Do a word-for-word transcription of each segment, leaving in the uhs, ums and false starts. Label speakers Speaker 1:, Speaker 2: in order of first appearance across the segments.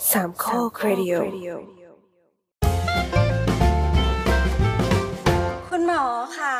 Speaker 1: สามข้อครดิโอคุณหมอค่ะ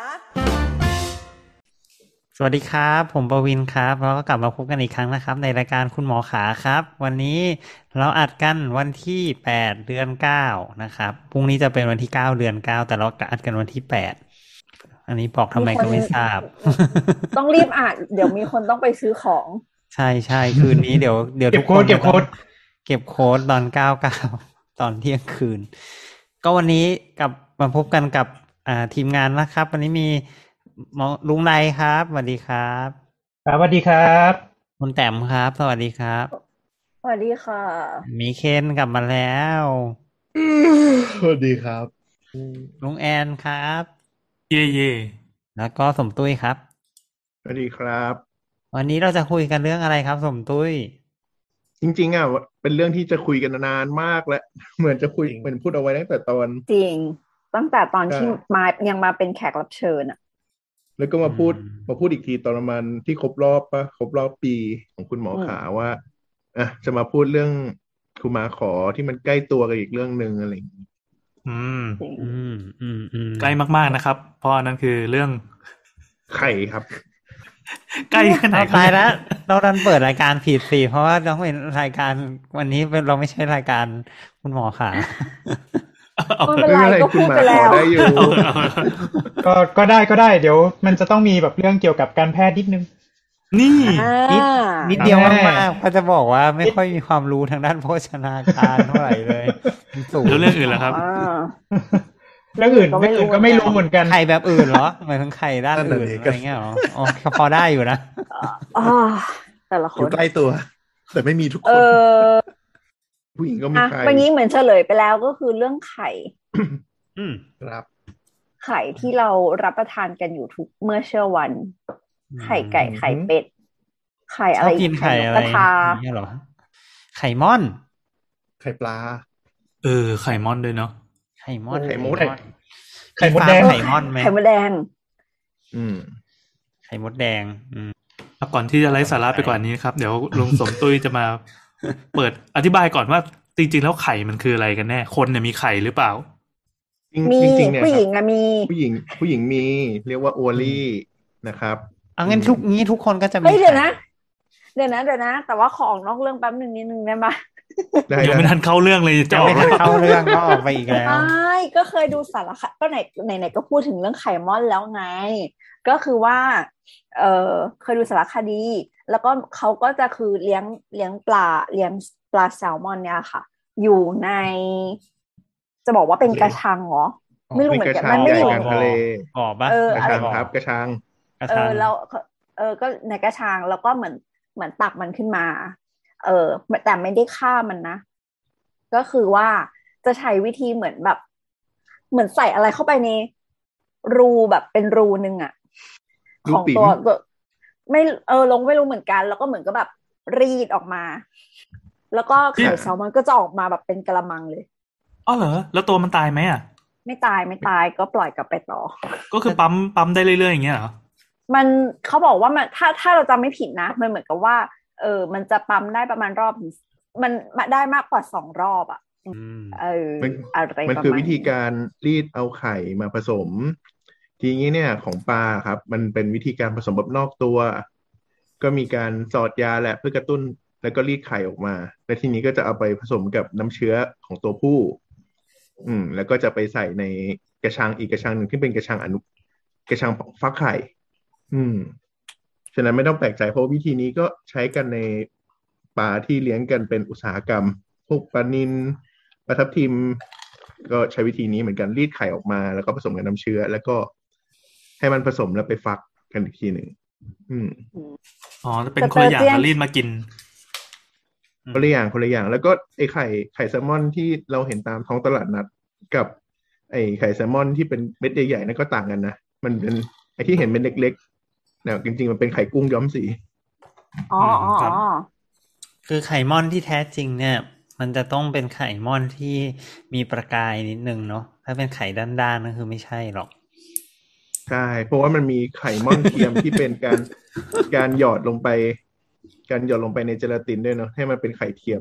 Speaker 2: สวัสดีครับผมประวินครับแล้วก็กลับมาพบกันอีกครั้งนะครับในรายการคุณหมอขาครับวันนี้เราอัดกันวันที่แปดเดือนเก้านะครับพรุ่งนี้จะเป็นวันที่เก้าเดือนเก้าแต่เราอัดกันวันที่แปดอันนี้บอกทำไมก็ไม่ทราบ
Speaker 3: ต้องรีบอ่านเดี๋ยวมีคนต้องไปซื้อของ
Speaker 2: ใช่ใช่คืนนี้เดี๋ยวเดี๋ยวทุกคนเก็บโค้ดเก็บโค้ดตอนเก้าเก้าตอนเที่ยงคืนก็วันนี้กลับมาพบกันกับอ่าทีมงานนะครับวันนี้มีลุงไรครับสวัสดีครับ
Speaker 4: ครับสวัสดีครับ
Speaker 2: คุณแต้มครับสวัสดีครับ
Speaker 3: สวัสดีค่ะ
Speaker 2: มีเคนกลับมาแล้ว
Speaker 5: สวัสดีครับ
Speaker 2: ลุงแอนครับ
Speaker 6: เย่เย่
Speaker 2: แล้วก็สมตุ้ยครับ
Speaker 5: สวัสดีครับ
Speaker 2: วันนี้เราจะคุยกันเรื่องอะไรครับสมตุ้ย
Speaker 5: จริงๆอ่ะเป็นเรื่องที่จะคุยกันนานมากแล้วเหมือนจะคุยเหมือนพูดเอาไว้ตั้งแต่ตอน
Speaker 3: จริงตั้งแต่ตอนที่มายังมาเป็นแขกรับเชิญอ่ะ
Speaker 5: แล้วก็มาพูดมาพูดอีกทีตอนประมาณที่ครบรอบปะครบรอบปีของคุณหมอขาว่าอ่ะจะมาพูดเรื่องคุณหมอขอที่มันใกล้ตัวกันอีกเรื่องนึงอะไรอย่างนี้
Speaker 6: อืม
Speaker 2: อืมอืมอืม
Speaker 6: ใกล้มากๆนะครับเพราะนั่นคือเรื่อง
Speaker 5: ไข่ครับ
Speaker 6: ใกล้ขนาด
Speaker 2: ตายแล้วเราดันเปิดรายการผิดสิเพราะว่าต้องเป็นรายการวันนี้เราไม่ใช่รายการคุณหมอขา
Speaker 3: ไม่เป็นไรก็พูดไปแล้ว
Speaker 5: ได้อยู่
Speaker 4: ก็ก็ได้ก็ได้เดี๋ยวมันจะต้องมีแบบเรื่องเกี่ยวกับการแพทย์นิดนึง
Speaker 6: นี่
Speaker 2: นิดนิดเดียวมากๆเขาจะบอกว่าไม่ค่อยมีความรู้ทางด้านโภชนาการเท่าไหร่เลย
Speaker 6: แล้วเรื่องอื่นล่ะครับ
Speaker 4: เรื่องอื่นไม่อื่นก็ไม่รู้เหมือนกัน
Speaker 2: ไข่แบบอื่นเหรอหมายถึงไข่ด้านอื่นอะไรเงี้ยหรออ๋อพอได้อยู่นะ
Speaker 3: อ๋อแต่ละคน
Speaker 5: อยู่ใกล้ตัวแต่ไม่มีทุกคนผู้หญิงก็มีไข่
Speaker 3: วันนี้เหมือนเฉลยไปแล้วก็คือเรื่องไข่
Speaker 2: อืม
Speaker 5: ครับ
Speaker 3: ไข่ที่เรารับประทานกันอยู่ทุกเมื่อเช้าวันไข่ไก่ไข่เป็ดไข่อะไร
Speaker 2: กินไข่อะไรเนี่ยหรอไข่ม่อน
Speaker 5: ไข่ปลา
Speaker 6: เออไข่ม่อนด้วยเนาะ
Speaker 2: ไข่ม่อน
Speaker 5: ไข่มด
Speaker 4: ไข่มดแดง
Speaker 2: ไข่ม่อนไหม
Speaker 3: ไข่มดแดง
Speaker 5: อืม
Speaker 2: ไข่มดแดงอืม
Speaker 6: ก่อนที่จะไร้สาระไปกว่านี้ครับเดี๋ยวลุงสมตุ้ยจะมาเปิดอธิบายก่อนว่าจริงๆแล้วไข่มันคืออะไรกันแน่คนเนี่ยมีไข่หรือเปล่า
Speaker 3: มีผู้หญิงอะมี
Speaker 5: ผู้หญิงผู้หญิงมีเรียกว่าโอลี่นะครับ
Speaker 2: เอางั้นทุกงี้ทุกคนก็จะมี
Speaker 3: เดี๋ยวนะเดี๋ยวนะเดี๋ยวนะแต่ว่าขอออกนอกเรื่องแป๊บนึงนิดนึงได้ไหม
Speaker 6: ยังไม่ทันเข้าเรื่องเลย
Speaker 2: จะไม่ทันเข้าเรื่องก็ออกไปอีกแล้ว
Speaker 3: ใช่ก็เคยดูสารคดีก็ไหนไหนไหนก็พูดถึงเรื่องไข่ม่อนแล้วไงก็คือว่าเออเคยดูสารคดีแล้วก็เขาก็จะคือเลี้ยงเลี้ยงปลาเลี้ยงปลาแซลมอนเนี่ยค่ะอยู่ในจะบอกว่าเป็นกระชังเหรอไม่รู้เหมือนกันมันไม่อยู่
Speaker 5: ในทะเล
Speaker 2: อ๋อป่ะ
Speaker 5: กระชังครับกระชัง
Speaker 3: เออแล้วเออก็ในกระชังแล้วก็เหมือนเหมือนตักมันขึ้นมาเออแต่ไม่ได้ฆ่ามันนะก็คือว่าจะใช้วิธีเหมือนแบบเหมือนใส่อะไรเข้าไปในรูแบบเป็นรูนึงอะของตัวไม่เออลงไม่รู้เหมือนกันแล้วก็เหมือนก็แบบรีดออกมาแล้วก็ไข่แซลมอนก็จะออกมาแบบเป็นกะละมังเลย
Speaker 6: อ๋อเหรอแล้วตัวมันตายไหมอ่ะ
Speaker 3: ไม่ตายไม่ตายก็ปล่อยกลับไปต่อ
Speaker 6: ก็คือปั๊มปั๊มได้เรื่อยๆอย่างเงี้ยเหรอ
Speaker 3: มันเขาบอกว่ามันถ้าถ้าเราจำไม่ผิดนะมันเหมือนกับว่าเออมันจะปั๊มได้ประมาณรอบมันได้มากกว่าสองรอบอ่ะเอออะไร
Speaker 5: มันคือวิธีการรีดเอาไข่มาผสมทีนี้เนี่ยของปลาครับมันเป็นวิธีการผสมแบบนอกตัวก็มีการสอดยาแหละเพื่อกระตุ้นแล้วก็รีดไข่ออกมาและทีนี้ก็จะเอาไปผสมกับน้ำเชื้อของตัวผู้อืมแล้วก็จะไปใส่ในกระชังอีกกระชังหนึ่งที่เป็นกระชังอนุกระชังฟักไข่อืมฉะนั้นไม่ต้องแปลกใจเพราะวิธีนี้ก็ใช้กันในปลาที่เลี้ยงกันเป็นอุตสาหกรรมพวกปลานิลปลาทับทิมก็ใช้วิธีนี้เหมือนกันรีดไข่ออกมาแล้วก็ผสมกับน้ำเชื้อแล้วก็ให้มันผสมแล้วไปฟักกันอีกทีหนึ่งอืม
Speaker 6: อ๋อเป็นคนละอย่างแล้วรีดมากิน
Speaker 5: คนละอย่างคนละอย่างแล้วก็ไอ้ไข่ไข่แซลมอนที่เราเห็นตามท้องตลาดนัดกับไอ้ไข่แซลมอนที่เป็นเม็ดใหญ่ๆนั่นก็ต่างกันนะมันเป็นไอ้ที่เห็นเป็นเล็กๆเนี่ยจริงๆมันเป็นไข่กุ้งย้อมสี
Speaker 3: อ๋ออ๋อ
Speaker 2: คือไข่ม่อนที่แท้จริงเนี่ยมันจะต้องเป็นไข่ม่อนที่มีประกายนิดนึงเนาะถ้าเป็นไข่ด้านๆนั่นคือไม่ใช่หรอก
Speaker 5: ใช่เพราะว่ามันมีไข่ม่อนเทียมที่เป็นการการหยอดลงไปการหยอดลงไปในเจลาตินด้วยเนาะให้มันเป็นไข่เทียม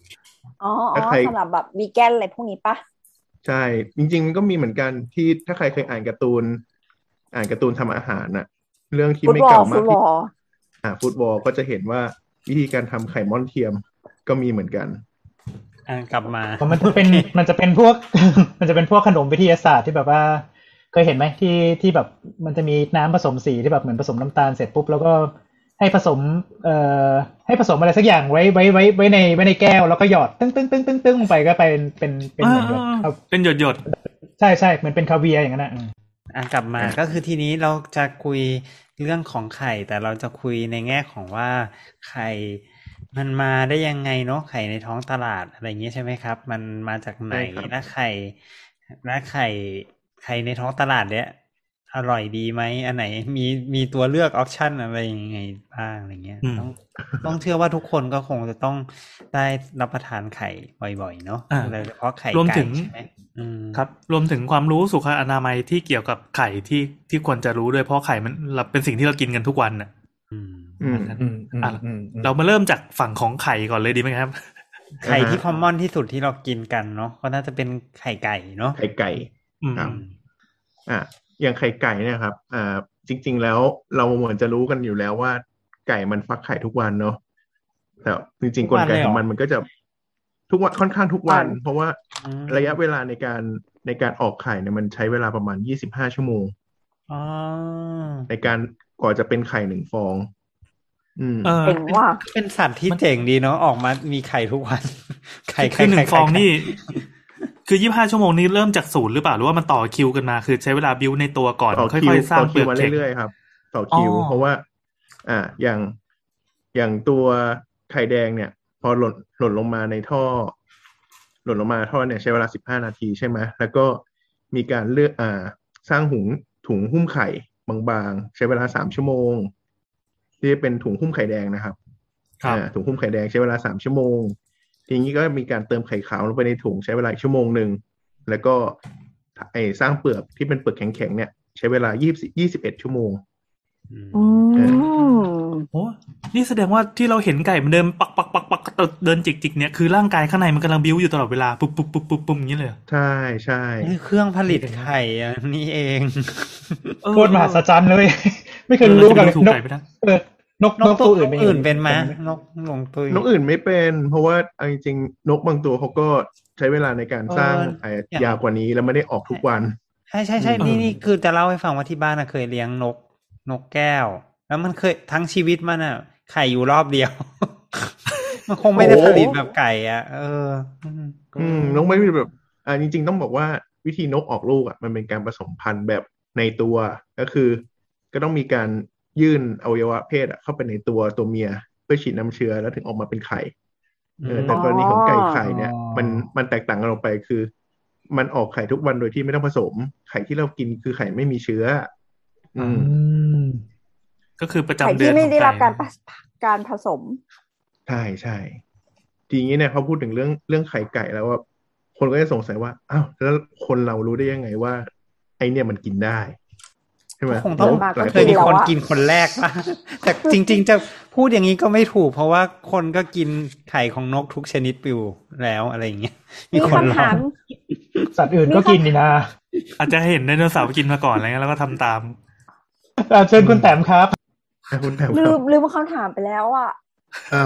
Speaker 3: อ๋ออ๋
Speaker 5: ถ้า
Speaker 3: อ
Speaker 5: ใคร
Speaker 3: สำหรับแบบวีแกนอะไรพวกนี้ปะ
Speaker 5: ใช่จริงๆมันก็มีเหมือนกันที่ถ้าใครเคยอ่านการ์ตูน อ่านการ์ตูนทำอาหารน่ะ เรื่องที่
Speaker 3: ฟุต
Speaker 5: ไม่
Speaker 3: บอล
Speaker 5: เก่า
Speaker 3: ฟุ
Speaker 5: มาก
Speaker 3: ตบ
Speaker 5: ที่
Speaker 3: อล
Speaker 5: อ่าฟุตบอลก็จะเห็นว่าวิธีการทำไข่ม่อนเทียมก็มีเหมือนกัน
Speaker 2: อ่ากลับมา
Speaker 4: มันจะเป็นมันจะเป็นพวก มันจะเป็นพวกขนมวิทยาศาสตร์ที่แบบว่าเคยเห็นไหมที่ที่แบบมันจะมีน้ำผสมสีที่แบบเหมือนผสมน้ำตาลเสร็จปุ๊บแล้วก็ให้ผสมเอ่อให้ผสมอะไรสักอย่างไว้ไว้ไว้ไว้ในไว้ในแก้วแล้วก็หยอดตึ้งตึ้งตึ้งตึ้งตึ้งลงไปก็ไปเป็นเป็นเหมือนแบบ
Speaker 6: อ่าๆเป็นหยดหยด
Speaker 4: ใช่ใช่เหมือนเป็นคาเวียร์อย่างนั้นนะ
Speaker 2: อ่ะกลับมาก็คือทีนี้เราจะคุยเรื่องของไข่แต่เราจะคุยในแง่ของว่าไข่มันมาได้ยังไงเนาะไข่ในท้องตลาดอะไรอย่างเงี้ยใช่ไหมครับมันมาจากไหน
Speaker 5: ใช่ครับ
Speaker 2: และไข่และไข่ไข่ในท้องตลาดเนี้ยอร่อยดีไหมอันไหนมีมีตัวเลือกออปชั่นอะไรยังไงบ้างอะไรเงี้ย
Speaker 6: อืม
Speaker 2: ต้องต้องเชื่อว่าทุกคนก็คงจะต้องได้รับประทานไข่บ่อยๆเนาะ
Speaker 6: อ่า
Speaker 2: โดยเฉพาะไข่
Speaker 6: รวม
Speaker 2: ไก่
Speaker 6: ถึง
Speaker 2: ใช่ไหมอืม
Speaker 6: ครับรวมถึงความรู้สุขอนามัยที่เกี่ยวกับไข่ที่ที่ควรจะรู้ด้วยเพราะไข่มันเราเป็นสิ่งที่เรากินกันทุกวันน่ะ
Speaker 2: อืม
Speaker 5: อืม
Speaker 4: อืมอืม
Speaker 6: อ่ะ
Speaker 4: อืม
Speaker 6: เรามาเริ่มจากฝั่งของไข่ก่อนเลยดีไหมครับ
Speaker 2: ไข่ที่
Speaker 5: อ่าฮะ
Speaker 2: คอมมอนที่สุดที่เรากินกันเนาะก็น่าจะเป็นไข่ไก่เนาะ
Speaker 5: ไข่ไก่
Speaker 6: อืม
Speaker 5: ครับ อ่ะอย่างไข่ไก่เนี่ยครับอ่าจริง ๆ แล้วเราเหมือนจะรู้กันอยู่แล้วว่าไก่มันฟักไข่ทุกวันเนาะแต่จริง ๆ กลไกของมันมันก็จะทุกวันค่อนข้างทุกวัน เพราะว่า
Speaker 2: อืม
Speaker 5: ระยะเวลาในการในการออกไข่เนี่ยมันใช้เวลาประมาณยี่สิบห้าชั่วโมง
Speaker 2: อ๋อ
Speaker 5: ในการกว่าจะเป็นไข่หนึ่งฟอง อืม
Speaker 6: เออ
Speaker 3: เก่งว่ะ
Speaker 2: เป็นสัตว์ที่เจ๋งดีเนาะออกมามีไข่ทุกวัน ไข่
Speaker 6: คือหนึ่ง
Speaker 2: ไข่
Speaker 6: ฟอง
Speaker 2: ไข่
Speaker 6: นี่ คือยี่สิบห้าชั่วโมงนี้เริ่มจากศูนย์หรือเปล่าหรือว่ามันต่อคิวกันมาคือใช้เวลาบิวในตัวก่อน
Speaker 5: ต่อ
Speaker 6: ค่
Speaker 5: คิว
Speaker 6: อยๆสร้าง
Speaker 5: ต่อ
Speaker 6: เป
Speaker 5: คิ
Speaker 6: ลื
Speaker 5: ว
Speaker 6: อก
Speaker 5: มา
Speaker 6: เค้ก
Speaker 5: เรื่อยๆครับ ต่อคิว
Speaker 6: อ๋อ
Speaker 5: เพราะว่า อ่าอย่างอย่างตัวไข่แดงเนี่ย พอหล่นหล่นลงมาในท่อ หล่นลงมาท่อเนี่ยใช้เวลาสิบห้านาทีใช่ไหมแล้วก็มีการเลือกอ่า สร้างหุงถุงหุ้มไข่บางๆ ใช้เวลาสามชั่วโมงที่เป็นถุงหุ้มไข่แดงนะครับ
Speaker 6: ครับ
Speaker 5: อ่าถุงหุ้มไข่แดงใช้เวลาสามชั่วโมงทีนี้ก็มีการเติมไข่ขาวลงไปในถุงใช้เวลาอีกชั่วโมงหนึ่งแล้วก็ไอ้สร้างเปลือกที่เป็นเปลือกแข็งๆเนี่ย ใช้เวลายี่สิบ ยี่สิบเอ็ดชั่วโมง
Speaker 2: อืม
Speaker 3: อืม
Speaker 6: โอ้นี่แสดงว่าที่เราเห็นไก่มันเดินปักปักปักปักเดินจิกจิกเนี่ยคือร่างกายข้างในมันกำลังบิ้วอยู่ตลอดเวลาปุ๊บปุ๊บปุ๊บปุ๊บปุ๊บอย่างนี้เลย
Speaker 5: ใช่ใช่
Speaker 2: นี่เครื่องผลิตไข่อ่ะนี่เอง
Speaker 6: เออ
Speaker 4: โคตรมหัศจรรย์เลย ไม่เคย
Speaker 6: เออ
Speaker 4: รู้กัน
Speaker 6: เรา
Speaker 4: เลย
Speaker 6: จะถูก
Speaker 4: นก
Speaker 6: ไก่ไปทั้ง
Speaker 4: เออนก
Speaker 2: น
Speaker 4: น
Speaker 2: ก
Speaker 4: ก
Speaker 2: ตั
Speaker 4: ตัว วอื่นเป็น
Speaker 2: อื่นเป็นไหมนกนกตัวน
Speaker 5: กอื่นไม่เป็น เพราะว่าเอาจริงๆนกบางตัวเขาก็ใช้เวลาในการสร้างไอ้ยาวกว่านี้แล้วไม่ได้ออกทุกวัน
Speaker 2: ใช่ใช่ใช่
Speaker 5: อืม
Speaker 2: นี่นี่คือจะเล่าให้ฟังว่าที่บ้านนะเคยเลี้ยงนกนกแก้ว แล้วมันเคยทั้งชีวิตมันอ่ะไข่อยู่รอบเดียว มันคงไม่ได้ผลิตแบบไก่อ่ะ เออ
Speaker 5: อืมนกไม่ได้แบบอ่าจริง ๆ ต้องบอกว่าวิธีนกออกลูกอ่ะมันเป็นการผสมพันธุ์แบบในตัวก็คือ ก็ต้องมีการยื่นอวัยวะเพศอะเข้าไปในตัวตัวเมียเพื่อฉีดน้ำเชื้อแล้วถึงออกมาเป็นไข่เออแต่กรณีของไก่ไข่เนี่ยมันมันแตกต่างกันออกไปคือ มันออกไข่ทุกวันโดยที่ไม่ต้องผสม ไข่ที่เรากินคือไข่ไม่มีเชื้อ อืม
Speaker 4: ม
Speaker 6: ก็คือประจำ
Speaker 3: ไข่
Speaker 6: เดือน
Speaker 3: ที่ไม่ได้รับ
Speaker 6: ของ
Speaker 3: การผสการผสม
Speaker 5: ใช่ใช่ทีนี้เนี่ยเขาพูดถึงเรื่องเรื่องไข่ไก่แล้วว่า คนก็จะสงสัยว่าอ้าวแล้วคนเรารู้ได้ยังไงว่า ไอเนี่ยมันกินได้ใช่ไหม
Speaker 2: คงต้อง
Speaker 3: มา
Speaker 5: หลาย
Speaker 2: เค
Speaker 5: ค
Speaker 2: ย
Speaker 5: น
Speaker 2: มีคน
Speaker 3: แล้วอะ
Speaker 2: กินคนแรกป่ะ แต่จริง ๆ จะพูดอย่างนี้ก็ไม่ถูก เพราะว่าคนก็กินไข่ของนกทุกชนิดอยู่แล้วอะไรอย่างเงี้ยมี
Speaker 3: มี
Speaker 2: คนล
Speaker 3: คำ
Speaker 2: อ
Speaker 3: ถาง ม
Speaker 4: สัตว์อื่นก็กินนี่นะ
Speaker 6: อาจจะเห็นไดโนเสาร์กินมาก่อนอะไรเงี้ยแล้วก็ทำตาม
Speaker 4: อ่ะเชิญคุณแต้มครับ
Speaker 5: อ่ะคุณแถว
Speaker 3: ลื
Speaker 5: ครั
Speaker 3: ม
Speaker 5: บ
Speaker 3: ลืมคำถามไปแล้วอ่ะ
Speaker 5: อ้าว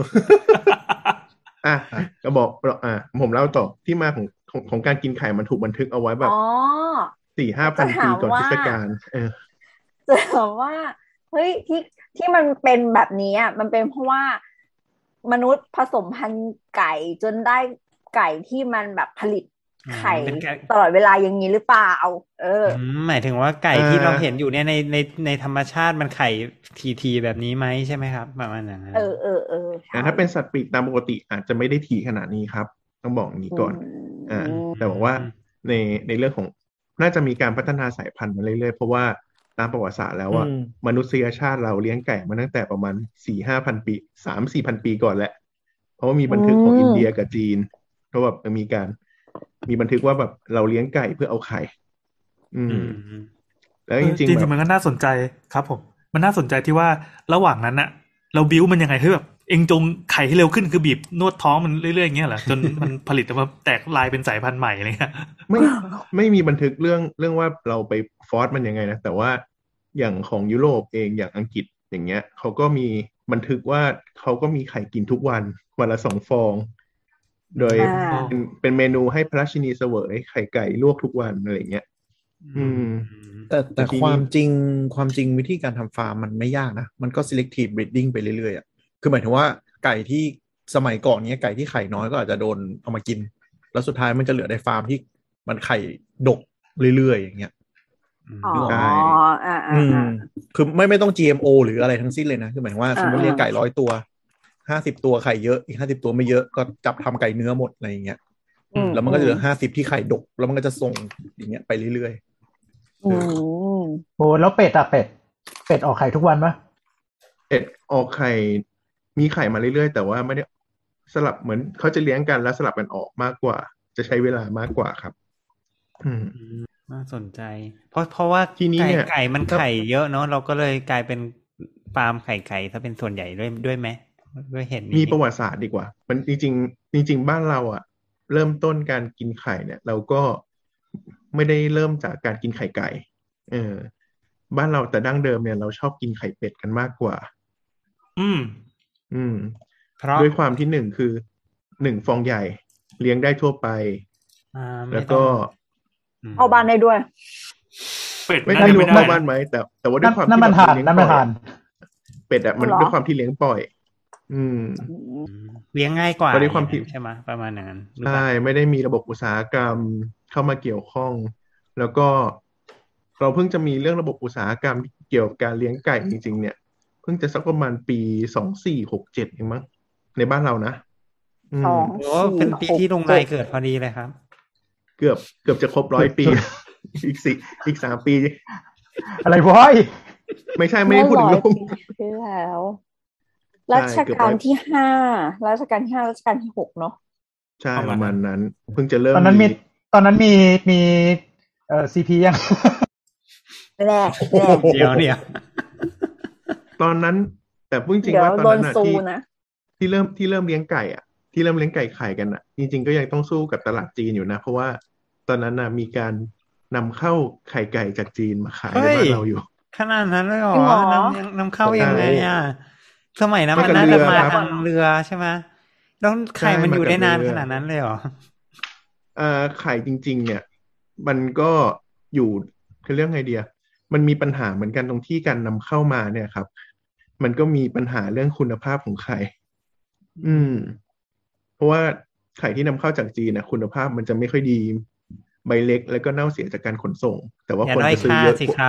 Speaker 5: อ่ะก็บอกอ่ะผมเล่าต่อที่มาของของของการกินไข่มันถูกบันทึกเอาไว้แบบ
Speaker 3: อ๋อ
Speaker 5: สี่ห้าพัน
Speaker 3: จะ
Speaker 5: ปี
Speaker 3: ถาม
Speaker 5: ก่อน
Speaker 3: ว่า
Speaker 5: คริสตกาลเออ
Speaker 3: จะบอกว่าเฮ้ยที่ที่มันเป็นแบบนี้อ่ะมันเป็นเพราะว่ามนุษย์ผสมพันธุ์ไก่จนได้ไก่ที่มันแบบผลิตไข่
Speaker 2: เป็นไก่
Speaker 3: ตลอดเวลาอย่างนี้หรือเปล่า เออ
Speaker 2: อืมหมายถึงว่าไก่
Speaker 5: เอ่อ
Speaker 2: ที่เราเห็นอยู่เนี่ยในในในธรรมชาติมันไข่ทีทีแบบนี้ไหมใช่ไหมครับประมาณอย่างนั้น
Speaker 3: เออเออเออใช่
Speaker 5: แต่ถ้าเป็นสัตว์ปีกตามปกติอาจจะไม่ได้ถี่ขนาดนี้ครับ ต้องบอกอย่างนี้ก่อน อ่า แต่บอกว่าในในเรื่องของน่าจะมีการพัฒนาสายพันธุ์มาเรื่อยๆเพราะว่าตามประวัติศาสตร์แล้วว่า
Speaker 4: อืม
Speaker 5: มนุษยชาติเราเลี้ยงไก่มาตั้งแต่ประมาณสี่ห้าพันปีสามสี่พันปีก่อนแหละ เพราะว่ามีบันทึกของอินเดียกับจีนเพราะแบบมีการมีบันทึกว่าแบบเราเลี้ยงไก่เพื่อเอาไข่ อื
Speaker 2: อื
Speaker 5: ม
Speaker 2: ม
Speaker 5: แล้ว
Speaker 6: เอ
Speaker 5: จ
Speaker 6: อ
Speaker 5: ริง
Speaker 6: จริ
Speaker 5: ๆ
Speaker 6: ง
Speaker 5: แบ
Speaker 6: ๆ
Speaker 5: บ
Speaker 6: มันก็น่าสนใจครับผมมันน่าสนใจที่ว่าระหว่างนั้นน่ะ เราบิ้วมันยังไงให้แบบเองจงไข่ให้เร็วขึ้นคือบีบนวดท้องมันเรื่อยๆอย่างเงี้ยเหรอจนมันผลิตออกมาแตกลายเป็นสายพันธุ์ใหม่อะไรเงี้ย
Speaker 5: ไม่ไม่มีบันทึกเรื่องเรื่องว่าเราไปฟอร์สมันยังไงนะแต่ว่าอย่างของยุโรปเองอย่างอังกฤษอย่างเงี้ยเขาก็มีบันทึกว่าเขาก็มีไข่กินทุกวันวันละสองฟองโดยเป็นเป็นเมนูให้พระราชินีเสวยไข่ไก่ลวกทุกวันอะไรเงี้ยอืม
Speaker 7: แต่แต่ความจริงความจริงวิธีการทำฟาร์มมันไม่ยากนะมันก็ selective breeding ไปเรื่อยๆอ่ะคือหมายถึงว่าไก่ที่สมัยก่อนเนี้ยไก่ที่ไข่น้อยก็อาจจะโดนเอามากินแล้วสุดท้ายมันจะเหลือในฟาร์มที่มันไข่ดกเรื่อยๆอย่างเงี้ย
Speaker 3: อ๋ออ่า
Speaker 7: อืมคือไม่ไม่ต้อง จี เอ็ม โอ หรืออะไรทั้งสิ้นเลยนะคือหมายถึงว่าสมมติเลี้ยงไก่ร้อยตัวห้าสิบตัวไข่เยอะอีกห้าสิบตัวไม่เยอะก็จับทำไก่เนื้อหมดอะไรอย่างเงี้ยแล้วมันก็จะเหลือห้าสิบที่ไข่ดกแล้วมันก็จะส่งอย่างเงี้ยไปเรื่อยๆ
Speaker 3: อืม
Speaker 4: โอ้แล้วเป็ดอะเป็ดเป็ดออกไข่ทุกวันปะ
Speaker 5: เป็ดออกไข่มีไข่มาเรื่อยๆแต่ว่าไม่ได้สลับเหมือนเขาจะเลี้ยงกันแล้วสลับกันออกมากกว่าจะใช้เวลามากกว่าครับอืม
Speaker 2: น่าสนใจเพราะเพราะว่าทีนี้เนี่ยไก่มันไข่เยอะเนาะเราก็เลยกลายเป็นฟาร์มไข่ไก่ถ้าเป็นส่วนใหญ่ด้วยด้วยไหมด้วยเห็น
Speaker 5: มีประวัติศาสตร์ดีกว่ามันจริงๆจริงๆบ้านเราอ่ะเริ่มต้นการกินไข่เนี่ยเราก็ไม่ได้เริ่มจากการกินไข่ไก่เออบ้านเราแต่ดั้งเดิมเนี่ยเราชอบกินไข่เป็ดกันมากกว่า
Speaker 6: อืม
Speaker 5: อืมด้วยความที่หนึ่งคือหนึ่งฟองใหญ่เลี้ยงได้ทั่วไปแล้วก็
Speaker 3: เอาบ้านได้ด้วย
Speaker 6: เป็ด
Speaker 5: ไม่ได้รู้เข้าบ้านไหมแต่แต่ว่าด้วยความที่
Speaker 4: น้ำมันทานน้ำมันทาน
Speaker 5: เป็ดอ่ะมันด้วยความที่เลี้ยงปล่อยอืม
Speaker 2: เลี้ยงง่ายกว่าด้วยความที่ใช่ไหมประมาณนั้น
Speaker 5: ใช่ไม่ได้มีระบบอุตสาหกรรมเข้ามาเกี่ยวข้องแล้วก็เราเพิ่งจะมีเรื่องระบบอุตสาหกรรมเกี่ยวกับการเลี้ยงไก่จริงๆเนี่ยเพิ่งจะสักประมาณปีสองสี่หกเจ็ดเองมั้งในบ้านเรานะ
Speaker 3: สอง
Speaker 2: โอ้เป็นปีที่ลุงนายเกิดพอดีเลยครับ
Speaker 5: เกือบเกือบจะครบร้อยปีอีกสี่อีกสามปี
Speaker 4: อะไรวะ
Speaker 5: ไม่ใช่ไม่ได้พูดถึงลุง
Speaker 3: ที่แล้วรัชกาลที่ห้ารัชกาลที่ห้ารัชกาลที่หกเนาะ
Speaker 5: ใช่ประมาณนั้นเพิ่งจะเริ่ม
Speaker 4: ตอนนั้นมีตอนนั้นมีมีเอ่อซีพียัง
Speaker 3: แน่
Speaker 2: เดี๋ยวเนี่ย
Speaker 5: ตอนนั้นแต่พูดจริงว่าตอนนั้นที่ที่เริ่มที่เริ่มเลี้ยงไก่อ่ะที่เริ่มเลี้ยงไก่ไข่กันอ่ะจริงๆก็ยังต้องสู้กับตลาดจีนอยู่นะเพราะว่าตอนนั้นน่ะมีการนำเข้าไข่ไก่จากจีนมาขายในบ้านเราอยู่
Speaker 2: ขนาดนั้นเลยเหรอนำนำเข้ายังไงอ่ะสมัยนั้นมันน่าจะมาทางเรือใช่ไหมแล้วไข่มันอยู่ได้นานขนาดนั้นเลยเหรอ
Speaker 5: เอ่อไข่จริงๆเนี่ยมันก็อยู่คือเรื่องไงเดียมันมีปัญหาเหมือนกันตรงที่การนำเข้ามาเนี่ยครับมันก็มีปัญหาเรื่องคุณภาพของไข่อืมเพราะว่าไข่ที่นำเข้าจากจีนนะคุณภาพมันจะไม่ค่อยดีใบเล็กแล้วก็เน่าเสียจากการขนส่งแต่ว่าคนจะซื้อเยอะ
Speaker 2: สิครับ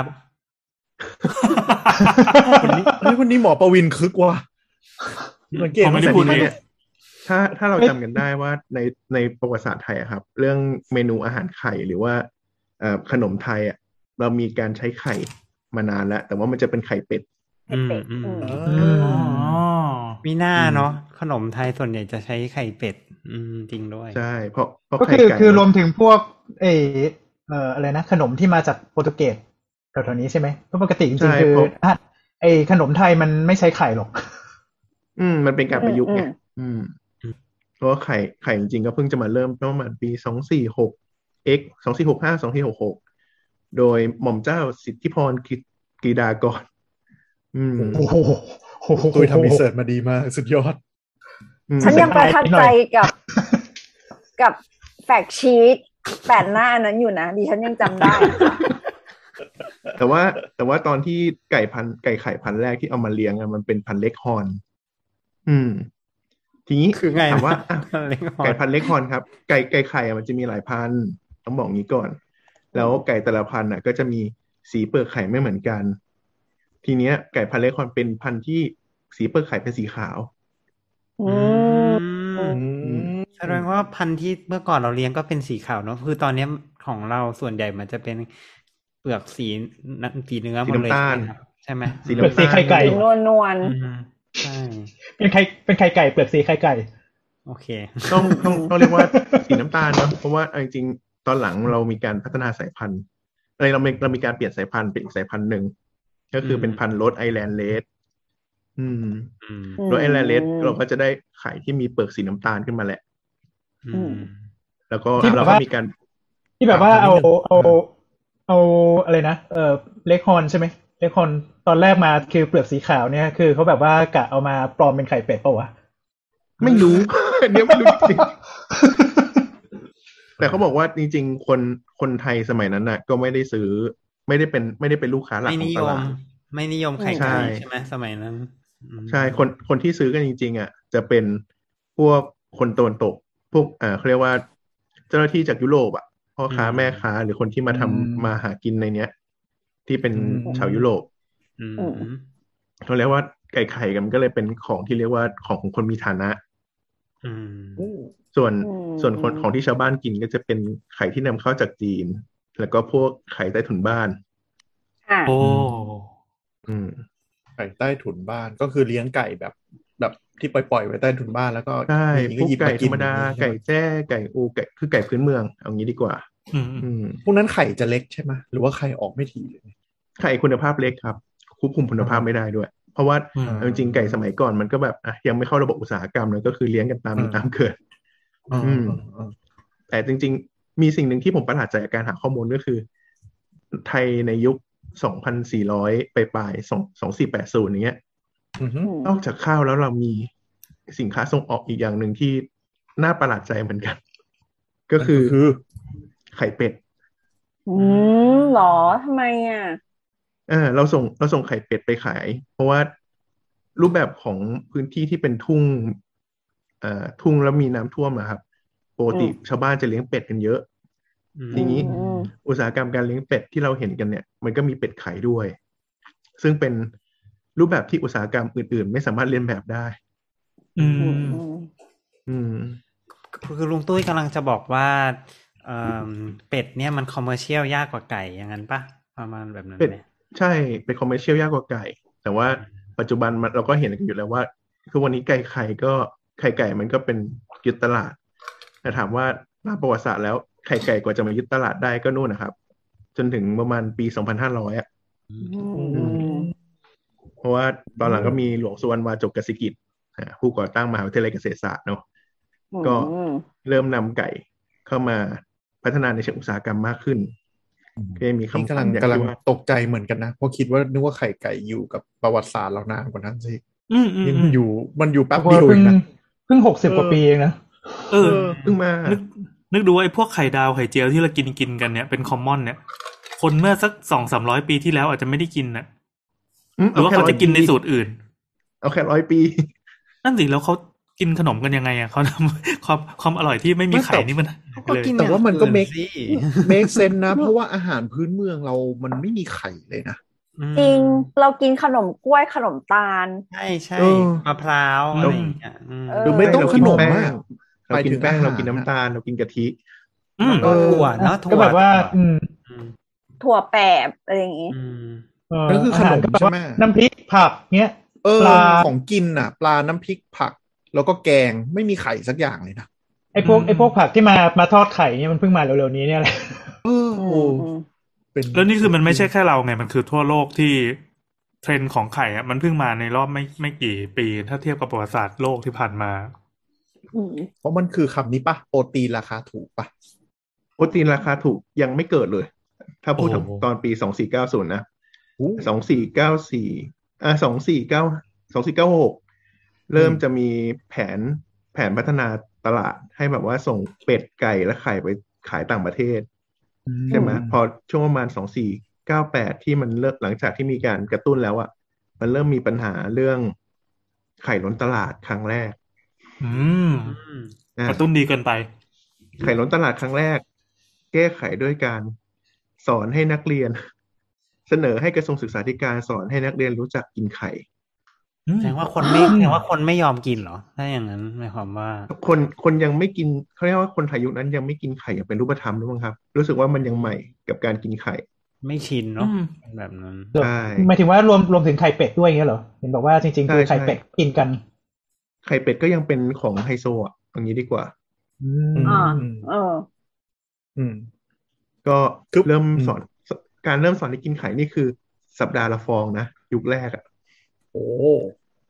Speaker 7: คนนี้คนนี้หมอประวินคึกว่ะ
Speaker 6: มันเก่งไม่ได้พูดเลย
Speaker 5: ถ้าถ้าเราจำกันได้ว่าในในประวัติศาสตร์ไทยครับเรื่องเมนูอาหารไข่หรือว่าเอ่อขนมไทยอ่ะเรามีการใช้ไข่มานานแล้วแต่ว่ามันจะเป็นไข่เป็ด
Speaker 3: อืมอืม
Speaker 2: อ๋อมีหน้าเนาะขนมไทยส่วนใหญ่จะใช้ไข่เป็ดอืมจริงด้วย
Speaker 5: ใช่เพราะเพราะ
Speaker 4: ก็คือคือรวมถึงพวกเออเอ่ออะไรนะขนมที่มาจากโปรตุเกสแถวๆนี้ใช่ไหมเพราะปกติจริงๆคือไอขนมไทยมันไม่ใช้ไข่หรอก
Speaker 5: อืมมันเป็นการประยุกต์ไงอืมเพราะว่าไข่ไข่จริงๆก็เพิ่งจะมาเริ่มประมาณปีสองสี่หก X สองสี่หกห้า สองสี่หกหกโดยหม่อมเจ้าสิทธิพรกฤษฎากรอืม
Speaker 7: โอ้โหตัวทำรีเสิร์ชมาดีมากสุดยอด
Speaker 3: ฉันยังประทับใจกับกับแฟกชีตแปดหน้านั้นอยู่นะดิฉันยังจำได้
Speaker 5: แต่ว่าแต่ว่าตอนที่ไก่พันไก่ไข่พันแรกที่เอามาเลี้ยงอ่ะมันเป็นพันเล็กฮอร์นอืมทีนี้
Speaker 2: คือไง
Speaker 5: ถามว่าไก่พันเล็กฮอร์นครับไก่ไก่ไข่มันจะมีหลายพันต้องบอกงี้ก่อนแล้วไก่แต่ละพันอ่ะก็จะมีสีเปลือกไข่ไม่เหมือนกันทีเนี้ยไก่พันเล็กฮอร์นเป็นพันที่สีเปลือกไข่เป็นสีขาว
Speaker 3: อื
Speaker 2: มแสดงว่าพันธุ์ที่เมื่อก่อนเราเลี้ยงก็เป็นสีขาวเนาะคือตอนนี้ของเราส่วนใหญ่มันจะเป็นเปลือกสีสีเนื้อหมดเลยใช่ไหม
Speaker 4: สีเปลือกสีไข่ไก่
Speaker 3: นวลนวล
Speaker 2: ใช่
Speaker 4: เป็นไข่เป็นไข่ไก่เปลือกสีไข่ไก่
Speaker 2: โอเค
Speaker 5: ต้องต้องต้องเรียกว่าสีน้ำตาลเนาะเพราะว่าจริงๆตอนหลังเรามีการพัฒนาสายพันธุ์อะไรเราเรามีการเปลี่ยนสายพันธุ์เป็นอีกสายพันธุ์หนึ่งก็คือเป็นพันธุ์โรดไอแลนด์เรดอืม
Speaker 2: อืม
Speaker 5: แล้วไอ้แรเลสเราก็จะได้ไข่ที่มีเปลือกสีน้ำตาลขึ้นมาแหละ
Speaker 2: อืม
Speaker 5: แล้วก็
Speaker 4: ที่แบ
Speaker 5: เรา
Speaker 4: บ
Speaker 5: ก็
Speaker 4: ว่า
Speaker 5: มีการ
Speaker 4: ที่แบบว่า
Speaker 7: ถาม
Speaker 4: เอา
Speaker 7: นิดนึง
Speaker 4: เอาเอาอะไรนะเออเลคฮอนใช่ไหมเลคฮอนตอนแรกมาคือเปลือกสีขาวเนี่ยคือเขาแบบว่ากะเอามาปลอมเป็นไข่เป็ดปะวะ
Speaker 5: ไม่รู้ อันเนี้ยไม่รู้จริงๆแต่เขาบอกว่าจริงๆคนคนไทยสมัยนั้นน่ะ ก็ไม่ได้ซื้อไม่ได้เป็นไม่ได้เป็นลูกค้าหลัก
Speaker 2: ไม่
Speaker 5: ขอ
Speaker 2: นิ
Speaker 5: งต
Speaker 2: ยม
Speaker 5: ลาด
Speaker 2: ไม่นิยมไข่
Speaker 5: ใช่
Speaker 2: ไก่ใช่ไหมสมัยนั้นอืม
Speaker 5: ใช่คนคนที่ซื้อกันจริงๆอ่ะจะเป็นพวกคนตะวันตกพวกอ่าเขาเรียกว่าเจ้าหน้าที่จากยุโรปอ่ะพ่อค้าแม่ค้าหรือคนที่มาทำ
Speaker 4: อืม
Speaker 5: มาหากินในเนี้ย ที่เป็น
Speaker 7: อืม
Speaker 5: ชาวยุโรป
Speaker 2: อืม
Speaker 5: เขาเรียกว่าไก่ไข่กันมันก็เลยเป็นของที่เรียกว่าของของคนมีฐานะ
Speaker 2: อืม
Speaker 5: ส่วน
Speaker 3: อืม
Speaker 5: ส่วนคนของที่ชาวบ้านกินก็จะเป็นไข่ที่นำเข้าจากจีน แล้วก็พวกไข่ใต้ถุนบ้าน
Speaker 3: อ่ะ
Speaker 6: โอ้
Speaker 5: อืม
Speaker 7: ไก่ใต้ถุนบ้านก็คือเลี้ยงไก่แบบแบบที่ปล่อยๆไว้ใต้ถุนบ้านแล้วก็
Speaker 5: ใช่
Speaker 7: อย่างนี้
Speaker 5: พ
Speaker 7: ก็
Speaker 5: วก
Speaker 7: หยิบ
Speaker 5: ไก่
Speaker 7: มา
Speaker 5: ธ
Speaker 7: กิ
Speaker 5: ร
Speaker 7: น
Speaker 5: รมดา
Speaker 7: อย่างนี้ใช่
Speaker 5: ไก่
Speaker 7: ไหม
Speaker 5: แจ้ไก่อูไก่คือไก่พื้นเมืองเอางี้ดีกว่า
Speaker 6: อืม
Speaker 5: อืม
Speaker 7: พวกนั้นไข่จะเล็กใช่ไหมหรือว่าไข่ออกไม่ถี่เลย
Speaker 5: ไข่คุณภาพเล็กครับควบคุมคุณภาพไม่ได้ด้วย เพราะว่า
Speaker 6: อืม
Speaker 5: เอาจริงๆไก่สมัยก่อนมันก็แบบอ่ะยังไม่เข้าระบบอุตสาหกรรมเลยก็คือเลี้ยงกันตามมี
Speaker 7: อืม
Speaker 5: ตามเกิด
Speaker 7: อ่า
Speaker 5: อืม
Speaker 7: อ่าอ่า
Speaker 5: แต่จริงๆ มีสิ่งหนึ่งที่ผมประหลาดใจกับการหาข้อมูลก็คือ ไทยในยุค สองพันสี่ร้อย ปลายๆสอง สองพันสี่ร้อยแปดสิบ อย่างเงี้ย
Speaker 7: อือฮึ
Speaker 5: นอกจากข้าวแล้วเรามีสินค้าส่งออกอีกอย่างหนึ่งที่น่าประหลาดใจเหมือนกัน ก็คือ
Speaker 7: คือ
Speaker 5: ไข่เป็ด
Speaker 3: อืมเหรอทำไมอ่ะ
Speaker 5: เออเราส่งเราส่งไข่เป็ดไปขาย เพราะว่ารูปแบบของพื้นที่ที่เป็นทุ่งเอ่อทุ่งแล้วมีน้ำท่วมอะครับปกติ
Speaker 3: อืม
Speaker 5: ชาวบ้านจะเลี้ยงเป็ดกันเยอะ
Speaker 2: อืม
Speaker 5: ทีนี้
Speaker 3: อืม
Speaker 5: อุตสาหกรรมการเลี้ยงเป็ดที่เราเห็นกันเนี่ย มันก็มีเป็ดไข่ด้วย ซึ่งเป็นรูปแบบที่อุตสาหกรรมอื่นๆ ไม่สามารถเลียนแบบได้
Speaker 6: อื
Speaker 3: อื
Speaker 6: ม
Speaker 3: มอืม
Speaker 5: อืม
Speaker 2: คือลุงตุ้ยกำลังจะบอกว่าเอ่อเป็ดเนี่ยมันคอมเมอร์เชียลยากกว่าไก่อย่างนั้นปะประมาณแบบนั้น
Speaker 5: เป็ด
Speaker 2: ไหม
Speaker 5: ใช่เป็นคอมเมอร์เชียลยากกว่าไก่ แต่ว่าปัจจุบันมันเราก็เห็นกันอยู่แล้วว่าคือวันนี้ไก่ไข่ก็ไข่ไก่มันก็เป็นยึดตลาด แต่ถามว่าตามประวัติศาสตร์แล้วไข่ไก่กว่าจะมายึดตลาดได้ก็นู่นนะครับ จนถึงประมาณปีสองพันห้าร้อยอ่ะ
Speaker 3: อืมอืม
Speaker 5: เพราะว่าตอนหลังก็มีหลวงสุวรรณวาจกสิกิจอ่าผู้ก่อตั้งมหาวิทยาลัยเกษตรศาสตร์เนาะก็เริ่มนำไก่เข้ามาพัฒนาในเชิงอุตสาหกรรมมากขึ้นก็จะมี
Speaker 7: นี่
Speaker 5: คำ
Speaker 7: กำลัง
Speaker 5: อย่าง
Speaker 7: กำลัง
Speaker 5: ที่ว่า
Speaker 7: ตกใจเหมือนกันนะเพราะคิดว่านึกว่าไข่ไก่อยู่กับประวัติศาสตร์เรานานกว่านั้นสิ
Speaker 6: อืมอืม
Speaker 7: นี่
Speaker 6: อื
Speaker 7: มัน
Speaker 6: ม
Speaker 7: อยู่มันอยู่แป๊บ
Speaker 4: เพราะ
Speaker 7: เดียว
Speaker 4: ว่า
Speaker 7: เอ
Speaker 4: เพิ่ง
Speaker 7: งนะ
Speaker 4: เพิ่งหกสิบกว่าปีเองนะ
Speaker 6: เออ
Speaker 5: เพิ่งมา
Speaker 6: นึกนึกดูว่าไอ้พวกไข่ดาวไข่เจียวที่เรากินกินกันเนี่ยเป็นคอมมอนเนี่ย คนเมื่อสักสองสามร้อยปีที่แล้วอาจจะไม่ได้กินนะ
Speaker 5: อืม
Speaker 6: หรือว่า
Speaker 5: แค่
Speaker 6: เขา
Speaker 5: ร้อย
Speaker 6: จะกินใน
Speaker 5: ปี
Speaker 6: สูตรอื่น
Speaker 5: เอาแค่ร้อยปี
Speaker 6: นั่นสิแล้วเขากินขนมกันยังไงอ่ะเขาทำความความอร่อยที่ไม่มีไข่นี่มัน
Speaker 2: ก็
Speaker 6: เลย
Speaker 2: กิน
Speaker 7: แต่ว่ามันก็
Speaker 2: อย่าง
Speaker 7: make
Speaker 2: อื่สิ
Speaker 7: make sense นะ เพราะว่าอาหารพื้นเมืองเรามันไม่มีไข่เลยนะ
Speaker 3: จริงเรากินขนมกล้วยขนมตาล
Speaker 2: ใช่ใช่
Speaker 7: เออ
Speaker 2: มะพร้าวอะไรอย่างเงี้ยอืม
Speaker 3: เออ
Speaker 7: หรือไม่ต้อง
Speaker 5: เรา
Speaker 7: ข
Speaker 5: กิน
Speaker 7: นม
Speaker 5: แป้ง
Speaker 7: มาก
Speaker 5: เรากินแป้ง
Speaker 7: หมายถึง
Speaker 5: เรากิน
Speaker 7: อาหาร
Speaker 5: น้ำตาลเรากินกะทิ
Speaker 6: อืม
Speaker 2: แล้วก็ถั่วเนาะถั่ว
Speaker 4: ก็แบบว่า อืม
Speaker 2: อืม
Speaker 3: ถั่วแปบอะไรอย่างงี้
Speaker 2: อืม
Speaker 4: เออ
Speaker 7: ก็คือขนม
Speaker 4: าหารก็แบบ
Speaker 7: ใช่ไหม
Speaker 4: ว่าน้ำพริกผักเนี้ย
Speaker 7: เออ
Speaker 4: ปลา
Speaker 7: ของกินน่ะ ปลาน้ำพริกผัก แล้วก็แกงไม่มีไข่สักอย่างเลยนะ
Speaker 4: ไอ้พวก
Speaker 6: อืม
Speaker 4: ไอ้พวกผักที่มามาทอดไข่เนี่ยมันเพิ่งมาเร็วๆนี้เนี่ยแหละ
Speaker 7: เออ
Speaker 3: อื
Speaker 7: โอ้
Speaker 3: มอืม
Speaker 7: เป็น
Speaker 6: แล้วนี่คือมันไม่ใช่แค่เราไงมันคือทั่วโลกที่เทรนด์ของไข่อ่ะมันเพิ่งมาในรอบไม่ไม่กี่ปี ถ้าเทียบกับประวัติศาสตร์โลกที่ผ่านมา
Speaker 3: อืม
Speaker 7: เพราะมันคือคำนี้ปะโปรตีนราคาถูกปะ
Speaker 5: โปรตีนราคาถูกยังไม่เกิดเลย ถ้าพูดถึง
Speaker 6: โอ้
Speaker 5: ตอนปีสองสี่เก้าศูนย์นะ
Speaker 7: อู้
Speaker 5: สองสี่เก้าสี่อ่าสองสี่เก้าสองสี่เก้าหกเริ่มจะมีแผนแผนพัฒนาตลาดให้แบบว่าส่งเป็ดไก่และไข่ไปขายต่างประเทศ ใช่ไหมพอช่วงประมาณสองสี่เก้าแปดที่มันเริ่มหลังจากที่มีการกระตุ้นแล้วอ่ะมันเริ่มมีปัญหาเรื่องไข่ล้นตลาดครั้งแรก
Speaker 6: อืม
Speaker 2: อืม
Speaker 5: อ่ะ
Speaker 6: กระตุ้นดีเกินไป
Speaker 5: ไข่ล้นตลาดครั้งแรก แก้ไขด้วยการสอนให้นักเรียน เสนอให้กระทรวงศึกษาธิการสอนให้นักเรียนรู้จักกินไข่
Speaker 6: อืม
Speaker 2: แสดงว่าคนไม่แสดงว่าคนไม่ยอมกินเหรอถ้าอย่างนั้นหมายความว่า
Speaker 5: คนคนยังไม่กินเขาเรียกว่าคนไทยยุคนั้นยังไม่กินไข่อย่างเป็นรูปธรรมด้วยมั้งครับ รู้สึกว่ามันยังใหม่กับการกินไข่
Speaker 2: ไม่ชินเนาะ
Speaker 6: อืม
Speaker 2: เป็นแบบนั้น
Speaker 5: ใช่
Speaker 4: หมายถึงว่ารวมรวมถึงไข่เป็ดด้วยอย่างเงี้ยเหรอ เห็นบอกว่าจริงๆคือ
Speaker 5: ใช่
Speaker 4: ไข่เป็ดกินกัน
Speaker 5: ไข่เป็ดก็ยังเป็นของไฮโซอ่ะอย่างนี้ดีกว่า
Speaker 4: อืม
Speaker 3: อ่าเออ
Speaker 7: อืม
Speaker 5: ก็
Speaker 7: คือ
Speaker 5: เริ่ม
Speaker 7: อืม
Speaker 5: สอนการเริ่มสอนให้กินไข่นี่คือสัปดาห์ละฟองนะยุคแรกอ่ะ
Speaker 7: โอ้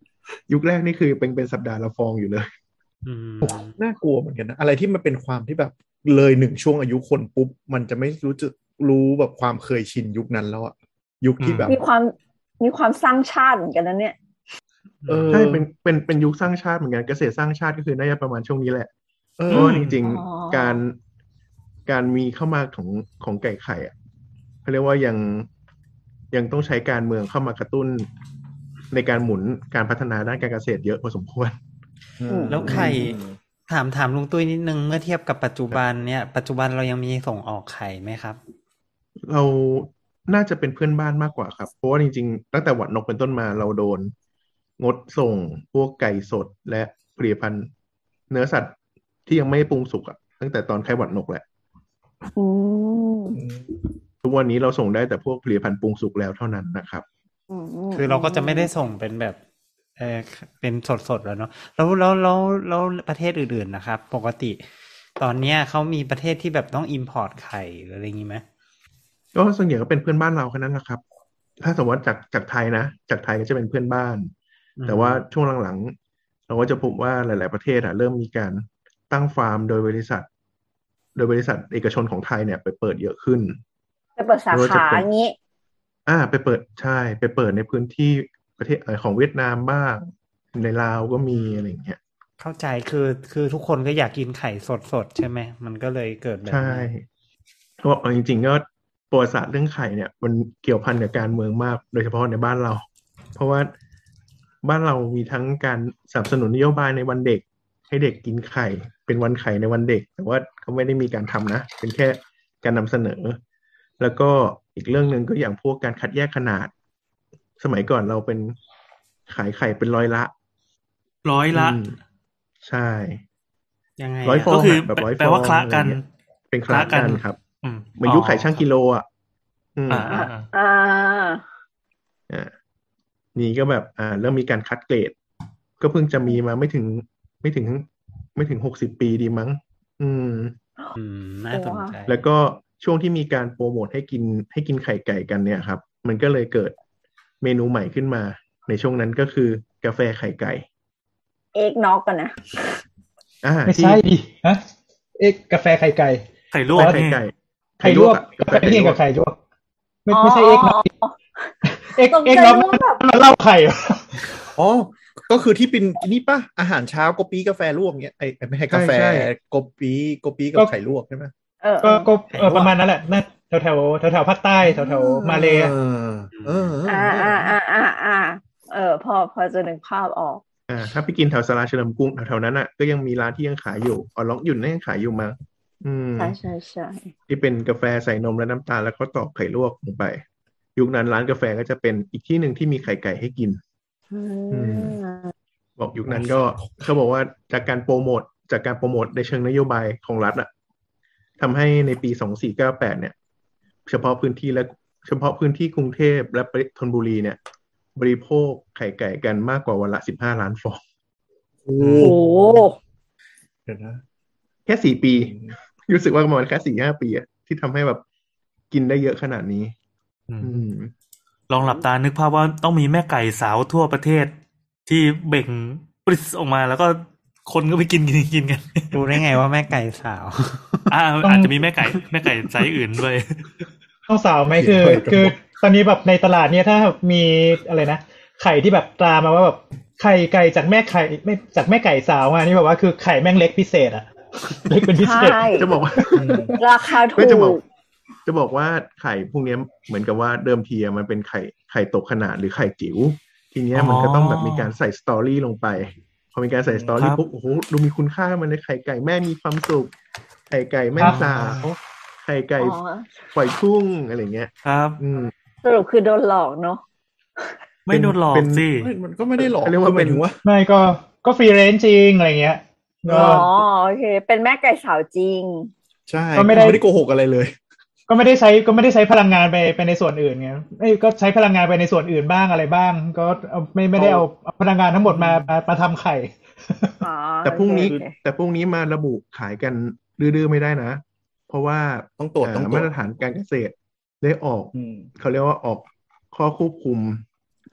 Speaker 5: ยุคแรกนี่คือเป็นเป็นสัปดาห์ละฟองอยู่เลย
Speaker 2: อืม
Speaker 7: น่ากลัวเหมือนกันนะอะไรที่มันเป็นความที่แบบเลยหนึ่งช่วงอายุคนปุ๊บมันจะไม่รู้จะรู้แบบความเคยชินยุคนั้นแล้วอะยุคที่แบบ
Speaker 3: มีความมีความสร้างชาติเหมือนกันนะเนี่ย
Speaker 7: เออ
Speaker 5: ใช่เป็นเป็นเป็นยุคสร้างชาติเหมือนกันเกษตรสร้างชาติก็คือน่าจะประมาณช่วงนี้แหละ
Speaker 7: เอ
Speaker 5: เพ
Speaker 7: อ
Speaker 5: ราะว่าจริง
Speaker 3: อ๋อ
Speaker 5: ๆการการมีเข้ามาของของไก่ไข่อ่ะเขาเรียกว่ายังยังต้องใช้การเมืองเข้ามากระตุ้นในการหมุนการพัฒนาด้านการเกษตรเยอะพอสมควร
Speaker 7: อืม
Speaker 2: แล้วไข่ถามถามลุงตุ้ยนิดนึงเมื่อเทียบกับปัจจุบันเนี่ยปัจจุบันเรายังมีส่งออกไข่ไหมครับ
Speaker 5: เราน่าจะเป็นเพื่อนบ้านมากกว่าครับเพราะว่าจริงๆตั้งแต่หวัดนกเป็นต้นมาเราโดนงดส่งพวกไก่สดและผลิตภัณฑ์เนื้อสัตว์ที่ยังไม่ปรุงสุกอ่ะตั้งแต่ตอนไข้หวัดนกแหละ
Speaker 3: อืม
Speaker 5: ทุกวันนี้เราส่งได้แต่พวกผลิตภัณฑ์ปรุงสุกแล้วเท่านั้นนะครับ
Speaker 3: อืม
Speaker 2: คือเราก็จะไม่ได้ส่งเป็นแบบเออเป็นสดๆแล้วเนาะแล้วแล้วแล้วแล้วประเทศอื่นๆนะครับ ปกติ ตอนเนี้ยเขามีประเทศที่แบบต้องอิมพอร์ตไข่หรืออะไรอย่างงี้ไหม
Speaker 5: ก็ส่วนใหญ่ก็เป็นเพื่อนบ้านเราแค่นั้นแหละครับ ถ้าสมมติว่าจากจากไทยนะจากไทยก็จะเป็นเพื่อนบ้าน
Speaker 2: อืม
Speaker 5: แต่ว่าช่วงหลังๆ เราก็จะพบว่าหลาย ๆประเทศอ่ะเริ่มมีการตั้งฟาร์มโดยบริษัท โดยบริษัทเอกชนของไทยเนี่ยไปเปิดเยอะขึ้น
Speaker 3: จะเปิดสา
Speaker 5: ไม่ว่าจะ
Speaker 3: ขา
Speaker 5: เป็น
Speaker 3: อย่างนี้
Speaker 5: อ่าไปเปิดใช่ไปเปิดในพื้นที่ประเทศเอ่อของเวียดนามบ้างในลาวก็มีอะไรอย่างเงี้ย
Speaker 2: เข้าใจคือคือทุกคนก็อยากกินไข่สดๆใช่ไหมมันก็เลยเกิดแบบ
Speaker 5: ใช่
Speaker 2: นั้น
Speaker 5: เพราะเอาจริงๆก็ประวัติศาสตร์เรื่องไข่เนี่ยมันเกี่ยวพันกับการเมืองมากโดยเฉพาะในบ้านเรา เพราะว่าบ้านเรามีทั้งการสนับสนุนนโยบายในวันเด็ก ให้เด็กกินไข่ เป็นวันไข่ในวันเด็ก แต่ว่าเขาไม่ได้มีการทำนะ เป็นแค่การนำเสนอ แล้วก็อีกเรื่องหนึ่งก็อย่างพวกการคัดแยกขนาด สมัยก่อนเราเป็นขายไข่เป็นร้อยละ
Speaker 6: ร้อยละ
Speaker 5: อืมใช่
Speaker 2: ยังไง
Speaker 5: ร้อย
Speaker 2: อะ
Speaker 5: ฟอง
Speaker 6: ก็คือ
Speaker 5: อะแบบร้อยฟ
Speaker 6: แปล
Speaker 5: อง
Speaker 6: ว่าคละ
Speaker 5: อะไร
Speaker 6: กัน
Speaker 5: เงี้ยเป็นคละกันครับ
Speaker 6: อืม
Speaker 5: เหมือนยุคไข่ช่างกิโลอ่ะ อืม
Speaker 6: อ่าอ่าอ่า
Speaker 3: อ่า
Speaker 5: อ่านี่ก็แบบอ่าเริ่มมีการคัดเกรด ก็เพิ่งจะมีมาไม่ถึงไม่ถึงไม่ถึงหกสิบปีดีมั้ง อืม
Speaker 2: อืมน่าสนใจ
Speaker 5: แล้วก็ช่วงที่มีการโปรโมทให้กินให้กินไข่ไก่กันเนี่ยครับ มันก็เลยเกิดเมนูใหม่ขึ้นมา ในช่วงนั้นก็คือกาแฟไข่ไก่
Speaker 3: เอกน็อกกันนะ
Speaker 5: อ่า
Speaker 4: ไม่
Speaker 5: ที่
Speaker 4: ใช่ดิฮะเอ๊ะกาแฟไข่ไก่
Speaker 6: ไข่ลวก
Speaker 5: กาแฟ
Speaker 6: นี่
Speaker 5: ไข่ไก่
Speaker 4: ไข่ลวก
Speaker 5: อะ
Speaker 4: กาแฟที่กินกับไข่ลวกไม่
Speaker 3: อ๋อ
Speaker 4: ไม่ใช่เอกน็อกเอก
Speaker 3: ตก
Speaker 4: เอก
Speaker 3: ใจ
Speaker 4: น็อก
Speaker 3: ว่าแบบ
Speaker 4: มันเล่าไข่เหรอ
Speaker 7: อ๋อก็คือที่เป็นนี่ป่ะอาหารเช้าโกปีกาแฟลวกเนี้ยไอ้ไอ้ไม่ใช่กาแฟ
Speaker 5: ใช่
Speaker 7: โกปีโกปีกับ
Speaker 4: ก็
Speaker 7: ไข่ลวกใช่ไหม
Speaker 3: เออ
Speaker 4: ก็ก็
Speaker 2: ไข่
Speaker 4: เออ
Speaker 2: ลวก
Speaker 4: ประมาณนั้นแหละน่าแถวแถวแถวแถวภาคใต้แถวแถวมาเลย์อะ
Speaker 7: เออเออเออ
Speaker 3: อ่า
Speaker 7: เอ
Speaker 3: อ่า
Speaker 7: อ
Speaker 3: อ่าอ่าอ่าเออ พอพอจะนึกภาพออก
Speaker 5: อ่าถ้าไปกินแถวสาราเฉลิมกรุงแถวๆนั้นอ่ะก็ยังมีร้านที่ยังขายอยู่อ๋อล็อกหยุ่นน่ายังขายอยู่มั้งอืม
Speaker 3: ใช่ใช่ใช่
Speaker 5: ที่เป็นกาแฟใส่นมและน้ำตาลแล้วก็ตอกไข่ลวกลงไป ยุคนั้นร้านกาแฟก็จะเป็นอีกที่หนึ่งที่มีไข่ไก่ให้กิน
Speaker 3: อื
Speaker 5: อื
Speaker 3: ม
Speaker 5: บอกยุคนั้นก็เขาบอกว่าจากการโปรโมทจากการโปรโมทในเชิงนโยบายของรัฐอ่ะทำให้ในปีสองสี่เก้าแปดเนี่ย เฉพาะพื้นที่และเฉพาะพื้นที่กรุงเทพและปริธนบุรีเนี่ย บริโภคไข่ไก่กันมากกว่าวันละสิบห้าล้านฟอง
Speaker 7: โอ้
Speaker 3: โอ้โห
Speaker 7: เดี๋ยวนะ
Speaker 5: แค่สี่ปี รู้สึกว่าประมาณแค่สี่ห้าปีอะที่ทำให้แบบกินได้เยอะขนาดนี้
Speaker 6: อืม
Speaker 5: อืม
Speaker 6: ลองหลับตานึกภาพว่าต้องมีแม่ไก่สาวทั่วประเทศ ที่เบ่งปริศออกมาแล้วก็คนก็ไปกินกินกินกัน
Speaker 2: รู้ได้ไงว่าแม่ไก่สาว
Speaker 6: อ่า
Speaker 4: ต้อง
Speaker 6: อาจจะมีแม่ไก่แม่ไก่ไซส์อื่นด้วย
Speaker 4: ต้องสาวไหมคือ คือตอนนี้แบบในตลาดเนี่ยถ้ามีอะไรนะไข่ที่แบบตรามาว่าแบบไข่ไก่จากแม่ไข่ไม่จากแม่ไก่สาวมานี่แบบว่าคือไข่แม่งเล็กพิเศษอะ เล็กเป็นพิเศษ
Speaker 3: ใช่
Speaker 5: จะบอกว่า
Speaker 3: ราคาถู
Speaker 5: ไม่จะบอก
Speaker 3: ก
Speaker 5: จะบอกว่าไข่พวกเนี้ยเหมือนกับว่าเดิมทีอะมันเป็นไข่ไข่ตกขนาดหรือไข่จิ๋วทีเนี้ยมันก็ต้องแบบมีการใส่สตอรี่ลงไปพอมีการใส่สตอรี่
Speaker 6: ครับ
Speaker 5: ปุ๊บโอ้โหดูมีคุณค่ามันเลยไข่ไก่แม่มีความสุขไข่ไก่แม่
Speaker 4: ครับ
Speaker 5: สาวไข่ไก่
Speaker 3: อ๋อ
Speaker 5: ปล่อยทุ่งอะไรเงี้ย
Speaker 6: ครับ
Speaker 5: อืม
Speaker 3: สรุปคือโดนหลอกเนาะ
Speaker 6: ไม่โดนหลอก
Speaker 5: เป็น
Speaker 6: สิ
Speaker 7: ไม่มันก็ไม่ได้หลอก
Speaker 5: เขาเรียกว่า
Speaker 7: คือหมายถึงว่า
Speaker 4: ไม่ก็ก็ฟรีเรนจ์จริงอะไรเงี้ยก็
Speaker 3: อ๋อ โอเค เป็นแม่ไก่สาวจริง
Speaker 7: ใช่
Speaker 4: ก็ไม่ได้
Speaker 7: ไม่ได้โกหกอะไรเลย
Speaker 4: ก็ไม่ได้ใช้ก็ไม่ได้ใช้พลังงานไปไปในส่วนอื่นไงเอ้ยก็ใช้พลังงานไปในส่วนอื่นบ้างอะไรบ้าง ก็เอาไม่ไม่ได้เอาเอาพลังงานทั้งหมดมามามาทำไข่
Speaker 3: อ๋อ
Speaker 5: แต่พรุ่งนี้
Speaker 3: โอเค
Speaker 5: แต่พรุ่งนี้มาระบุขายกันดื้อๆไม่ได้นะ เพราะว่า
Speaker 7: ต้องตรวจ
Speaker 5: เอ่อ
Speaker 7: ต้องตรวจ
Speaker 5: มาตรฐานการเกษตรได้ออก
Speaker 7: อืม
Speaker 5: เขาเรียกว่าออกข้อควบคุม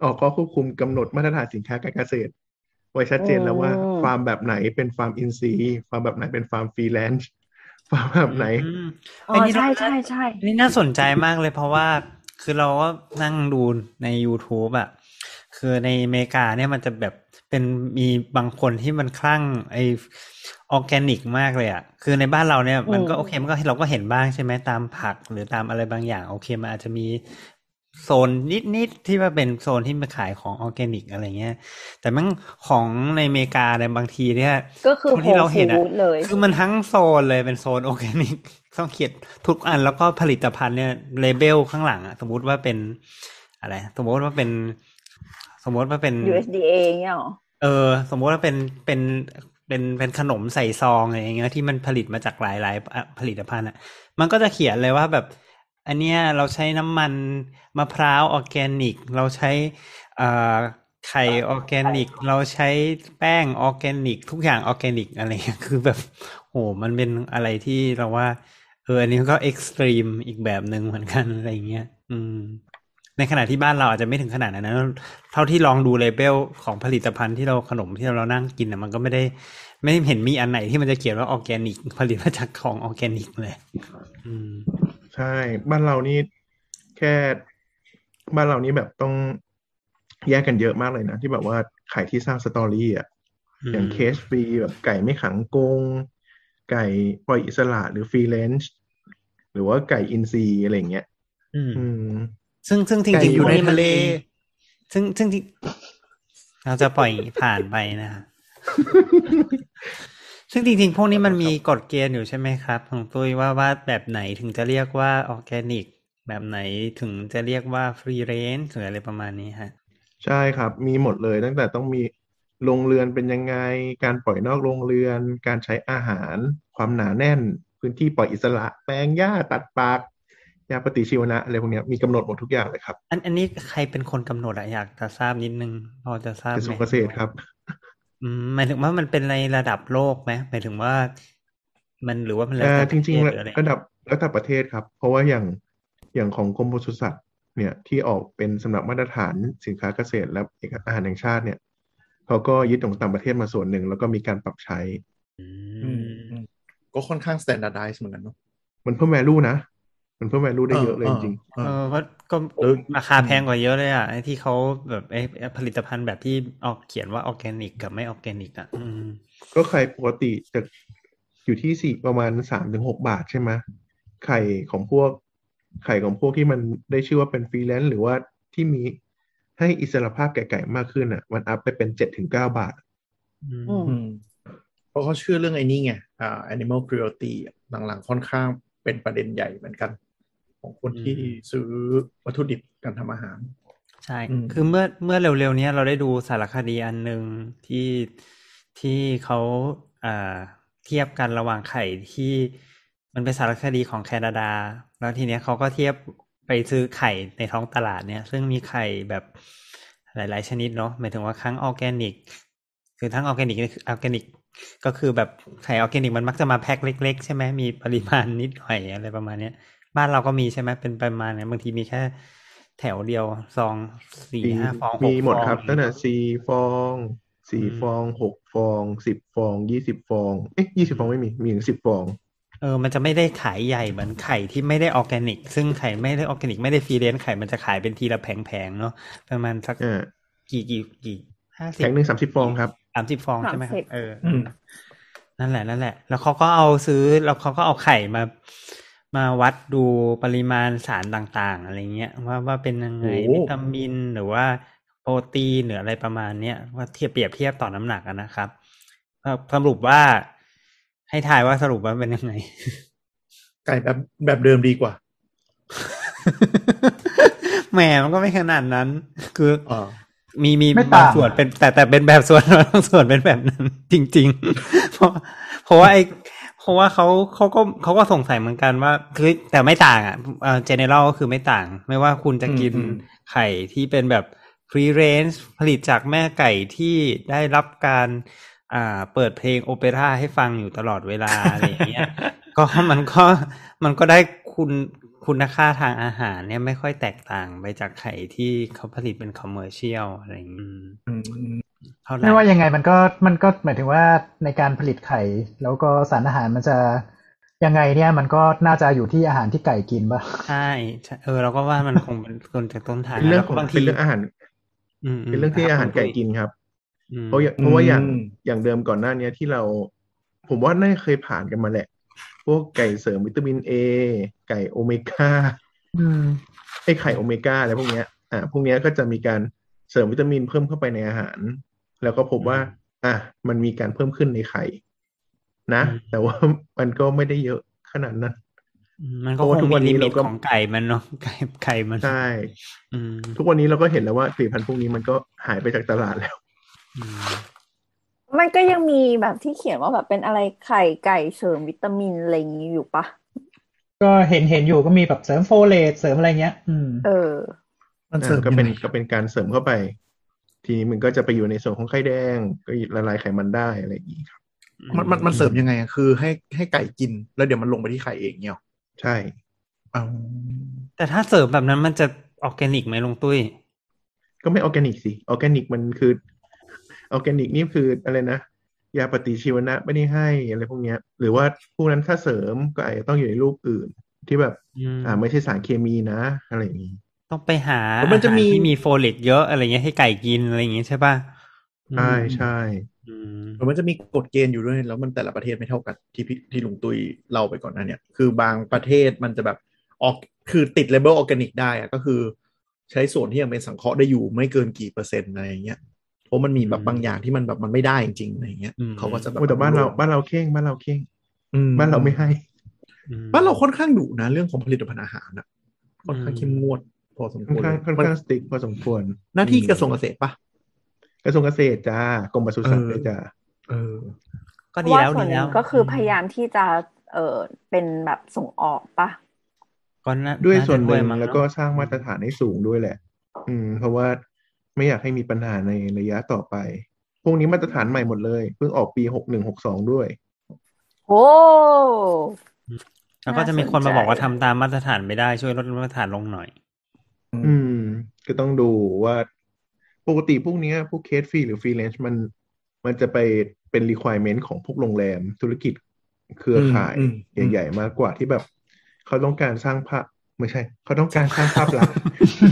Speaker 5: ออกข้อควบคุมกำหนดมาตรฐานสินค้าการเกษตรไว้ชัดเจนแล้วว่า
Speaker 3: อืม
Speaker 5: ฟาร์มแบบไหนเป็นฟาร์มอินทรีย์ฟาร์มแบบไหนเป็นฟาร์มฟรีแลนซ์ฟาร์มแบบไหน
Speaker 2: อืม
Speaker 3: อ๋
Speaker 2: ไอ้
Speaker 3: อ
Speaker 2: นี่
Speaker 3: ใช่
Speaker 2: เรา
Speaker 3: ใช่ใช่
Speaker 2: นี่น่าสนใจมากเลยเพราะว่าคือเราก็นั่งดูใน YouTube อ่ะคือในอเมริกาเนี่ยมันจะแบบเป็นมีบางคนที่มันคลั่งไอออร์แกนิกมากเลยอ่ะคือในบ้านเราเนี่ยมันก็
Speaker 3: อืม
Speaker 2: โอเคมันก็เราก็เห็นบ้างใช่ไหมตามผักหรือตามอะไรบางอย่างโอเคมันอาจจะมีโซนนิดๆที่ว่าเป็นโซนที่มาขายของออร์แกนิกอะไรเงี้ยแต่มันของในอเมริกาเนี่ยบางทีเนี่ย
Speaker 3: ก็คือ
Speaker 2: ช่วงที่เราเห็นอะ
Speaker 3: Whole Foods เลย
Speaker 2: คือมันทั้งโซนเลยเป็นโซนออร์แกนิกต้องเขียนทุกอันแล้วก็ผลิตภัณฑ์เนี่ยเลเบลข้างหลังอะสมมุติว่าเป็นอะไรสมมติว่าเป็นสมมติว่าเป็น
Speaker 3: ยู เอส ดี เอ เนี่ยหรอ
Speaker 2: เออสมมติว่าเป็นเป็นเป็นเป็นขนมใส่ซองอะไรอย่างเงี้ยที่มันผลิตมาจากหลายหลายผลิตภัณฑ์อ่ะมันก็จะเขียนเลยว่าแบบอันเนี้ยเราใช้น้ำมันมะพร้าวออร์แกนิกเราใช้อ่าไข่ออร์แกนิกเราใช้แป้งออร์แกนิกทุกอย่างออร์แกนิกอะไรเงี้ยคือแบบโหมันเป็นอะไรที่เราว่าเอออันนี้ก็เอ็กซ์ตรีมอีกแบบหนึ่งเหมือนกันอะไรเงี้ยอืมในขณะที่บ้านเราอาจจะไม่ถึงขนาดนั้นนะเท่าที่ลองดูเลเบลของผลิตภัณฑ์ที่เราขนมที่เรานั่งกินอ่ะมันก็ไม่ได้ไม่เห็นมีอันไหนที่มันจะเขียนว่าออร์แกนิกผลิตมาจากของออร์แกนิกเลยอืม
Speaker 5: ใช่บ้านเรานี่แค่บ้านเรานี่แบบต้องแยกกันเยอะมากเลยนะที่แบบว่าไข่ที่สร้างสตอรี่อ่ะ
Speaker 2: อืม
Speaker 5: อย่างเคสฟรีแบบไก่ไม่ขังกรงไก่ปล่อยอิสระหรือฟรีแลนซ์หรือว่าไก่อินทรีย์อะไรอย่างเงี้ย
Speaker 2: อืม
Speaker 5: อืม
Speaker 2: ซึ่งซึ่งจ
Speaker 7: ไก่
Speaker 2: ริงๆ
Speaker 7: อยู่
Speaker 2: พวก
Speaker 7: ใน
Speaker 2: นี้มั
Speaker 7: ทะ
Speaker 2: น
Speaker 7: เล
Speaker 2: มีซึ่งซึ่งที่เราจะปล่อยผ่านไปนะฮะ ซึ่งจริงๆ พวกนี้มันมีกฎเกณฑ์อยู่ใช่ไหมครับของตุ้ยว่าว่าแบบไหนถึงจะเรียกว่าออร์แกนิกแบบไหนถึงจะเรียกว่าฟรีเรนจ์หรืออะไรประมาณนี้ฮะ
Speaker 5: ใช่ครับมีหมดเลยตั้งแต่ต้องมีโรงเรือนเป็นยังไงการปล่อยนอกโรงเรือนการใช้อาหารความหนาแน่นพื้นที่ปล่อยอิสระแปลงหญ้าตัดปากยาปฏิชีวนะอะไรพวกเนี้ยมีกำหนดหมดทุกอย่างเลยครับ
Speaker 2: อันอันนี้ใครเป็นคนกำหนดอะอยากจะทราบนิดนึงพอจะทราบ
Speaker 5: กระ
Speaker 2: ไห
Speaker 5: ทร
Speaker 2: ม
Speaker 5: วงเกษตรครับ
Speaker 2: อืมหมายถึงว่ามันเป็นในระดับโลกไหมหมายถึงว่า มันหรือว่ามันแล้
Speaker 5: เอ่
Speaker 2: ว
Speaker 5: อ
Speaker 2: แต่
Speaker 5: จ
Speaker 2: ประเท
Speaker 5: ริง
Speaker 2: ศ
Speaker 5: ๆ
Speaker 2: ห
Speaker 5: ระ
Speaker 2: รืออะไร
Speaker 5: ระดับระดับประเทศครับ เพราะว่าอย่างอย่างของกรมปศุสัตว์เนี่ยที่ออกเป็นสำหรับมาตรฐานสินค้าเกษตรและเอกอาหารแห่งชาติเนี่ยเขาก็ยึดของต่างประเทศมาส่วนหนึ่งแล้วก็มีการปรับใช้
Speaker 2: อื
Speaker 7: อืม
Speaker 2: ม
Speaker 7: อืมก็ค่อนข้าง standardize เหมือนกันเนาะ
Speaker 5: มันเพิ่ม value นะมันเพิ่ม value ได้เยอะเลยจริง
Speaker 7: เอ
Speaker 2: เอ
Speaker 7: อ
Speaker 2: อก็ก็
Speaker 7: แล้ว
Speaker 2: ราคาแพงกว่าเยอะเลยอ่ะไอ้ที่เขาแบบไอ้ไอ้ผลิตภัณฑ์แบบที่ออกเขียนว่าออร์แกนิกกับไม่ออร์แกนิกอ่ะอืม
Speaker 5: ๆก็ไข่ปกติจะอยู่ที่สี่ประมาณสามถึงหกบาทใช่ไหมไข่ของพวกไข่ของพวกที่มันได้ชื่อว่าเป็นฟรีแลนซ์หรือว่าที่มีให้อิสรภาพแก่ไก่มากขึ้นอ่ะมันอัพไปเป็นเจ็ดถึงเก้าบาท
Speaker 2: อืม
Speaker 3: อืม
Speaker 7: อืมเพราะเขาเชื่อเรื่องไอ้นี่ไงอ่า animal cruelty อะหลังๆค่อนข้างเป็นประเด็นใหญ่เหมือนกัน ของคนที่ซื้อวัตถุดิบการทำอาหาร
Speaker 2: ใช่
Speaker 7: อืม
Speaker 2: คือเมื่อเมื่อเร็วๆเนี้ยเราได้ดูสารคดีอันหนึ่งที่ที่เขาอ่าเทียบกันระหว่างไข่ที่มันเป็นสารคดีของแคนาดา แล้วทีเนี้ยเขาก็เทียบไปซื้อไข่ในท้องตลาดเนี่ย ซึ่งมีไข่แบบหลายๆชนิดเนาะหมายถึงว่าทั้งออร์แกนิก คือทั้งออร์แกนิกนี่คือออร์แกนิก ก็คือแบบไข่ออร์แกนิกมันมักจะมาแพ็คเล็กๆใช่ไหมมีปริมาณนิดหน่อยอะไรประมาณเนี้ย บ้านเราก็มีใช่ไหมเป็นประมาณเนี้ยบางทีมีแค่แถวเดียวซองสี่
Speaker 5: มี
Speaker 2: ห้าฟองห
Speaker 5: มี
Speaker 2: ก
Speaker 5: หมด
Speaker 2: ฟอง
Speaker 5: ครับตั้งแต่สี่ฟองสี่
Speaker 2: อืม
Speaker 5: ฟองหกฟองสิบฟองยี่สิบฟองเอ๊ะยี่สิบฟองไม่มีมีถึงสิบฟอง
Speaker 2: เออมันจะไม่ได้ขายใหญ่เหมือนไข่ที่ไม่ได้ออร์แกนิก ซึ่งไข่ไม่ได้ออร์แกนิกไม่ได้ฟรีเรนจ์ไข่มันจะขายเป็นทีละแผงๆเนาะประมาณสัก
Speaker 5: อ่า
Speaker 2: กี่กี่กี่ห้าสิบ
Speaker 5: แข็งหนึ่งสามสิบฟองครับ
Speaker 2: สามสิบฟองใช่ไหมครั
Speaker 3: สามสิ
Speaker 2: บบ เออ
Speaker 7: อืม
Speaker 2: นั่นแหละนั่นแหละ แล้วเขาก็เอาซื้อแล้วเขาก็เอาไข่มา มาวัดดูปริมาณสารต่างๆ อะไรเงี้ยว่าว่าเป็นยังไง
Speaker 7: โอ้
Speaker 2: วิตามินหรือว่าโปรตีนหรืออะไรประมาณเนี้ยว่าเทียบเปรียบเทียบต่อน้ำหนักอะนะครับสรุปว่าให้ทายว่าสรุปว่าเป็นยังไง
Speaker 7: ไก่แบบแบบเดิมดีกว่า
Speaker 2: แหมมันก็ไม่ขนาดนั้น คือ
Speaker 7: อ่า
Speaker 2: มีมี
Speaker 4: ไม่
Speaker 2: บา
Speaker 4: ต่าง ง
Speaker 2: ส่วนเป็นแต่แต่เป็นแบบส่วนบางส่วนเป็นแบบนั้น จริง ๆ เพราะเพราะว่าไอเพราะว่าเขาเขาก็เขาก็สงสัยเหมือนกันว่าคือแต่ไม่ต่างอ่ะเอ่อ general ก็คือไม่ต่าง ไม่ว่าคุณจะกิน
Speaker 7: อืม
Speaker 2: ไข่ที่เป็นแบบ free range ผลิตจากแม่ไก่ที่ได้รับการอ่าเปิดเพลงโอเปร่าให้ฟังอยู่ตลอดเวลา อะไรอย่างเงี้ย ก็มันก็มันก็ได้คุณคุณค่าทางอาหารเนี่ยไม่ค่อยแตกต่างไปจากไข่ที่เขาผลิตเป็นคอมเมอร์เชียลอะไรอย่างนี้เท่าไหร่
Speaker 4: ไม่ว่ายังไงมันก็มันก็หมายถึงว่าในการผลิตไข่แล้วก็สารอาหารมันจะยังไงเนี่ยมันก็น่าจะอยู่ที่อาหารที่ไก่กินป่ะ
Speaker 2: ใช่เออเราก็ว่ามันคงเป็นคนจากต้นทาง
Speaker 5: เป็นเรื่องของ
Speaker 2: บางที
Speaker 5: เป็นเรื่องอาหารเป็นเรื่องที่อาหารไก่กินครับเพราะเพราะว่าอย่างอย่างเดิมก่อนหน้านี้ที่เราผมว่าน่าเคยผ่านกันมาแหละพวกไก่เสริมวิตามินเอไก่โอเมก้าไอไข่โอเมก้าอะไรพวกเนี้ยอ่าพวกเนี้ยก็จะมีการเสริมวิตามินเพิ่มเข้าไปในอาหารแล้วก็พบว่าอ่ะมันมีการเพิ่มขึ้นในไข่นะแต่ว่ามันก็ไม่ได้เยอะขนาดนั้น
Speaker 2: มันก็คงมีลิมิตของไก่มันเนาะไก่ไก่มัน
Speaker 5: ใช่ทุกวันนี้เราก็เห็นแล้วว่าผลิตภัณฑ์พวกนี้มันก็หายไปจากตลาดแล้ว
Speaker 3: มันก็ยังมีแบบที่เขียนว่าแบบเป็นอะไรไข่ไก่เสริมวิตามินอะไรอย่างนี้อยู่ปะ
Speaker 4: ก็เห็นเห็นอยู่ก็มีแบบเสริมโฟเลตเสริมอะไรเงี้ยอืม
Speaker 3: เออ
Speaker 5: มันเสริมก็เป็นก็เป็นการเสริมเข้าไปทีนี้มันก็จะไปอยู่ในส่วนของไข่แดงก็ละลายไขมันได้อะไรอย่างนี้ครับ
Speaker 7: มันมันมันเสริมยังไงอ่ะคือให้ให้ไก่กินแล้วเดี๋ยวมันลงไปที่ไข่เองเนี่ย
Speaker 5: ใช่
Speaker 7: อ๋อ
Speaker 2: แต่ถ้าเสริมแบบนั้นมันจะออร์แกนิกไหมลุงตุ้ย
Speaker 5: ก็ไม่ออร์แกนิกสิออร์แกนิกมันคือออร์แกนิกนี่คืออะไรนะยาปฏิชีวนะไม่ได้ให้อะไรพวกเนี้ยหรือว่าพวกนั้นถ้าเสริมก็อาจจะต้องอยู่ในรูปอื่นที่แบบอ่าไม่ใช่สารเคมีนะอะไรอย่างนี้
Speaker 2: ต้องไปหามันจะมีที่มีโฟเลตเยอะอะไรเงี้ยให้ไก่กินอะไรอย่างงี้ใช่ป่ะ
Speaker 5: ใช่ใช่
Speaker 7: มันจะมีกฎเกณฑ์อยู่ด้วยแล้วมันแต่ละประเทศไม่เท่ากันที่ที่ลุงตุ้ยเล่าไปก่อนหน้าเนี่ยคือบางประเทศมันจะแบบออกคือติดเลเบลออร์แกนิกได้อะก็คือใช้ส่วนที่ยังเป็นสังเคราะห์ได้อยู่ไม่เกินกี่เปอร์เซ็นต์อะไรอย่างเงี้ยเพราะมันมีแบบบางอย่างที่มันแบบมันไม่ได้จริงๆอะไรอย่างเงี้ยเขาก็จะแบบ
Speaker 5: แต่บ้านเราบ้านเราเข่งบ้านเราเข่งบ้านเราไม่ให้
Speaker 7: บ้านเราค่อนข้างดุนะเรื่องของผลิตภัณฑ์อาหารนะค่อนข้างเข้มงวดพอสมควร
Speaker 5: ค่อนข้างสติ๊กพอสมควร
Speaker 7: หน้าที่กระทรวงเกษตรปะ
Speaker 5: กระทรวงเกษตรจ้ากรมปศุสัตว์ด้วยจ้า
Speaker 7: เออ
Speaker 2: ก็ดีแล้วดีแล้ว
Speaker 3: ก็คือพยายามที่จะเออเป็นแบบส่งออกปะ
Speaker 2: ก็
Speaker 5: ด้วยส่วนหนึ่งแล้วก็สร้างมาตรฐานให้สูงด้วยแหละอืมเพราะว่าไม่อยากให้มีปัญหาในระยะต่อไปพวกนี้มาตรฐานใหม่หมดเลยเพิ่งออกปีหกหนึ่งหกสองด้วย
Speaker 3: โอ้
Speaker 2: แล้วก็จะมีคนมาบอกว่าทำตามมาตรฐานไม่ได้ช่วยลดมาตรฐานลงหน่อย
Speaker 5: อืมก็ต้องดูว่าปกติพวกนี้พวกเคสฟรีหรือฟรีแลนซ์มันมันจะไปเป็น requirement ของพวกโรงแรมธุรกิจเครือข่ายใหญ่ๆมากกว่าที่แบบเขาต้องการสร้างภาพไม่ใช่เขาต้องการสร้างภาพลักษณ์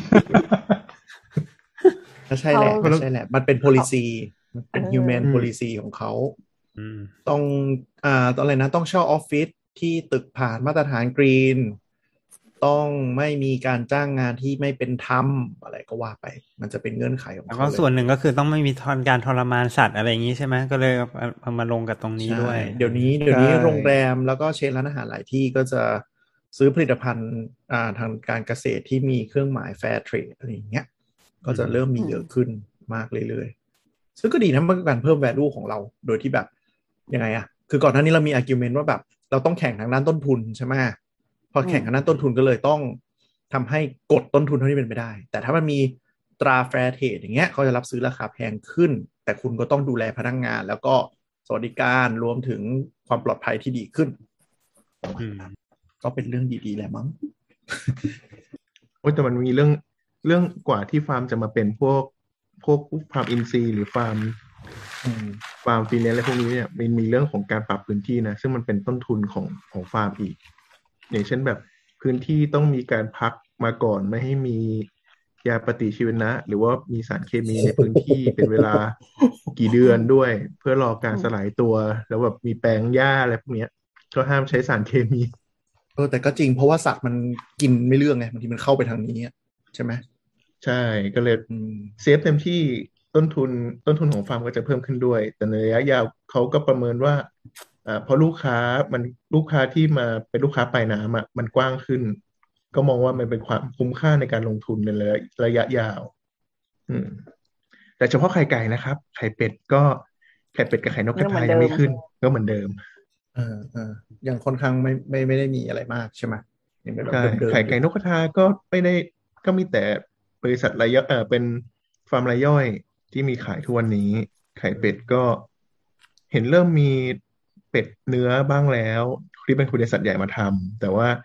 Speaker 7: ไม่ใช่แหละไม่ใช่แหละมันเป็น policy มันเป็น human policy ของเขาต้องอ่าต้องอะไรนะต้องเช่าออฟฟิศที่ตึกผ่านมาตรฐานกรีนต้องไม่มีการจ้างงานที่ไม่เป็นธรรมอะไรก็ว่าไปมันจะเป็นเงื่อนไขของเขา
Speaker 2: แล้วก็ส่วนหนึ่งก็คือต้องไม่มีการทรมานสัตว์อะไรอย่างนี้ใช่ไหมก็เลยเอามาลงกับตรงนี้ด้วย
Speaker 7: เดี๋ยวนี้เดี๋ยวนี้โรงแรมแล้วก็เชนร้านอาหารหลายที่ก็จะซื้อผลิตภัณฑ์อ่าทางการเกษตรที่มีเครื่องหมาย Fair Trade อะไรอย่างเงี้ยก็จะเริ่มมีเยอะขึ้นมากเรื่อยๆซึ่งก็ดีนะมันเป็นการเพิ่ม value ของเราโดยที่แบบยังไงอะคือก่อนหน้านี้เรามี argument ว่าแบบเราต้องแข่งทางด้านต้นทุนใช่ไหมพอแข่งทางด้านต้นทุนก็เลยต้องทำให้กดต้นทุนเท่าที่เป็นไปได้แต่ถ้ามันมีตรา Fair Trade อย่างเงี้ยเขาจะรับซื้อราคาแพงขึ้นแต่คุณก็ต้องดูแลพนักงานแล้วก็สวัสดิการรวมถึงความปลอดภัยที่ดีขึ้นก็เป็นเรื่องดีๆแหละมั้ง
Speaker 5: โอ้แต่มันมีเรื่องเรื่องกว่าที่ฟาร์มจะมาเป็นพวกพวกฟาร์มอินทรีย์หรือฟาร์มฟาร์มฟรีแลนซ์อะไรพวกนี้เนี่ยมันมีเรื่องของการปรับพื้นที่นะซึ่งมันเป็นต้นทุนของของฟาร์มอีกอย่างเช่นแบบพื้นที่ต้องมีการพักมาก่อนไม่ให้มียาปฏิชีวนะหรือว่ามีสารเคมีในพื้นที่เป็นเวลากี่เดือนด้วยเพื่อรอการสลายตัวแล้วแบบมีแปลงหญ้าอะไรพวกนี้ก็ห้ามใช้สารเคมี
Speaker 7: เออแต่ก็จริงเพราะว่าสัตว์มันกินไม่เลือกไงบางทีมันเข้าไปทางนี้ใช่ไหม
Speaker 5: ใช่ก็เลยเซฟเต็มที่ต้นทุนต้นทุนของฟาร์มก็จะเพิ่มขึ้นด้วยแต่ในระยะยาวเขาก็ประเมินว่าอ่าเพราะลูกค้ามันลูกค้าที่มาเป็นลูกค้าปลายน้ำอ่ะมันกว้างขึ้นก็มองว่ามันเป็นความคุ้มค่าในการลงทุนในระยะระยะยาวอืมแต่เฉพาะไข่ไก่นะครับไข่เป็ดก็ไข่เป็ดกับไข่นกกระทายังไม่ขึ้นก็เหมือนเดิม
Speaker 7: เออเออยังค่อนข้างไม่ไม่ไม่ได้มีอะไรมากใช่ไหมยังเป็นแบบ
Speaker 5: เดิมๆไข่ไก่นกกระทาก็ไม่ได้ก็มีแต่บริษัทรายย่อยเออเป็นฟาร์มรายย่อยที่มีขายทุกวันนี้ไข่เป็ดก็เห็นเริ่มมีเป็ดเนื้อบ้างแล้วที่เป็นบริษัทใหญ่มาทำแต่ว่า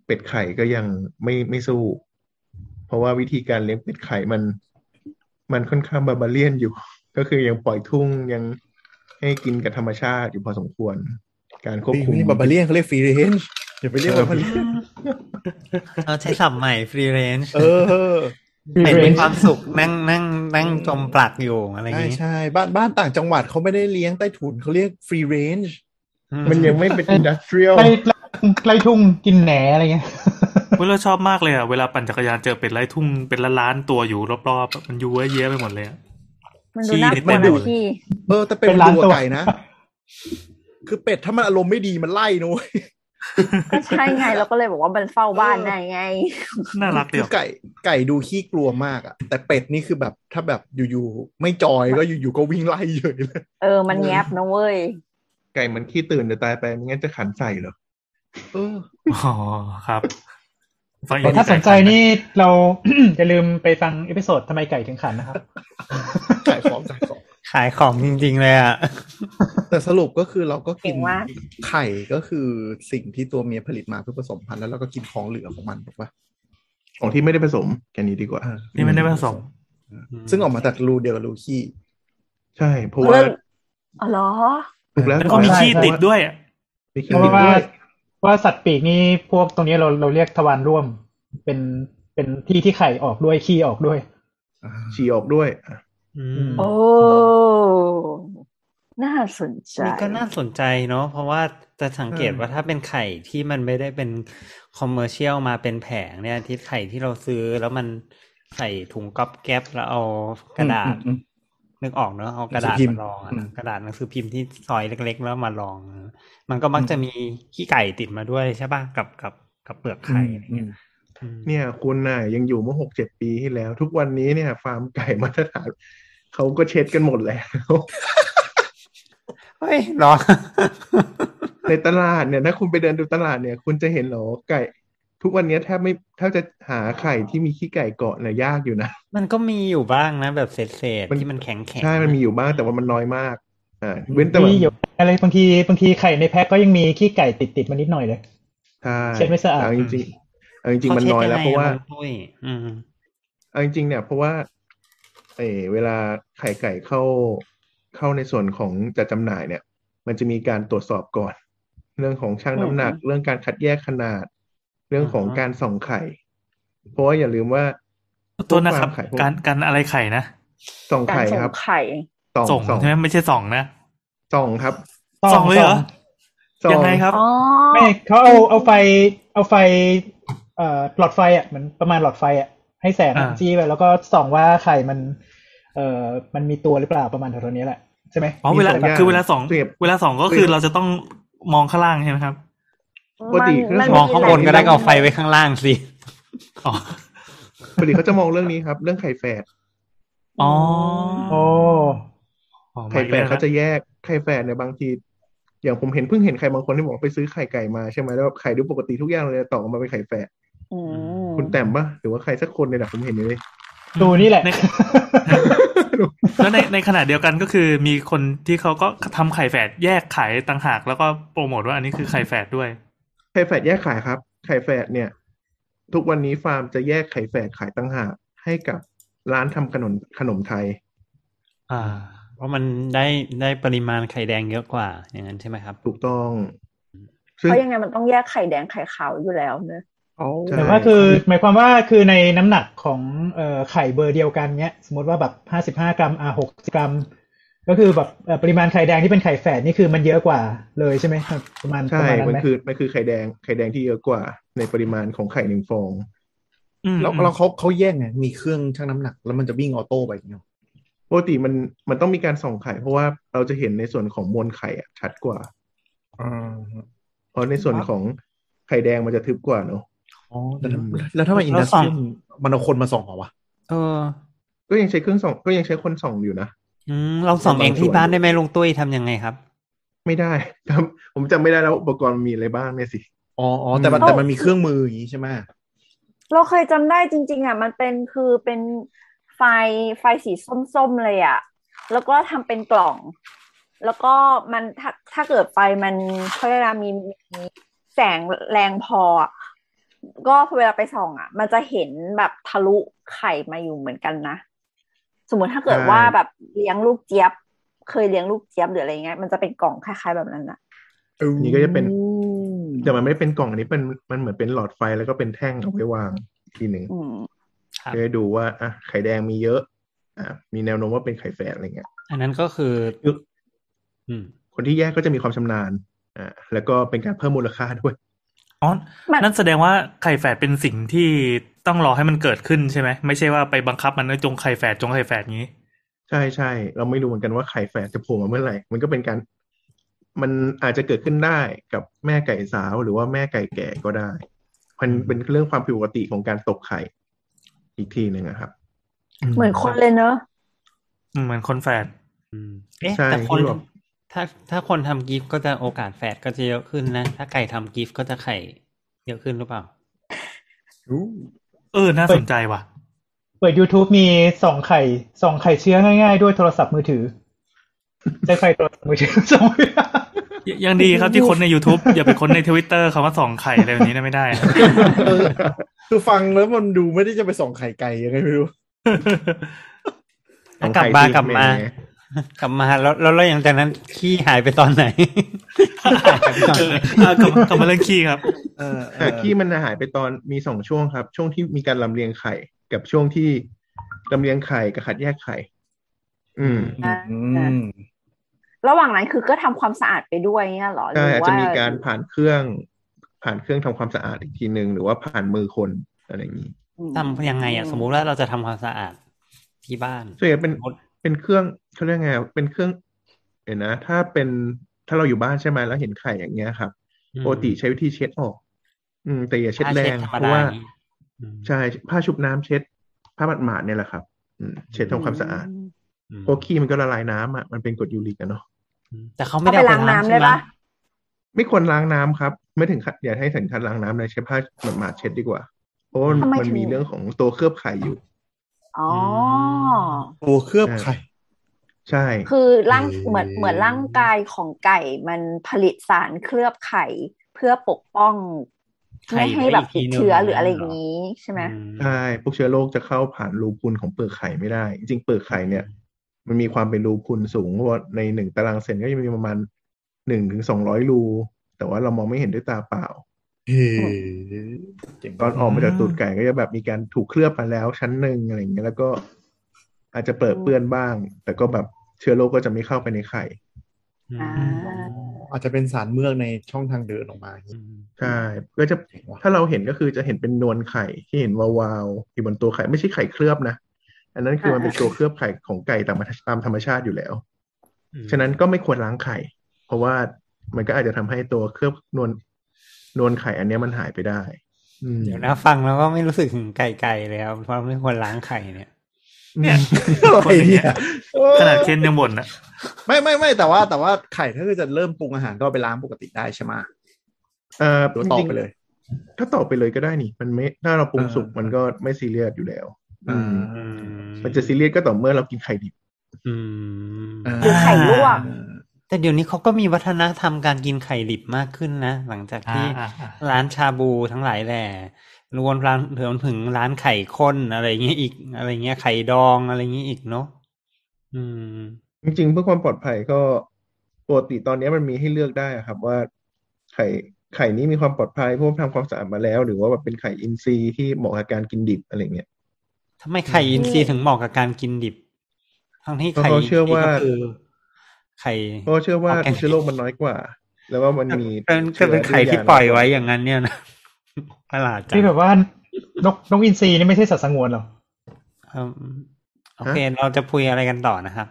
Speaker 5: เป็ดไข่ก็ยังไม่ไม่สู้ เพราะว่าวิธีการเลี้ยงเป็ดไข่มัน มันค่อนข้างบาบาเลียนอยู่ ก็คือยังปล่อยทุ่งยังให้กินกับธรรมชาติอยู่พอสมควร การควบคุม
Speaker 7: ไม่ใช่บาบาเลียนเขาเรียกฟรีเรนจ์อย่าไปเรียกบาบาเลียน
Speaker 2: เราใช้ศัพท์ใหม่ free range
Speaker 7: เออ
Speaker 2: เป็ดมีความสุขนั่งนั่งนั่งจมปลักอยู่อะไรอย่าง
Speaker 7: ใช่
Speaker 2: งี้
Speaker 7: ใช่บ้านบ้านต่างจังหวัดเขาไม่ได้เลี้ยงใต้ถุนเขาเรียกฟรีเรนจ์
Speaker 5: มันยังไม่เป็นอินดัสเทรียล
Speaker 4: ไล่ไล่ไล่ทุ่งกินแหนอะไรเงี้ย
Speaker 6: เวลาชอบมากเลยอ่ะเวลาปั่นจักรยานเจอเป็ดไล่ทุ่งเป็นล้านๆตัวอยู่รอบๆมันยั่วเย้ไปหมดเลยอะ
Speaker 3: มันดูน่ากลัว
Speaker 6: ขี้
Speaker 3: นะ
Speaker 6: เต็มไปหมดเลย
Speaker 3: พี่
Speaker 7: เออแต่เป็
Speaker 4: เป็
Speaker 7: ด
Speaker 4: นล้าน
Speaker 7: ดู
Speaker 4: ตัว
Speaker 7: ไก่นะ คือเป็ดถ้ามันอารมณ์ไม่ดีมันไล่นุ้ย
Speaker 3: ก็ใช่ไงเราก็เลยบอกว่ามันเฝ้าบ้านได้ไง
Speaker 6: น่ารัก
Speaker 7: คื
Speaker 6: เดีย
Speaker 7: อ
Speaker 6: ว
Speaker 7: ไก่ไก่ดูขี้กลัวมากอะแต่เป็ดนี่คือแบบถ้าแบบอยู่ๆไม่จอยก็อยู่ๆก็วิ่งไล่เฉยเลย
Speaker 3: เออมันแงบนะเว้ย
Speaker 5: ไก่มันขี้ตื่นเดี๋ยวตายไปไม่งั้นจะขันใส่เหรอ
Speaker 7: เออ
Speaker 6: อ๋อครับฟัง
Speaker 4: แต่
Speaker 6: อีก
Speaker 4: ถ้าสนใจนี่เรา อย่าลืมไปฟังเอพิโซดทำไมไก่ถึงขันนะครับ
Speaker 7: ขายของขายของ
Speaker 2: ขายของจริงๆเลยอ่ะ
Speaker 7: แต่สรุปก็คือเราก็กิน
Speaker 3: เก่งมาก
Speaker 7: ไข่ก็คือสิ่งที่ตัวเมียผลิตมาเพื่อผสมพันธุ์แล้วเราก็กินของเหลือของมันถูกปะ
Speaker 5: ของที่ไม่ได้ผสมแค่นี้ดีกว่า
Speaker 7: อ่า
Speaker 6: นี่มันได้ผสม
Speaker 7: ซึ่งออกมาจากรูเดียวกับรูขี้
Speaker 5: ใช่เพราะว่า
Speaker 3: เรื่องอ๋อเหรอ
Speaker 5: ถูกแล้ว
Speaker 6: แล้วก็มี
Speaker 4: ใช่
Speaker 6: ขี้
Speaker 4: ใช่
Speaker 6: ติดด้วยอะ
Speaker 5: มี
Speaker 4: เพ
Speaker 5: ขี้
Speaker 4: ราะ
Speaker 5: ติด
Speaker 4: ว่า
Speaker 5: ด้วย
Speaker 4: ว่าสัตว์ปีกนี่พวกตรงนี้เราเราเรียกทวารร่วม เป็นเป็นที่ที่ไข่ออกด้วยขี้ออกด้วย
Speaker 7: อ่า
Speaker 5: ฉี่ออกด้วยอ่ะ
Speaker 2: อืม
Speaker 3: โอ้ น่าสนใจ
Speaker 2: นี่ก็น่าสนใจเนาะเพราะว่าจะสังเกตว่าถ้าเป็นไข่ที่มันไม่ได้เป็นคอมเมอร์เชียลมาเป็นแผงเนี่ยที่ไข่ที่เราซื้อแล้วมันใส่ถุงก๊อบแก๊บแล้วเอากระดาษ
Speaker 7: อืม
Speaker 2: นึกออกเนอะเอากระดาษ
Speaker 7: หนังสือพิมพ์
Speaker 2: มาลองอะ
Speaker 7: อืม
Speaker 2: กระดาษหนังสือพิมพ์ที่ซอยเล็กๆ แล้วมาลองอะมันก็มักจะมีขี้ไก่ติดมาด้วยใช่ป่ะกับกับกับเปลือกไข่อะไร
Speaker 7: อื
Speaker 2: เงี้
Speaker 7: ม
Speaker 2: ยอืม
Speaker 5: เนี่ยคุณน่ะยังอยู่เมื่อหกเจ็ดปีที่แล้ว ทุกวันนี้เนี่ย ฟาร์มไก่มาตรฐานเขาก็เช็ดกันหมดแล้ว
Speaker 2: เฮ้ยเหรอ
Speaker 5: ในตลาดเนี่ยถ้าคุณไปเดินดูตลาดเนี่ย คุณจะเห็นเหรอไก่ ทุกวันนี้แทบไม่แทบจะหาไข่ที่มีขี้ไก่เกาะเนี่ยยากอยู่นะ
Speaker 2: มันก็มีอยู่บ้างนะแบบเศษ
Speaker 5: มัน
Speaker 2: ๆที่มันแข็งๆ
Speaker 5: ใช่มันมีอยู่บ้างแต่ว่ามันน้อยมากอ่าเว้นแต่ว่า
Speaker 4: ที่อยู่อะไรบางทีบางทีไข่ในแพ็คก็ยังมีขี้ไก่ติดติดมานิดหน่อยเลย
Speaker 5: ใช่
Speaker 4: เช็ดไม่สะอาด
Speaker 5: เอาจริงๆเอาจริงๆมันน้อยแล้วเพราะว่า
Speaker 2: ขช็ดยังไงอะน้องตุ้ยอืม
Speaker 5: เอาจริงๆเนี่ยเพราะว่าเออเวลาไข่ไก่เข้าเข้าในส่วนของจัดจำหน่ายเนี่ย มันจะมีการตรวจสอบก่อน เรื่องของชั่งน้ำหนัก เรื่องการคัดแยกขนาด เรื่องของการส่องไข่ เพราะว่าอย่าลืมว่า
Speaker 6: ตัวนะครับ
Speaker 5: พวกฟาร์มไข่พวก
Speaker 6: การการอะไรไข่นะ
Speaker 5: ส่อง
Speaker 3: การ
Speaker 5: ไข่
Speaker 3: ส่ง
Speaker 5: ครับ
Speaker 3: ไข่
Speaker 5: ส่อง
Speaker 6: ส่ง
Speaker 5: ส่อง
Speaker 6: ใช่ไหมไม่ใช่ส่องนะ
Speaker 5: ส่องครับ
Speaker 6: ส่องเลยเหรอ
Speaker 5: ส่อง
Speaker 6: ยังไงครับ
Speaker 3: อ๋อ
Speaker 4: ไม่เขาเอาเอาไฟเอาไฟเอ่อหลอดไฟอ่ะเหมือนประมาณหลอดไฟอ่ะให้แสง
Speaker 6: อ่า
Speaker 4: จี้ไปแล้วก็ส่องว่าไข่มัน เอ่อมันมีตัวหรือเปล่าประมาณเท่านี้แหละใช่ไหม
Speaker 6: อ๋อเวลา
Speaker 5: มีสองอย่าง
Speaker 6: คือเวลาส่อง
Speaker 5: เปรียบ
Speaker 6: เวลาส่องก็คือเราจะต้องมองข้างล่างใช่ไหมครับ
Speaker 5: ปกติเครื่อง
Speaker 2: มองข้างบนก็ได้ก็เอาไฟไว้ข้างล่างสิ
Speaker 6: อ๋อ
Speaker 5: ปกติเขาจะมองเรื่องนี้ครับ เรื่องไข่แฝด
Speaker 6: อ๋อ
Speaker 4: โอ้
Speaker 6: อ๋อ
Speaker 5: ไข่แฝด
Speaker 6: ม
Speaker 5: เขาจะแยกไข่แฝดเนี่ยบางที อย่างผมเห็นเพิ่งเห็นใครบางคนที่บอกไปซื้อไข่ไก่มาใช่ไหมแล้วแบบไข่ดูปกติทุกอย่างเลยต่อออกมาเป็นไข่แฝด
Speaker 3: อืม
Speaker 5: คุณแต้มปะหรือว่าใครสักคนเนี่ยแหละผมเห็นอยู่เลย
Speaker 4: ดูนี่แหละ
Speaker 6: ใน แล้วในในขณะเดียวกันก็คือมีคนที่เขาก็ทำไข่แฝดแยกขายต่างหากแล้วก็โปรโมทว่าอันนี้คือไข่แฝดด้วย
Speaker 5: ไข่แฝดแยกขายครับ ไข่แฝดเนี่ย ทุกวันนี้ฟาร์มจะแยกไข่แฝดขายต่างหากให้กับร้านทำขนมขนมไทย
Speaker 2: อ่า เพราะมันได้ได้ปริมาณไข่แดงเยอะกว่าอย่างนั้นใช่ไหมครับ
Speaker 5: ถูกต้อง
Speaker 3: เพ
Speaker 5: ซึ่ง
Speaker 3: ราะยังไงมันต้องแยกไข่แดงไข่ขาวอยู่แล้วเนอะ
Speaker 7: อ๋อ
Speaker 5: ใช่
Speaker 4: แต่ว่าคือหมายความว่าคือในน้ำหนักของเอ่อไข่เบอร์เดียวกันเนี้ยสมมติว่าแบบห้าสิบห้ากรัมอ่ะหกสิบกรัม ก็คือแบบเอ่อปริมาณไข่แดงที่เป็นไข่แฝดนี่คือมันเยอะกว่าเลยใช่ไหมครับประมาณป
Speaker 5: ใช่
Speaker 4: ระมาณนั้น
Speaker 5: มัน
Speaker 4: ไหม
Speaker 5: คือมันคือไข่แดงไข่แดงที่เยอะกว่าในปริมาณของไข่หนึ่งฟอง
Speaker 6: อืม
Speaker 7: แล้วแล้วเขาเขาแยกไงมีเครื่องชั่งน้ำหนักแล้วมันจะวิ่งออโต้ไปอย่างเงี้ย
Speaker 5: ปกติมันมันต้องมีการส่องไข่ เพราะว่าเราจะเห็นในส่วนของมวลไข่อะชัดกว่า
Speaker 7: อ่า
Speaker 5: เพราะในส่วนของไข่แดงมันจะทึบกว่าเนอะ
Speaker 7: อ๋อแต่ถ้าแล้วถ้ามันอินดัสเทรียลมันเอาคนมาส่องเหรอวะ
Speaker 2: เออ
Speaker 5: ก็ยังใช้เครื่องส่องก็ยังใช้คนส่องอยู่นะ
Speaker 2: อืมเราส่องเองที่บ้านได้ไหมลุงตุ้ยทำยังไงครับ
Speaker 5: ไม่ได้ ครับผมจำไม่ได้แล้วอุปกรณ์มีอะไรบ้างเนี่ยสิ
Speaker 7: อ๋ออ๋อแต่มันแต่มันมีเครื่องมืออย่างงี้ใช่ไหม
Speaker 3: เราเคยจำได้จริงๆอ่ะมันเป็นคือเป็นไฟไฟสีส้มๆเลยอ่ะแล้วก็ทำเป็นกล่อง แล้วก็มันถ้าถ้าเกิดไฟมันเขาเรียกว่ามีมีแสงแรงพออะก็เวลาไปส่องอ่ะ มันจะเห็นแบบทะลุไข่มาอยู่เหมือนกันนะสมมติถ้าเกิดว่าแบบเลี้ยงลูกเจี๊ยบเคยเลี้ยงลูกเจี๊ยบหรืออะไรเงี้ยมันจะเป็นกล่องคล้ายๆแบบนั้นนะ
Speaker 5: นี่ก็จะเป็นแต่มันไม่ได้เป็นกล่องอันนี้เป็นมันเหมือนเป็นหลอดไฟแล้วก็เป็นแท่งเอาไว้วางทีหนึ่งเพื่อดูว่าอ่ะไข่แดงมีเยอะอ่ะมีแนวโน้มว่าเป็นไข่แฝดอะไรเงี้ย
Speaker 2: อันนั้นก็คืออืม
Speaker 5: คนที่แยกก็จะมีความชำนาญอ่าแล้วก็เป็นการเพิ่มมูลค่าด้วย
Speaker 6: อ๋อนั่นแสดงว่าไข่แฝดเป็นสิ่งที่ต้องรอให้มันเกิดขึ้นใช่ไหมไม่ใช่ว่าไปบังคับมันให้จงไข่แฝดจงไข่แฝดงี้
Speaker 5: ใช่ใช่เราไม่รู้เหมือนกันว่าไข่แฝดจะโผล่มาเมื่อไหร่มันก็เป็นการมันอาจจะเกิดขึ้นได้กับแม่ไก่สาวหรือว่าแม่ไก่แก่ก็ได้มันเป็นเรื่องความผิดปกติของการตกไข่อีกทีหนึ่งครับ
Speaker 3: เหมือนคนเลยเนอะ
Speaker 6: เหมือนคนแฝด
Speaker 2: เอ๊ะแต่คนถ้าถ้าคนทำกิฟต์ก็จะโอกาสแฝดก็จะเยอะขึ้นนะถ้าไก่ทำกิฟต์ก็จะไข่เยอะขึ้นหรือเปล่า
Speaker 6: เออน่าสนใจว่ะ
Speaker 4: เปิด YouTube มีส่องไข่ส่องไข่เชื้อง่ายๆด้วยโทรศัพท์มือถือใช้ไฟโทรศัพท์มือถือส่อง
Speaker 6: ยังดีครับที่คนใน YouTube อย่าไปคนใน Twitter คำว่าส่องไข่อะไรแบบนี้ไม่ได้
Speaker 7: คือฟังแล้วมันดูไม่ได้จะไปส่องไข่ไก่ยังไงไม่รู้
Speaker 2: กลับมากลับมากลับมาแล้วแล้วอย่างจากนั้นขี้หายไปตอนไหน
Speaker 6: กลับมาเรื่องขี้ครับ
Speaker 5: เออขี้มันหายไปตอนมีสองช่วงครับช่วงที่มีการลำเลียงไข่กับช่วงที่ลำเลียงไข่กับคัดแยกไข่อืม
Speaker 3: ระหว่างนั้นคือก็ทำความสะอาดไปด้วยเนี่ยหรอ
Speaker 5: ใช่อาจจะมีการผ่านเครื่องผ่านเครื่องทำความสะอาดอีกทีนึงหรือว่าผ่านมือคนอะไรอย่างนี้
Speaker 2: ทำยังไงอ่ะสมมุติว่าเราจะทำความสะอาดที่บ้าน
Speaker 5: ส่วนใหญ่เป็นเป็นเครื่องเขาเรียกไงเป็นเครื่องเห็นนะถ้าเป็นถ้าเราอยู่บ้านใช่ไหมแล้วเห็นไข่อย่างเงี้ยครับปกติใช้วิธีเช็ดออกอืมแต่อย่าเช็ดแรงเพราะว่าใช่ผ้าชุบน้ำเช็ดผ้าหมาดๆเนี่ยแหละครับอืมเช็ดทำความสะอาดเพราะขี้มันก็ละลายน้ำอ่ะมันเป็นกรดยูริกอะเนาะ
Speaker 2: แต่เขาไม่ได้ไปล้างน้ำใช่ไหม
Speaker 5: ไม่ควรล้างน้ำครับไม่ถึงอย่าให้ถึงขั้นล้างน้ำเลยใช้ผ้าหมาดๆเช็ดดีกว่าเพราะมันมีเรื่องของตัวเคลือบไข่อยู่
Speaker 3: อ๋อ
Speaker 7: ตัวเคลือบไข่
Speaker 5: ใช่
Speaker 3: คือร่างเหมือนเหมือนร่างกายของไก่มันผลิตสารเคลือบไข่เพื่อปกป้องไม่ให้แบบติดเชื้อหรืออะไรอย่างนี้ใช่ไหม
Speaker 5: ใช่พวกเชื้อโรคจะเข้าผ่านรูพุนของเปลือกไข่ไม่ได้จริงเปลือกไข่เนี่ยมันมีความเป็นรูพุนสูงเพราะว่าในหนึ่งตารางเซนก็จะมีประมาณหนึ่งถึงสองร้อยรูแต่ว่าเรามองไม่เห็นด้วยตาเปล่าตอนออกมาจากตูดไก่ก็จะแบบมีการถูกเคลือบมาแล้วชั้นหนึ่งอะไรอย่างเงี้ยแล้วก็อาจจะเปิดเปื้อนบ้างแต่ก็แบบเชื้อโรคก็จะไม่เข้าไปในไข่
Speaker 7: อาจจะเป็นสารเมือกในช่องทางเดินออกมา
Speaker 5: ใช่ก็จะถ้าเราเห็นก็คือจะเห็นเป็นนวลไข่ที่เห็นวาวๆที่บนตัวไข่ไม่ใช่ไข่เคลือบนะอันนั้นคือมันเป็นตัวเคลือบไข่ของไก่ตามตามธรรมชาติอยู่แล้วฉะนั้นก็ไม่ควรล้างไข่เพราะว่ามันก็อาจจะทำให้ตัวเคลือบนวลนวลไข่อันนี้มันหายไปได้
Speaker 2: เดี๋ยวนะฟังแล้วก็ไม่รู้สึกถึงไก่ๆเลยครับเพราะไม่ควรล้างไข่เนี่ย
Speaker 6: เนี่ยอะไรเนี่ยขนาดเคนยังบ่นนะ
Speaker 7: ไม่ไม่ไม่แต่ว่าแต่ว่าไข่ถ้าเกิดจะเริ่มปรุงอาหารก็ไปล้างปกติได้ใช่ไหม
Speaker 5: เอ่อ
Speaker 7: ต่อไปเลย
Speaker 5: ถ้าต่อไปเลยก็ได้นี่มันไม่ถ้าเราปรุงสุกมันก็ไม่ซีเรียสอยู่แล้วอืมมันจะซีเรียสก็ต่อเมื่อเรากินไข่ดิบ
Speaker 2: อืม
Speaker 3: คือไข่ลวก
Speaker 2: แต่เดี๋ยวนี้เขาก็มีวัฒนธรรมการกินไข่ดิบมากขึ้นนะหลังจากที่ร้านชาบูทั้งหลายแหละรวมร้านรวมถึงร้านไข่ข้นอะไรเงี้ยอีกอะไรเงี้ยไข่ดองอะไรเงี้ยอีกเนาะอืม
Speaker 5: จริงๆเพื่อความปลอดภัยก็ปกติตอนนี้มันมีให้เลือกได้ครับว่าไข่ไข่นี้มีความปลอดภัยเพราะทำความสะอาดมาแล้วหรือว่าแบบเป็นไข่อินทรีย์ที่เหมาะกับการกินดิบอะไรเงี้ย
Speaker 2: ทำไมไข่อินทรีย์ถึงเหมาะกับการกินดิบทั้งที่ไข่อินทรีย์ก็คือไข่
Speaker 5: เพราะเชื่อว่าเชื้อโรคมันน้อยกว่าแล้วว่ามันมี
Speaker 2: เป็นเป็นไข่ที่ปล่อยไว้อย่างนั้นเนี่ยนะประหลาดจัง
Speaker 4: ที่แบบว่านกนกอินทรีนี่ไม่ใช่สัตว์สงวนหรอ
Speaker 2: โอเคเราจะคุยอะไรกันต่อนะครับ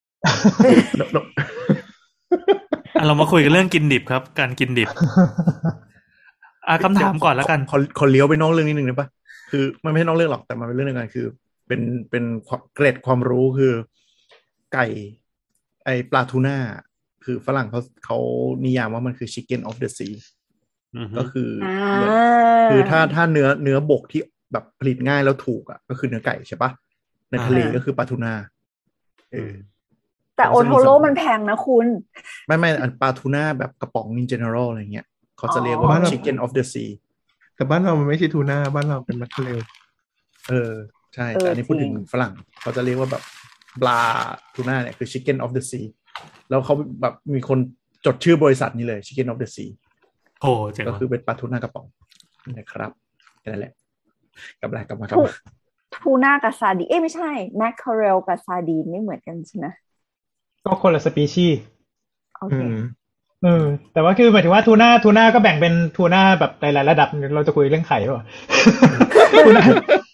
Speaker 6: เรามาคุยกันเรื่องกินดิบครับการกินดิบอ่ะคำถามก่อนแล้วกัน
Speaker 7: ขอขอเลี้ยวไปนอกเรื่องนิดนึงได้ปะคือมันไม่ใช่นอกเรื่องหรอกแต่มันเป็นเรื่องนึงกันคือเป็นเป็นเกร็ดความรู้คือไก่ไอปลาทูน่าคือฝรั่งเขาเขานิยามว่ามันคือ chicken of the sea ก็คือคือถ้าถ้าเนื้อเนื้อบกที่แบบผลิตง่ายแล้วถูกอ่ะก็คือเนื้อไก่ใช่ปะในทะเลก็คือปลาทูน่าเออ
Speaker 3: แต่โอโทโร่มันแพงนะคุณ
Speaker 7: ไม่ไม่อันปลาทูน่าแบบกระป๋อง in general อะไรเงี้ยเขาจะเรียกว่า chicken of the sea
Speaker 5: แต่บ้านเรามันไม่ใช่ทูน่าบ้านเราเป็นมัคเคอเรล
Speaker 7: เออใช่แต่อันนี้พูดถึงฝรั่งเขาจะเรียกว่าแบบปลาทูน่าเนี่ยคือ Chicken of the Sea แล้วเขาแบบมีคนจดชื่อบริษัทนี้เลย Chicken of the Sea
Speaker 6: โอ้เจ๋ง
Speaker 7: ก็
Speaker 6: ว่ะ
Speaker 7: คือเป็นปลาทูน่ากระป๋องนะครับแค่นั้นแหละกลับแรกกลับมากลับ
Speaker 3: ทู
Speaker 7: มา
Speaker 3: ทูน่ากับซาดีนเอ้ยไม่ใช่แมคเคอเรลกับซาดีนไม่เหมือนกันใช่ไหม
Speaker 4: ก็คนละสปีชีส์
Speaker 3: โอเค
Speaker 4: เออแต่ว่าคือหมายถึงว่าทูน่าทูน่าก็แบ่งเป็นทูน่าแบบหลายๆระดับเราจะคุยเรื่องไข่ป่ะ ทูน่าก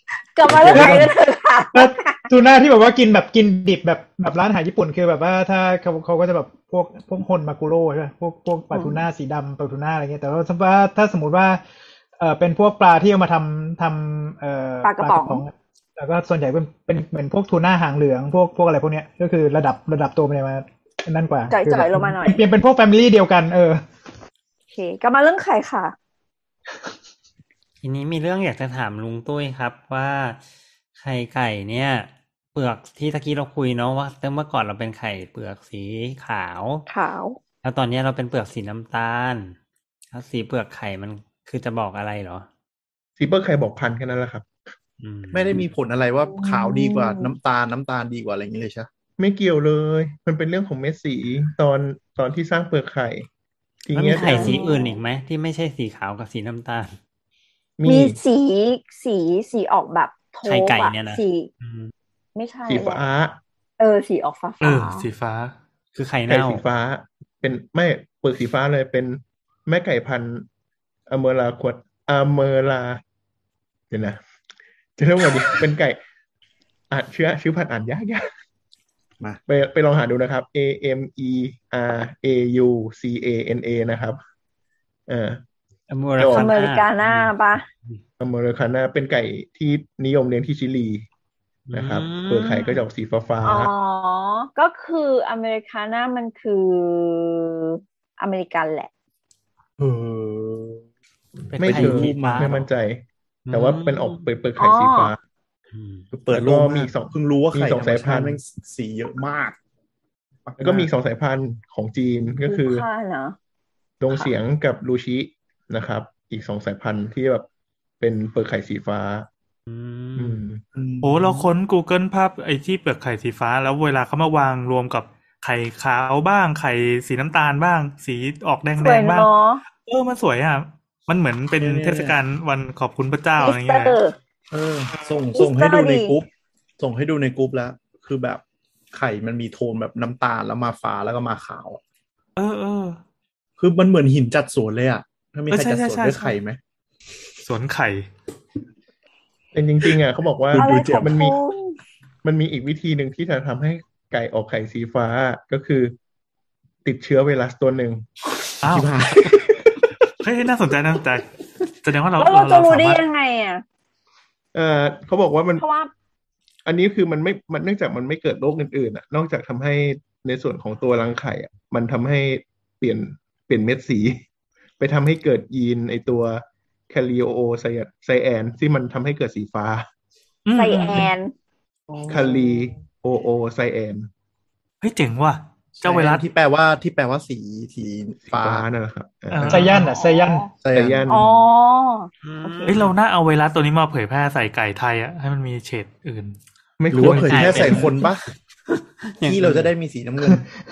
Speaker 3: ลับมาเรื่องไหนกันเถอะค่ะ
Speaker 4: แล้วทูน่าที่แบบว่ากินแบบกินดิบแบบแบบร้านอาหารญี่ปุ่นคือแบบว่าถ้าเขาเขาก็จะแบบพวกพวกฮอนมากุโร่ใช่ไหมพวกพวกปลาทูน่าสีดำปลาทูน่าอะไรเงี้ยแต่ว่าถ้าถ้าสมมติว่าเออเป็นพวกปลาที่เอามาทำทำเอ่อ
Speaker 3: ปลากระป๋อง
Speaker 4: แล้วก็ส่วนใหญ่เป็นเป็นเหมือนพวกทูน่าหางเหลืองพวกพวกอะไรพวกเนี้ยก็คือระดับระดับตัวมันมานั่นกว่า
Speaker 3: จ่อยๆลงมาหน่อย
Speaker 4: เปลี่ยนเป็นพวกแฟมิลี่เดียวกันเออ
Speaker 3: โอเคกลับมาเรื่องไข่ค่ะ
Speaker 2: ทีนี้มีเรื่องอยากจะถามลุงตุ้ยครับว่าไข่ไก่เนี่ย เปลือกที่ตะกี้เราคุยเนาะว่าเมื่อก่อนเราเป็นไข่เปลือกสีขาว
Speaker 3: ขาว
Speaker 2: แล้วตอนนี้เราเป็นเปลือกสีน้ำตาลแล้วสีเปลือกไข่มันคือจะบอกอะไรเหรอ
Speaker 5: สีเปลือกไข่บอกพันธุ์แค่นั้นแหละครับ
Speaker 2: อืม
Speaker 7: ไม่ได้มีผลอะไรว่าขาวดีกว่าน้ำตาลน้ำตาลดีกว่าอะไรอย่างนี้เลยใช่
Speaker 5: ไม่เกี่ยวเลย มันเป็นเรื่องของเม็ดสีตอนตอนที่สร้างเปลือกไข่ที
Speaker 2: แล้วมี
Speaker 5: เนี้ย
Speaker 2: ไข่สีอื่นอีกไหมที่ไม่ใช่สีขาวกับสีน้ำตาล
Speaker 3: มีสีสีสีออกแบบโท
Speaker 2: ไข่ไก่
Speaker 3: อะ
Speaker 2: เนี่ยนะ
Speaker 3: สี
Speaker 2: อืม
Speaker 3: ไม่ใช่
Speaker 5: สีฟ้า
Speaker 3: เออสีออกฟ้า
Speaker 6: เอ
Speaker 3: ฟ้า
Speaker 6: อสีฟ้า
Speaker 2: คือไข่
Speaker 5: ไข่
Speaker 2: เน่า
Speaker 5: สีฟ้า เป็นไม่เปลือกสีฟ้าเลยเป็นแม่ไก่พันธุ์อเมอราควดอเมอราเดี๋ยวนะจะเรียกว่าดิ เป็นไก่อ่านชื่อชื่อพันธุ์อ่านยากยาก
Speaker 7: มา
Speaker 5: ไปไปลองหาดูนะครับ A M E R A U C A N A นะครับเออ
Speaker 2: อเม
Speaker 5: อ
Speaker 2: ริ
Speaker 3: อเมริกาน่าปะ
Speaker 5: อเมริกาน่าเป็นไก่ที่นิยมเลี้ยงที่ชิลีนะครับเปลือกไข่ก็จะออกสีฟ้าฟ้า
Speaker 3: อ๋อ ก็คืออเมริกาน่ามันคืออเมริกันแหละ
Speaker 7: เออ
Speaker 2: เป็น
Speaker 5: ไม่
Speaker 2: ไข่
Speaker 5: เชิง
Speaker 2: สีฟ้า
Speaker 5: ไม่มั่นใจ แต่ว่าเป็นออกเปลือกเปลือกไข่
Speaker 3: อ๋อ
Speaker 5: สีฟ้า
Speaker 2: อืม
Speaker 7: เปิดโลก
Speaker 5: แล้วก็มี
Speaker 7: มี
Speaker 5: อีกสอง
Speaker 7: เพิ่งรู้ว่า
Speaker 5: มี
Speaker 7: ไข่
Speaker 5: สองสายพันธุ์
Speaker 7: ธรรมชติแม่งสีเยอะมาก
Speaker 5: แล้วก็มีสองสายพันธุ์ของจีนก็คือ
Speaker 3: คู่ค่าเนอะ
Speaker 5: ดงเสียงกับลูชินะครับ อีกสองสายพันธุ์ที่แบบเป็นเปลือกไข่สีฟ้า
Speaker 2: อื
Speaker 5: อื
Speaker 2: ม
Speaker 5: ม
Speaker 6: โอ้เราค้น Google ภาพไอ้ที่เปลือกไข่สีฟ้า แล้วเวลาเขามาวางรวมกับไข่ขาวบ้างไข่สีน้ำตาลบ้าง สีออกแด
Speaker 3: ส
Speaker 6: ง
Speaker 3: วย
Speaker 6: ๆบ้าง
Speaker 3: เนาะ
Speaker 6: เออมันสวยอ่ะ มันเหมือนเป็น
Speaker 7: เนี่ย
Speaker 6: เทศกาลวันขอบคุณพระเจ้า
Speaker 3: อี
Speaker 6: อะไร
Speaker 3: ส
Speaker 6: เงี้
Speaker 3: เต
Speaker 6: ย
Speaker 3: อร์
Speaker 7: เออ ส่ง
Speaker 3: อี
Speaker 7: ส่ง
Speaker 3: สเตอร์
Speaker 7: ให้ดูใน
Speaker 3: ดี
Speaker 7: กรุ๊ปส่งให้ดูในกรุ๊ปแล้ว คือแบบไข่มันมีโทนแบบน้ำตาลแล้วมาฟ้าแล้วก็มาขาวอะ
Speaker 6: เออเออ
Speaker 7: คือมันเหมือนหินจัดสวนเลยอ่ะ ถ้ามี
Speaker 6: เออ
Speaker 7: ใคร
Speaker 6: ใช่
Speaker 7: จัดสวน
Speaker 6: ใช่
Speaker 7: ด้วย
Speaker 6: ใช่
Speaker 7: ไข่ไหม
Speaker 6: สวนไข่
Speaker 5: แต่จริงๆอ่ะเขาบอกว่า
Speaker 3: อะไร
Speaker 7: ดู
Speaker 3: ข
Speaker 7: เจ็บ
Speaker 3: อง
Speaker 5: มันมี
Speaker 3: คุณ
Speaker 5: มันมีอีกวิธีหนึ่งที่จะทำให้ไก่ออกไข่สีฟ้าก็คือ ติดเชื้อไวรัสตัวหนึ่ง
Speaker 6: อ้าว
Speaker 7: ที่ผ่าน
Speaker 6: เฮ้ยน่าสนใจน่าสนใจแสดงว่าเรา
Speaker 3: แล้วเราจะ
Speaker 6: เรา
Speaker 3: รู้
Speaker 6: สา
Speaker 3: ได้
Speaker 6: มารถ
Speaker 3: ยังไงอ่ะ
Speaker 5: เอ่อเขาบอกว่ามัน
Speaker 3: เพราะว่า
Speaker 5: อันนี้คือมันไม่มันเนื่องจากมันไม่เกิดโรคอื่นๆอ่ะ นอกจากทำให้ในส่วนของตัวรังไข่อ่ะมันทำให้เปลี่ยนเปลี่ยนเม็ดสี ไปทำให้เกิดยีนไอตัวแคลิโอไซไซแอนที่มันทำให้เกิดสีฟ้า
Speaker 6: อืม
Speaker 3: ไซแอน
Speaker 5: คาลีโอโอไซแอน
Speaker 6: เฮ้ยเจ๋งว่ะเจ้าไวรัส
Speaker 7: ที่แปลว่าที่แปลว่าสีสี
Speaker 5: สี
Speaker 7: ฟ้า
Speaker 5: ฟ้านั่นแหละครับเออ
Speaker 6: อ่า
Speaker 4: ไซยันอ่ะไซยัน
Speaker 7: ไซ
Speaker 5: ไซ
Speaker 7: ยัน
Speaker 5: ยัน
Speaker 3: อ๋อ
Speaker 6: เฮ้ยเราน่าเอาไวรัสตัวนี้มาเผยแพร่ใส่ไก่ไทยอ่ะให้มันมีเฉดอื่น
Speaker 5: ไม่
Speaker 7: หรือ
Speaker 5: คว
Speaker 7: ว่าร เผยแพร่ใส่คนปะ
Speaker 2: อย่าง
Speaker 7: ที่เราจะได้มีสีน้ำเงิน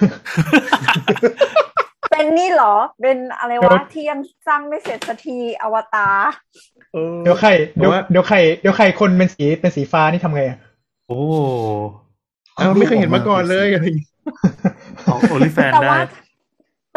Speaker 3: เป็นนี่เหรอ เป็นอะไร
Speaker 4: เดี๋ยว
Speaker 3: วะที่ยังสร้างไม่เสร็จสักทีอวตาร
Speaker 7: เออ
Speaker 4: เดี๋ยวไข่เดี๋ยวเดี๋ยวไข่เดี๋ยวไข่คนเป็นสีเป็นสีฟ้านี่ทำไงอ่ะ
Speaker 6: โอ้
Speaker 5: เอ้าไม่เคยเห็นมาก่อนเลยอะไรอย่างงี้
Speaker 6: ของโอลิแฟน
Speaker 3: แต่
Speaker 6: ได้
Speaker 3: ว่าแต่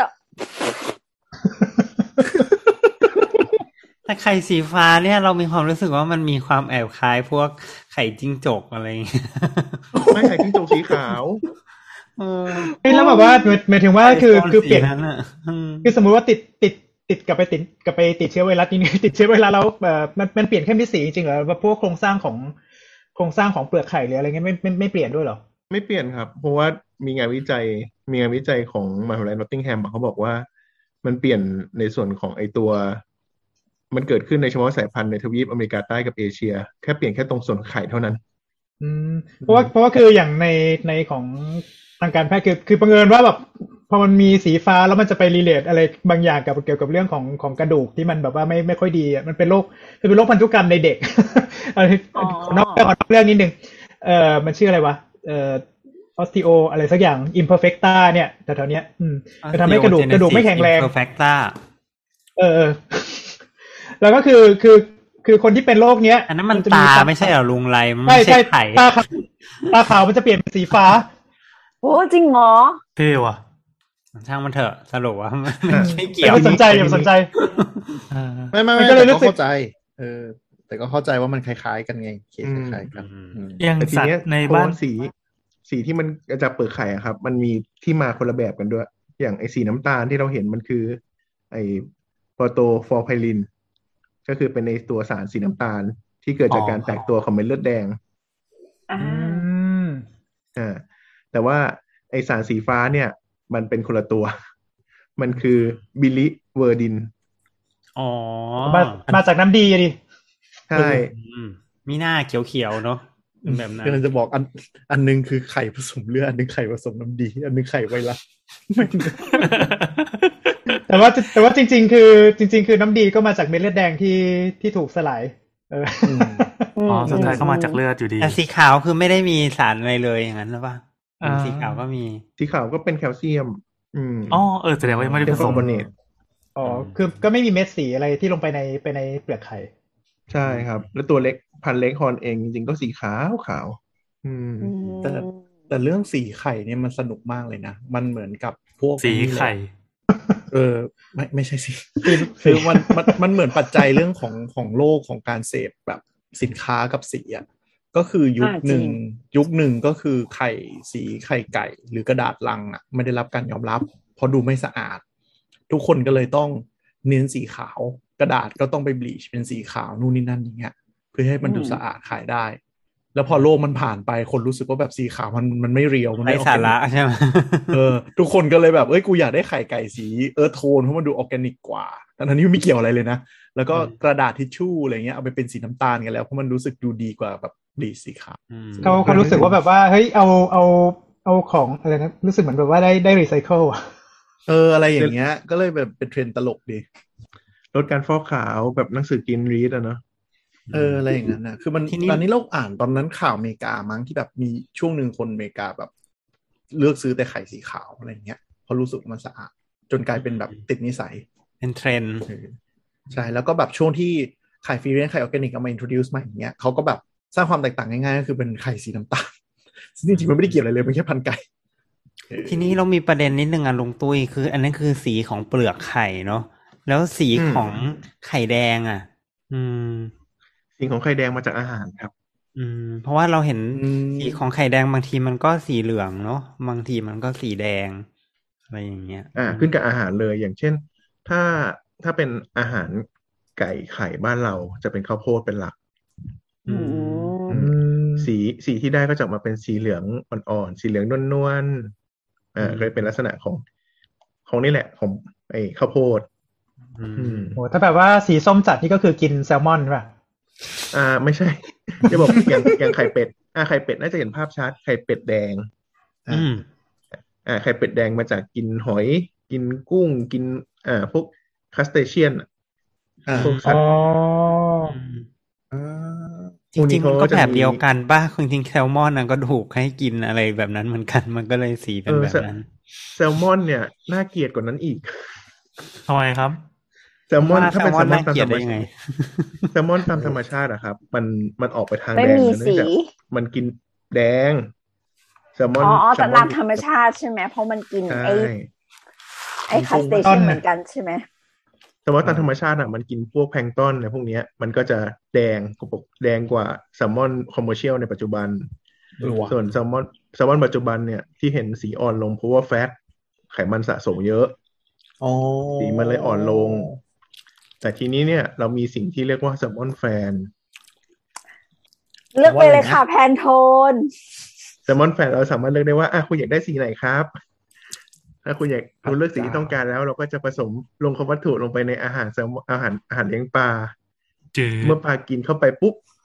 Speaker 2: แต่ไข่สีฟ้าเนี่ยเรามีความรู้สึกว่ามันมีความแอบคล้ายพวกไข่จิ้งจกอะไรอย่างเงี้ย
Speaker 5: ไม่ไข่จิ้งจกสีขาว
Speaker 2: เออ
Speaker 4: เฮ้ยแล้วแบบว่าหมายหมายถึงว่าคือคือเปลี่ยน
Speaker 2: นั้นอ่ะอืม
Speaker 4: คือสมมุติว่าติดติดติดกลับไปติดกลับไปติดเชื้อไวรัสนี่ ติดเชื้อไวรัสแล้วเอ่อมันมันเปลี่ยนแค่เม็ดสีจริงๆเหรอว่าพวกโครงสร้างของโครงสร้างของเปลือกไข่หรืออะไรเงี้ยไม่ไม่ไม่เปลี่ยนด้วยเหรอ
Speaker 5: ไม่เปลี่ยนครับ เพราะว่ามีงานวิจัยมีงานวิจัยของมหาวิทยาลัยนอตติงแฮมเขาบอกว่า มันเปลี่ยนในส่วนของไอตัว มันเกิดขึ้นในเฉพาะสายพันธุ์ในทวีปอเมริกาใต้กับเอเชีย แค่เปลี่ยนแค่ตรงส่วนไข่เท่านั้น
Speaker 4: อืมเพราะว่าเพราะว่าคืออย่างในในของทางการแพทย์คือคือบังเอิญว่าแบบพอมันมีสีฟ้าแล้วมันจะไปรีเลทอะไรบางอย่างกับเกี่ยวกับเรื่องของของกระดูกที่มันแบบว่าไม่ไม่ค่อยดีอ่ะมันเป็นโรคคือเป็นโรคพันธุกรรมในเด็ก อะไรนอกเรื่องเรื่องนิดนึงเอ่อมันชื่ออะไรวะเอ่อออสติโออะไรสักอย่าง imperfecta เนี่ยแถวๆเนี้ยอืมจะทำให้กระดูกกระดูกไม่แข็งแรง
Speaker 2: imperfecta
Speaker 4: เออแล้วก็คือคือคือคนที่เป็นโรคเนี้ย
Speaker 2: อันนั้นมันตาไม่ใช่เหรอลุงไรมัน
Speaker 4: ไม่
Speaker 2: ไม่
Speaker 4: ใช่
Speaker 2: ใช่ไข่
Speaker 4: ตาขาวตาขาวมันจะเปลี่ยนเป็นสีฟ้า
Speaker 3: โอ้จริงเหรอ
Speaker 6: เท่ว่ะ
Speaker 2: ช่างมันเถอะสรุปว่ามันไม่เกี่
Speaker 4: แต่
Speaker 2: ยว
Speaker 4: ไม่สนใจอย่าสนใจ
Speaker 7: ไม่ไม่
Speaker 4: มั
Speaker 7: ไม่
Speaker 4: นก็เลย
Speaker 7: แต่
Speaker 4: รู้
Speaker 7: ก็
Speaker 4: สึก
Speaker 7: เข้าใจ เออ แต่ก็เข้าใจว่ามันคล้ายๆกันไงเคสคล้ายๆกันอืม
Speaker 6: อย่าง
Speaker 5: แต่ที
Speaker 6: สัต
Speaker 5: เนี้ย
Speaker 6: ว์ใน
Speaker 5: โท
Speaker 6: บ้าน
Speaker 5: นสีสีที่มันจะเปิดไข่อะครับ มันมีที่มาคนละแบบกันด้วย อย่างไอ้สีน้ำตาลที่เราเห็นมันคือ ไอ้โปรโตฟอร์ไพลินก็คือเป็นในตัวสารสีน้ำตาลที่เกิดจากการแตกตัวของเม็ดเลือดแดง
Speaker 3: อ่า
Speaker 4: อืม
Speaker 5: อ่าแต่ว่าไอสารสีฟ้าเนี่ย มันเป็นคนละตัว มันคือบิลิเวอร์ดิน
Speaker 2: อ๋อ
Speaker 4: มามาจากน้ำดีอะดิ
Speaker 5: ใช่
Speaker 2: อืมมีหน้าเขียวๆเนาะแบบนั้น
Speaker 7: กำลังจะบอกอันอันนึงคือไข่ผสมเลือดอันนึงไข่ผสมน้ำดี อันนึงไข่ไวรัสไม่
Speaker 4: แต่ว่าแต่ว่าจริง ๆ คือจริง ๆ คือน้ำดีก็มาจากเม็ดเลือดแดงที่ที่ถูกสลายเออ
Speaker 6: อ๋อสุดท้ายก็มาจากเลือดอยู่ดี
Speaker 2: แต่สีขาวคือไม่ได้มีสารอะไรเลยอย่างนั้นหรือเปล่า
Speaker 6: อ่า
Speaker 2: สีขาวก็มี
Speaker 5: สีขาวก็เป็นแคลเซียม อืม
Speaker 6: อ๋อเออแสดงว่ายังไม่ได้ผ
Speaker 5: เป็น
Speaker 6: ส
Speaker 5: คอ
Speaker 6: ม
Speaker 5: มโบเนต
Speaker 4: อ๋อคือก็ไม่มีเม็ดสีอะไรที่ลงไปในไปในเปลือกไข่
Speaker 5: ใช่ครับ แล้วตัวเล็กพันเล็กฮอร์นเองจริงๆก็สีขาวขาว อืม
Speaker 3: อืม
Speaker 7: แต่แต่เรื่องสีไข่เนี่ยมันสนุกมากเลยนะ มันเหมือนกับพวก
Speaker 6: สี
Speaker 7: นี่แหละ
Speaker 6: ไข่
Speaker 7: เออไม่ไม่ใช่สิ คือคือมันมันมันเหมือนปัจจัยเรื่องของของโลกของการเสพแบบสินค้ากับสีอ่ะก็คือยุค
Speaker 3: อ่า
Speaker 7: หนึ่ง
Speaker 3: จริง
Speaker 7: ยุคหนึ่งก็คือไข่สีไข่ไก่ หรือกระดาษลังอ่ะไม่ได้รับการยอมรับ เพราะดูไม่สะอาด ทุกคนก็เลยต้องเน้นสีขาว กระดาษก็ต้องไปบลีชเป็นสีขาวนู่นนี่นั่นอย่างเงี้ยเพื่อให้มันดูสะอาดขายได้ แล้วพอโลกมันผ่านไปคนรู้สึกว่าแบบสีขาวมันมันไม่เรียวมัน
Speaker 2: ไร้
Speaker 7: ไม่
Speaker 2: สาระ
Speaker 7: ออร์แกนิก
Speaker 2: ใช่ไหม
Speaker 7: เออทุกคนก็เลยแบบเอ้ยกูอยากได้ไข่ไก่สีเอิร์ธโทนเพราะมันดูออร์แกนิกกว่าแต่อันนี้ไม่เกี่ยวอะไรเลยนะแล้วก็กระดาษทิชชู่อะไรเงี้ยเอาไปเป็นสีน้ำตาลกันแล้วเพราะมันรู้สึกดูดีกว่าแบบบลีชสีขาว
Speaker 2: อืม
Speaker 4: เขาเขารู้สึกว่าแบบว่าเฮ้ยเอาเอาเอาของอะไรนะรู้สึกเหมือนแบบว่าได้ได้รีไซเคิลอ่ะ
Speaker 7: เอออะไรอย่างเงี้ยก็เลยแบบเป็นเทรนด์ตลกดี
Speaker 5: ลดการฟอกขาวแบบหนังสือกินรีดอะเนาะ
Speaker 7: เอออะไรอย่างนั้นนะคือมัน
Speaker 2: ทีนี้
Speaker 7: ตอนนี้เราอ่านตอนนั้นข่าวอเมริกามั้งที่แบบมีช่วงหนึ่งคนอเมริกาแบบ เลือกซื้อแต่ไข่สีขาวอะไรเงี้ยเพราะรู้สึกว่ามันสะอาดจนกลายเป็นแบบติดนิสัย
Speaker 2: เป็นเทรนด์
Speaker 7: เออใช่แล้วก็แบบช่วงที่ไข่ฟรีเรนจ์ไข่ออร์แกนิกเอามา introduce มาอย่างเงี้ยเขาก็แบบสร้างความแตกต่างง่ายๆก็คือเป็นไข่สีน้ำตาลซึ่งจริงๆมันไม่ได้เกี่ยวอะไรเลยมันแค่พันไก่เออ
Speaker 2: ทีนี้เรามีประเด็นนิดนึงอ่ะลุงตุ้ยคือ อันนั้นคือสีของเปลือกไข่เนาะแล้วสีของไข่แดงอ่ะ อืม
Speaker 5: สีของไข่แดงมาจากอาหารครับ
Speaker 2: อืม เพราะว่าเราเห็น
Speaker 7: อืม
Speaker 2: สีของไข่แดงบางทีมันก็สีเหลืองเนาะบางทีมันก็สีแดงอะไรอย่างเงี้ย
Speaker 5: อ่าขึ้นกับอาหารเลยอย่างเช่น ถ้าถ้าเป็นอาหารไก่ไข่บ้านเราจะเป็นข้าวโพดเป็นหลัก
Speaker 2: อืม
Speaker 5: อืมสีสีที่ได้ก็จะออกมาเป็นสีเหลืองอ่อนๆสีเหลืองนวลๆอ่าก็เป็นลักษณะของของนี่แหละของไอ้ข้าวโพด
Speaker 2: อื
Speaker 5: อื
Speaker 2: ม
Speaker 5: ม
Speaker 4: โอ้ถ้าแบบว่าสีส้มจัดนี่ก็คือกินแซลมอนใช่ป่ะ
Speaker 5: อ่าไม่ใช่ จะบอกอย่างอย่างไข่เป็ดอ่าไข่เป็ดน่าจะเห็นภาพชัดไข่เป็ดแดง
Speaker 2: อืม
Speaker 5: อ่าไข่เป็ดแดงมาจากกินหอย กินกุ้งกินอ่าพวกคัสเตเชียน
Speaker 7: อ่า
Speaker 5: พวกสัตว์
Speaker 7: อ่า
Speaker 2: จริงๆมันก็
Speaker 5: พวกนี้เขาจะ
Speaker 2: แบบ
Speaker 5: มี
Speaker 2: เดียวกันป่ะจริงๆแซลมอนน่ะก็ถูกให้กินอะไรแบบนั้นเหมือนกัน มันก็เลยสีเป็น
Speaker 5: เออ
Speaker 2: แบบ
Speaker 5: แซล
Speaker 2: นั้น
Speaker 5: แซลมอนเนี่ยน่าเกลียดกว่านั้นอีก
Speaker 6: ทำไมครับ
Speaker 5: แซลมอน
Speaker 2: ว่า
Speaker 5: ถ้าเป็น
Speaker 2: แซล
Speaker 5: แซ
Speaker 2: ม
Speaker 5: ล
Speaker 2: อน
Speaker 5: มอนตาม
Speaker 2: น่าเกลีย
Speaker 5: ธ
Speaker 2: ด
Speaker 5: รรม
Speaker 2: ได้ยังไง
Speaker 5: ชาติแซลมอนตามธรรมชาติอะครับ มันมันออกไปทาง
Speaker 3: ไม่
Speaker 5: แดง
Speaker 3: มี
Speaker 5: เนื่องจาก
Speaker 3: สี
Speaker 5: มันกินแดงแซลมอน
Speaker 3: อ๋ออ๋อ
Speaker 5: แซ
Speaker 3: แต่
Speaker 5: ลมอ
Speaker 3: ตาน มธรรมชาติใช่ไหมเพราะมันกิน
Speaker 5: ใช่
Speaker 3: ไอ้ไอ้คัสเต
Speaker 4: ต้
Speaker 3: เชีย
Speaker 4: น
Speaker 3: น
Speaker 4: น่ะ
Speaker 3: เหมือนกันใช่ไหม
Speaker 5: แต่ว่าตามธรรมชาติอะมันกินพวกแพลงก์ตอนในพวกเนี้ยมันก็จะแดงกว่าปกแดงกว่าแซลมอนคอมเมอร์เชียลในปัจจุบัน
Speaker 7: เออว่ะ
Speaker 5: ส่วนแซลมอนแซลมอนปัจจุบันเนี่ยที่เห็นสีอ่อนลงเพราะว่าแฟตไขมันสะสมเยอะ
Speaker 7: อ๋อ
Speaker 5: สีมันเลยอ่อนลง แต่ทีนี้เนี่ยเรามีสิ่งที่เรียกว่าแซลมอนแฟน
Speaker 3: เลือกไปเลยค่ะแพนโทน
Speaker 5: แซลมอนแฟนเราสามารถเลือกได้ว่าอ่ะคุณอยากได้สีไหนครับ ถ้าคุณอยากคุณเลือกสีที่ต้องการแล้ว เราก็จะผสมลงคำวัตถุลงไปในอาหารแซลมอนอาหารอาหารเลี้ยงปลา
Speaker 6: จืด
Speaker 5: เมื่อปลากินเข้าไปปุ๊บ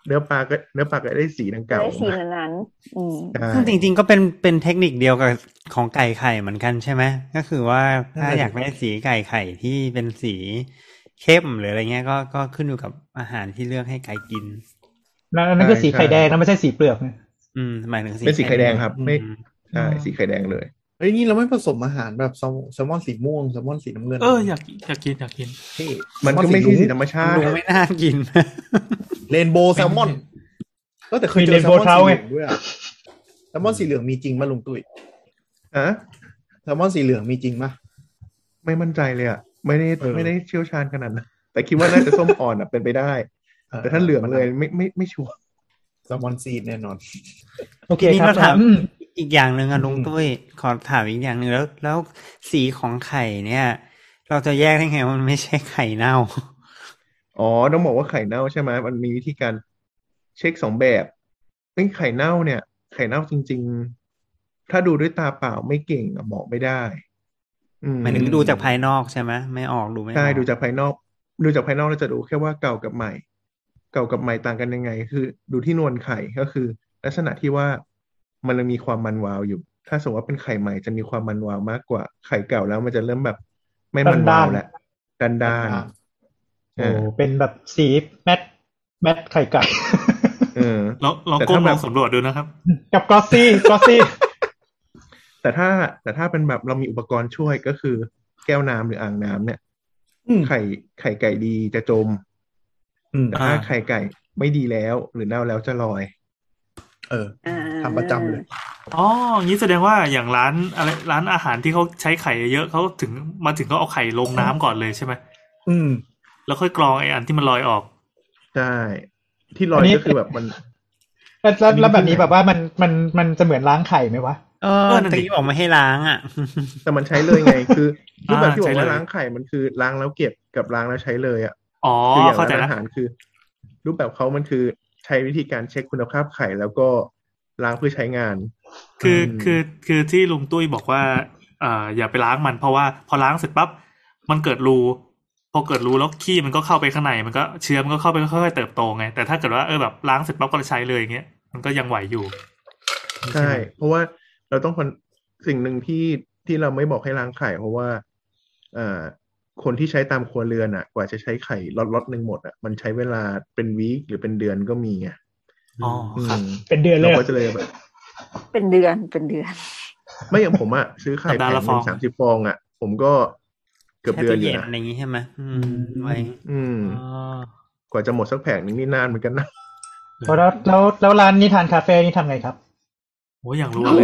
Speaker 5: เนื้อปลาก็เนื้อปลาก็ได้สีดัง
Speaker 3: จะ
Speaker 5: เก่า
Speaker 3: ได้สีนั้นๆอืม
Speaker 5: ใช่
Speaker 2: ซึ่งจริงๆก็เป็นเป็นเทคนิคเดียวกับของไก่ไข่เหมือนกันใช่ไหมก็คือว่าถ้าอยากได้สีไก่ไข่ที่เป็นสีเข้มหรืออะไรเงี้ยก็ก็ขึ้นอยู่กับอาหารที่เลือกให้ไก่กิน
Speaker 4: นั่นนั่นคือสีไข่แดงนะไม่ใช่สีเปลือกนะ
Speaker 2: อืมหมายถึงสี
Speaker 5: เป็นสีไข่แดงครับไม่
Speaker 2: อืม
Speaker 5: ใช่สีไข่แดงเลย
Speaker 7: เอ้ยนี่เราไม่ผสมอาหารแบบแซลแซลมอนสีม่วงแซลมอนสีน้ำเงิน
Speaker 6: เอออยากอยากกินอยากกิน
Speaker 7: เท่
Speaker 5: มันก็ไม่ใช่สีธรรมชาติ
Speaker 2: ดูไม่น่ากิน
Speaker 7: เรนโบว์แซลมอนก็แต่เคยเจอแซลมอนสีเหลืองด้วยอะแซลมอนสีเหลืองมีจริงป่ะลุงตุ้ย
Speaker 5: อะ
Speaker 7: แซลมอนสีเหลืองมีจริงป่ะ
Speaker 5: ไม่มั่นใจเลยอ่ะไม่ได้
Speaker 7: เออ
Speaker 5: ไม่ได้เชี่ยวชาญขนาดนั้นแต่คิดว่าน่าจะส้มอ่อนอ่ะเป็นไปได้ แต่ถ้าเหลืองเลยไม่ไม่ไม่ชัวร์
Speaker 7: แซลมอนซีดแน่นอน
Speaker 4: โอเค
Speaker 2: ทีนี้
Speaker 4: ครับ
Speaker 2: เราถาม
Speaker 4: อืม
Speaker 2: อีกอย่างหนึ่งอะลุง
Speaker 7: อืม
Speaker 2: ตุ้ยขอถามอีกอย่างหนึ่งแล้ว แล้วสีของไข่เนี่ย เราจะแยกได้ไงว่ามันไม่ใช่ไข่เน่า
Speaker 5: อ๋อต้องบอกว่าไข่เน่าใช่ไหมมันมีวิธีการเช็คสองแบบไอ้ไข่เน่าเนี่ย ไข่เน่าจริง ๆ ถ้าดูด้วยตาเปล่าไม่เก่งอะบอกไม่ได้ อืม
Speaker 2: หมายถึงดูจากภายนอกใช่ไหมไม่ออกดูไม่ออก
Speaker 5: ใช่ดูจากภายนอก ดูจากภายนอกเราจะดูแค่ว่าเก่ากับใหม่ เก่ากับใหม่ต่างกันยังไง คือดูที่นวลไข่ก็คือ ลักษณะที่ว่ามันยังมีความมันวาวอยู่ ถ้าสมมติว่าเป็นไข่ใหม่จะมีความมันวาวมากกว่าไข่เก่าแล้วมันจะเริ่มแบบ ไม่มันวาวแล้วด้านด้าน
Speaker 4: โอ้เป็นแบบสีแมทแมทไข่ไก่
Speaker 5: เออ
Speaker 6: ลองลอง
Speaker 5: แต่
Speaker 6: ก้
Speaker 5: ถ้าม แบ
Speaker 6: ลอบ งสำรวจดูนะครับ
Speaker 4: กับกลอสซี่กลอสซี่
Speaker 5: แต่ถ้าแต่ถ้าเป็นแบบเรามีอุปกรณ์ช่วยก็คือแก้วน้ำหรืออ่างน้ำเนี่ย
Speaker 7: อืม
Speaker 5: ไข่ไข่ไก่ดีจะจม
Speaker 7: อืม
Speaker 5: แต่ถ้า
Speaker 6: อ่า
Speaker 5: ไข่ไก่ไม่ดีแล้วหรือเน่าแล้วจะลอย
Speaker 7: เออ
Speaker 3: อ่า
Speaker 7: ทำประจำเลย
Speaker 6: อ๋องี้แสดงว่าอย่างร้านอะไรร้านอาหารที่เขาใช้ไข่เยอะๆเขาถึงมาถึงก็เอาไข่ลงน้ำก่อนเลยใช่ไหม
Speaker 7: อืม
Speaker 6: แล้วค่อยกรองไอ้อันที่มันลอยออก
Speaker 5: ใช่ที่ลอย
Speaker 4: อันนี้
Speaker 5: ก็คือแบบมัน
Speaker 4: แล้วแล้วแล้ว
Speaker 5: อันนี้
Speaker 4: แบบนี้แบบว่ามันมันมันจะเหมือนล้างไข่ไหมวะ
Speaker 2: เออ
Speaker 6: เออนั่น
Speaker 2: แต่
Speaker 6: ดิ
Speaker 2: ที่บอกไม่ให้ล้างอ่ะ
Speaker 5: แต่มันใช้เลยไง คือรูปแบบที่บอ
Speaker 6: ใช้
Speaker 5: ก
Speaker 6: เลย
Speaker 5: ว่าล้างไข่มันคือล้างแล้วเก็บกับล้างแล้วใช้เลยอ่ะ
Speaker 6: อ๋อ
Speaker 5: คืออย่าง
Speaker 6: เข้าใจ
Speaker 5: ร้าน
Speaker 6: แล้ว
Speaker 5: อาหารคือ รูปแบบเขามันคือใช้วิธีการเช็คคุณภาพไข่แล้วก็ล้างเพื่อใช้งาน
Speaker 6: คือ
Speaker 5: อืม
Speaker 6: คือคือที่ลุงตุ้ยบอกว่าอ่าอย่าไปล้างมันเพราะว่าพอล้างเสร็จปั๊บมันเกิดรูพอเกิดรูแล้วขี้มันก็เข้าไปข้างในมันก็เชื้อมันก็เข้าไปค่อยๆเติบโตไงแต่ถ้าเกิดว่าเออแบบล้างเสร็จปั๊บก็ใช้เลยอย่างเงี้ยมันก็ยังไหวอยู่
Speaker 5: ใช่ เพราะว่าเราต้องคนสิ่งหนึ่งที่ที่เราไม่บอกให้ล้างไข่ เพราะว่าเอ่อคนที่ใช้ตามครัวเรือนอ่ะ กว่าจะใช้ไข่ล็อตล็อตหนึ่งหมดอ่ะมันใช้เวลาเป็นวีคหรือเป็นเดือนก็มีไง
Speaker 6: อ๋อครับ
Speaker 5: อืม
Speaker 4: เป็นเดือนเล
Speaker 5: เรา
Speaker 4: ย
Speaker 5: ก็จะเลยแบบ
Speaker 3: เป็นเดือนเป็นเดือน
Speaker 5: ไม่อย่างผมอ่ะซื้อไข่
Speaker 6: สัปดา
Speaker 5: แผ
Speaker 6: ห์
Speaker 5: ง
Speaker 6: ละ
Speaker 5: ห
Speaker 6: ฟ
Speaker 5: นึ่
Speaker 6: อง
Speaker 5: งสามสิบฟองอ่ะ ผมก็เกือบ
Speaker 2: แค่
Speaker 5: เดือน
Speaker 2: ตู้
Speaker 5: อยู่
Speaker 2: เย็น
Speaker 5: นะ
Speaker 2: อะไรอย่างงี้ใช่ไหมอืมไว้
Speaker 5: อืม
Speaker 2: อ๋อ
Speaker 5: กว่าจะหมดสักแผงนึงนี่นานเหมือนกันนะ
Speaker 4: แล้วแล้วแล้วร้านนิทานคาเฟ่นี่ทำไงครับ
Speaker 6: โอ้ยอย่างรู้เลย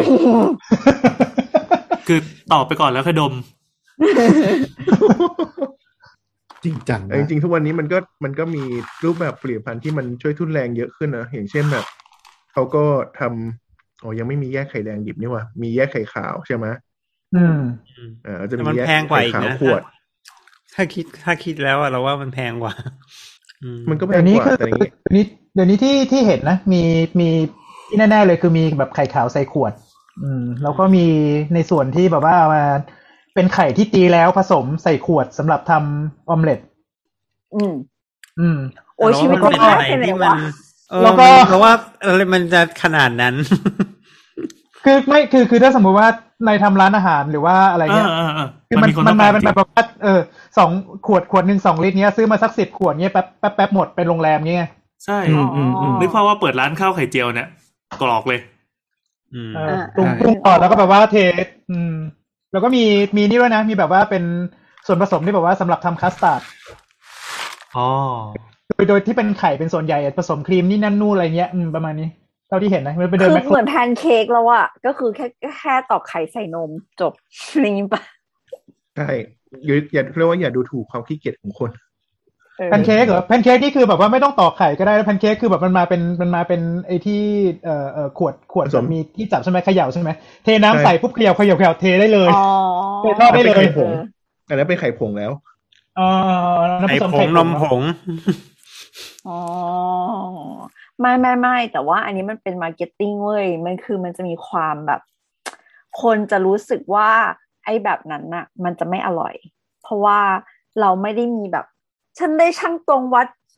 Speaker 6: คือตอบไปก่อนแล้วค่อยดม
Speaker 7: จริงจัง
Speaker 5: แต่จ
Speaker 7: นะ
Speaker 5: ริงๆทุกวันนี้มันก็มันก็มีรูปแบบผลิตภัณฑ์ที่มันช่วยทุนแรงเยอะขึ้นนะอย่างเช่นแบบเขาก็ทำอ๋อยังไม่มีแยกไข่แดงดิบนี่หว่ามีแยกไข่ขาวใช่ไหม
Speaker 4: อืม
Speaker 5: เออจะ
Speaker 2: แต่
Speaker 5: มี
Speaker 2: มัน
Speaker 5: แยก
Speaker 2: แพงกว่า
Speaker 5: ไข่
Speaker 2: อีก
Speaker 5: ขาว
Speaker 2: นะ
Speaker 5: ขวด
Speaker 2: ถ้าคิดถ้าคิดแล้วอะเราว่ามันแพงกว่า อืม
Speaker 5: มันก็แพ
Speaker 4: เดี๋ย
Speaker 5: ง
Speaker 4: วนี้
Speaker 5: กว่า
Speaker 4: คือ
Speaker 5: แต่อย่างนี้
Speaker 4: เดี๋ยวนี้เดี๋ยวนี้ที่ที่เห็นนะ มีมีที่แน่ๆเลยคือมีแบบไข่ขาวใส่ขวด อืมแล้วก็มีในส่วนที่แบบว่าเอามาเป็นไข่ที่ตีแล้วผสมใส่ขวดสำหรับทำออมเล็ต
Speaker 3: อืม
Speaker 4: อืม
Speaker 3: โอ้ย
Speaker 2: แต่
Speaker 3: ชีวิต
Speaker 2: ว่า
Speaker 3: ก็
Speaker 2: มันเป็น
Speaker 3: ง่าย
Speaker 2: อะไร
Speaker 3: ไปไหน
Speaker 2: ที่มัน
Speaker 3: วะ
Speaker 2: เออ
Speaker 4: แล้วก็
Speaker 2: เพราะว่าอะไรมันจะขนาดนั้น
Speaker 4: คือไม่คือคือถ้าสมมุติว่าในทำร้านอาหารหรือว่าอะไร
Speaker 6: เอ
Speaker 4: เงี้
Speaker 6: อย เออเออ
Speaker 4: คือมัน
Speaker 6: มีคน
Speaker 4: มั
Speaker 6: ต้อน ง
Speaker 4: มา
Speaker 6: การ
Speaker 4: เป็น
Speaker 6: จริ
Speaker 4: แบ
Speaker 6: ง
Speaker 4: บว่าเออสองขวดขวดหนึ่งสองลิตรเนี้ยซื้อมาสักสิบขวดเนี้ยแป๊บแป๊บแป๊บหมดไปโรงแรมเงี้ย
Speaker 6: ใช่
Speaker 7: อืมอืมอืม
Speaker 6: นึกภาพว่าเปิดร้านข้าวไข่เจียวเนี่ยกรอกเลย
Speaker 2: อืม
Speaker 4: เออ
Speaker 3: อ่า
Speaker 4: ปรุง
Speaker 7: ใช่
Speaker 4: ปรุงก่อนแล้วก็แบบว่าเทอืม แล้วก็มีมีนี่ด้วยนะ มีแบบว่าเป็นส่วนผสมที่แบบว่าสำหรับทำคัสตาร์ด
Speaker 6: อ๋อ
Speaker 4: โดยโดยที่เป็นไข่เป็นส่วนใหญ่ผสมครีมนี่นั่นนู่นอะไรเงี้ยอืมประมาณนี้เท่าที่เห็นนะมันไปเดิ
Speaker 3: คื
Speaker 4: น
Speaker 3: อ
Speaker 4: แมคโคร
Speaker 3: เหมือนแพนเค้กแล้วอะก็คือแค่แค่ตอกไข่ใส่นมจบอะไรอย่างงี้ปะ
Speaker 5: ใช่อย่าอย่าเรียกว่าอย่าดูถูกความขี้เกียจของคน
Speaker 3: เออ
Speaker 4: แพนเค้กเหรอแพนเค้กนี่คือแบบว่าไม่ต้องตอกไข่ก็ได้แพนเค้กคือแบบมันมาเป็นมันมาเป็นไอ้ที่เอ่อเอ่อขวดขวด
Speaker 5: ผสม
Speaker 4: มีที่จับใช่ไหมเขย่าใช่ไหมเทน้ำ
Speaker 5: ใช่
Speaker 4: ใส่ปุ๊บเขย่าเขย่าเขย่าเทได้เลย
Speaker 3: อ๋อ
Speaker 4: เททอดได้เลย
Speaker 5: เป็นไข่ผงอันนั้นเป็นไข่ผงแล้ว
Speaker 4: อ๋อแล้วผ
Speaker 2: ไข่
Speaker 4: สม
Speaker 2: ผ
Speaker 4: ไข่
Speaker 2: ง
Speaker 4: ผ
Speaker 2: น
Speaker 4: ง
Speaker 2: ม
Speaker 4: เนอะ
Speaker 2: ผง
Speaker 3: อ๋อไม่ไม่ไม่แต่ว่าอันนี้มันเป็นมาร์เก็ตติ้งเว้ยมันคือมันจะมีความแบบ คนจะรู้สึกว่าไอ้แบบนั้นน่ะ มันจะไม่อร่อย เพราะว่าเราไม่ได้มีแบบ ฉันได้ช่างตวงวัด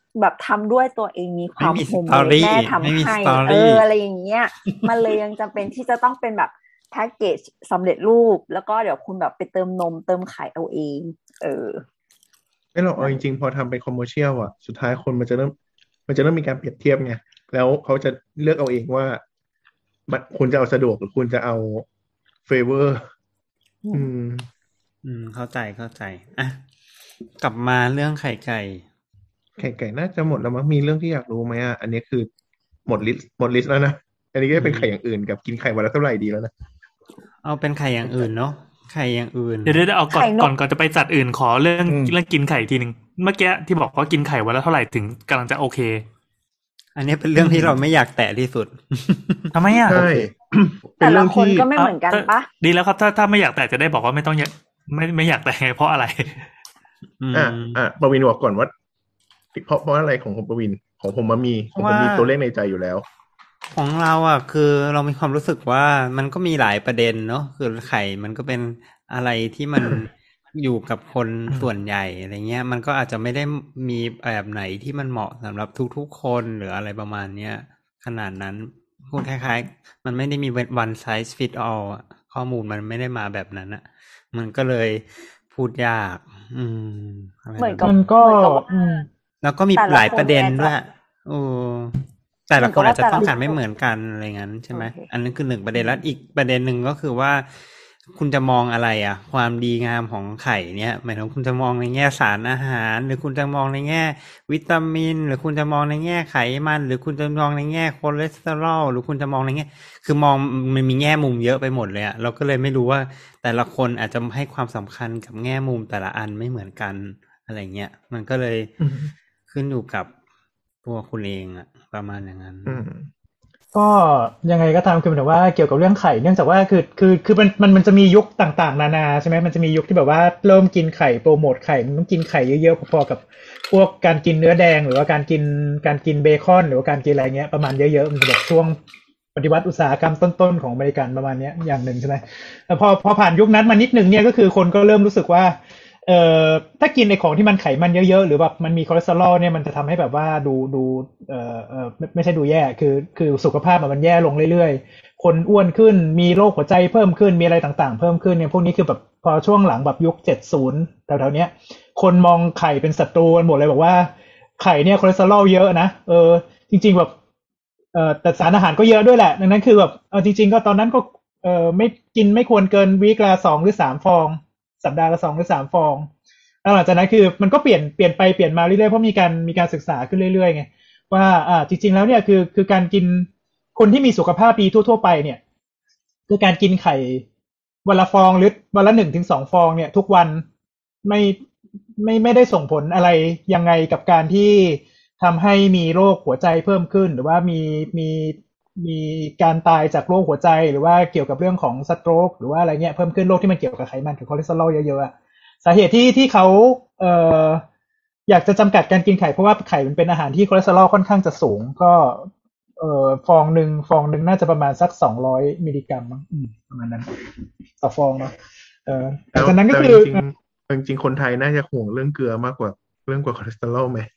Speaker 3: แบบทำด้วยตัวเองมีความ
Speaker 2: ไม่มี
Speaker 3: โฮม
Speaker 2: สตอ
Speaker 3: เมด
Speaker 2: รี่
Speaker 3: แม่ทำ
Speaker 2: ไม่มี
Speaker 3: ให้
Speaker 2: สตอรี่
Speaker 3: เอออะไรอย่างเงี้ย มันเลยยังจำเป็นที่จะต้องเป็นแบบแพ็กเกจสำเร็จรูปแล้วก็เดี๋ยวคุณแบบไปเติมนมเติมไข่เอาเองเออ
Speaker 5: ไม่หรอกเอาจริงๆพอทำเป็นคอมเมอร์เชียลอ่ะสุดท้ายคนมันจะเริ่มมันจะเริ่มมีการเปรียบเทียบไงแล้วเขาจะเลือกเอาเองว่ามันคุณจะเอาสะดวกหรือคุณจะเอาเฟเวอร์อืม
Speaker 2: อืมเข้าใจเข้าใจอ่ะกลับมาเรื่องไข่ไก่
Speaker 5: ไข่ไก่น่าจะหมดแล้วมั้งมีเรื่องที่อยากรู้ไหมอ่ะอันนี้คือหมดลิสต์หมดลิสต์แล้วนะอันนี้ก็เป็นไข่อย่างอื่นกับกินไข่วันละเท่าไหร่ดีแล้วนะ
Speaker 2: เอาเป็นไข่อย่างอื่นเนาะไข่อย่างอื่น
Speaker 6: เดี๋ยวเดี๋ยวเอาก่อน
Speaker 3: ไข่นก
Speaker 6: ก่อนก่อนจะไปจัดอื่นขอเรื่อง
Speaker 7: อืม
Speaker 6: เรื่องกินไข่ทีหนึ่งเมื่อกี้ที่บอกว่ากินไข่วันละเท่าไหร่ถึงกำลังจะโอเค
Speaker 2: อันนี้เป็นเรื่องที่เราไม่อยากแตะที่สุด
Speaker 6: ทำไมอ่ะ
Speaker 5: ใช่ เป็
Speaker 3: แต่
Speaker 5: นเรื่
Speaker 3: ละ
Speaker 5: อง
Speaker 3: คน
Speaker 5: ที่
Speaker 3: ก็ไม่เหมือนกันปะ
Speaker 6: ดีแล้วครับถ้าถ้าไม่อยากแต่จะได้บอกว่าไม่ต้องอยากไม่ไม่อยากแต่เพราะอะไร
Speaker 2: อืม
Speaker 5: อ่ะอ่ะปวินบอกก่อนว่าเพราะเพราะอะไรของผมปวินของผมมันมีของผมมี
Speaker 2: ว่า
Speaker 5: ตัวเลขในใจอยู่แล้ว
Speaker 2: ของเราอ่ะคือเรามีความรู้สึกว่ามันก็มีหลายประเด็นเนาะคือไข่มันก็เป็นอะไรที่มัน อยู่กับคนส่วนใหญ่อะไรเงี้ยมันก็อาจจะไม่ได้มีแบบไหนที่มันเหมาะสำหรับทุกๆคนหรืออะไรประมาณเนี้ยขนาดนั้นพูดคล้ายๆมันไม่ได้มี one size fit all อะข้อมูลมันไม่ได้มาแบบนั้นอะมันก็เลยพูดยาก อืมอะไร
Speaker 3: เหมือน
Speaker 2: แบบ
Speaker 3: กับ
Speaker 4: มันก็
Speaker 3: เหมือนกับว่า
Speaker 4: อืม
Speaker 2: แล้วก็มี
Speaker 3: แต่ละ
Speaker 2: หลายประเด็น
Speaker 3: คนเนี่ย
Speaker 2: ด้วยโอ้แต่ละคนอาจจะต้องการ
Speaker 3: เหมือนกับว่าแต่ละ
Speaker 2: ไม่เหมือนกันอะไรงั้นใช่ไหม
Speaker 3: โอเค
Speaker 2: อันนั้นคือหนึ่งประเด็นแล้วอีกประเด็นหนึ่งก็คือว่า คุณจะมองอะไรอ่ะ ความดีงามของไข่เนี่ยหมายถึงคุณจะมองในแง่สารอาหาร หรือคุณจะมองในแง่วิตามิน หรือคุณจะมองในแง่ไขมัน หรือคุณจะมองในแง่คอเลสเตอรอลหรือคุณจะมองในแง่ คือมองมันมีแง่มุมเยอะไปหมดเลยอะเราก็เลยไม่รู้ว่าแต่ละคนอาจจะให้ความสำคัญกับแง่มุมแต่ละอันไม่เหมือนกันอะไรเงี้ยมันก็เลย
Speaker 5: อืม
Speaker 2: ขึ้นอยู่กับตัวคุณเองอะประมาณอย่างนั้น
Speaker 5: อืม
Speaker 4: ก็ยังไงก็ตามคือหมายถึงว่าเกี่ยวกับเรื่องไข่เนื่องจากว่าคือคือคือมันมันมันจะมียุคต่างๆ นานาใช่ไหมมันจะมียุคที่แบบว่าเริ่มกินไข่โปรโมทไข่มันต้องกินไข่เยอะๆพอๆกับพวกการกินเนื้อแดงหรือว่าการกินการกินเบคอนหรือว่าการกินอะไรเงี้ยประมาณเยอะๆมันจะแบบช่วงปฏิวัติอุตสาหกรรมต้นๆของอเมริกันประมาณเนี้ยอย่างหนึ่งใช่ไหมแต่พอพอผ่านยุคนั้นมานิดนึงเนี่ยก็คือคนก็เริ่มรู้สึกว่าเอ่อถ้ากินในของที่มันไขมันเยอะๆหรือแบบมันมีคอเลสเตอรอลเนี่ยมันจะทำให้แบบว่าดูดูเอ่อเอ่อไม่ไม่ใช่ดูแย่คือคือสุขภาพมันแย่ลงเรื่อยๆคนอ้วนขึ้นมีโรคหัวใจเพิ่มขึ้นมีอะไรต่างๆเพิ่มขึ้นเนี่ยพวกนี้คือแบบพอช่วงหลังแบบยุคเจ็ดสิบแถวๆเนี้ยคนมองไข่เป็นศัตรูกันหมดเลยบอกว่าไข่เนี่ยคอเลสเตอรอลเยอะนะเออจริงๆแบบเอ่อแต่สารอาหารก็เยอะด้วยแหละดังนั้นคือแบบเอาจริงๆก็ตอนนั้นก็เอ่อไม่กินไม่ควรเกินวีคละสองหรือสามฟองสัปดาห์ละสองหรือสามฟองแล้วหลังจากนั้นคือมันก็เปลี่ยนเปลี่ยนไปเปลี่ยนมาเรื่อยๆเพราะมีการมีการศึกษาขึ้นเรื่อยๆไงว่าอ่าจริงๆแล้วเนี่ยคือคือการกินคนที่มีสุขภาพดีทั่วๆไปเนี่ยคือการกินไข่วันละฟองหรือวันละหนึ่งถึงสองฟองเนี่ยทุกวันไม่ไม่ไม่ได้ส่งผลอะไรยังไงกับการที่ทำให้มีโรคหัวใจเพิ่มขึ้นหรือว่ามีมีมีการตายจากโรคหัวใจหรือว่าเกี่ยวกับเรื่องของสโตรกหรือว่าอะไรเงี้ยเพิ่มขึ้นโรคที่มันเกี่ยวกับไขมันกับคอเลสเตอรอลเยอะๆอะสาเหตุที่ที่เขาเอ่ออยากจะจำกัดการกินไข่เพราะว่าไข่มันเป็นอาหารที่คอเลสเตอรอลค่อนข้างจะสูงก็เอ่อฟองหนึ่งฟองหนึ่งน่าจะประมาณสักสองร้อยมิลลิกรัมมั้งอืมประมาณนั้นต่อฟองเนาะเออหลังจากนั้นก็คือ
Speaker 5: จริงๆจริงๆคนไทยน่าจะห่วงเรื่องเกลือมากกว่าเรื่องกว่าคอเลสเตอรอลไหม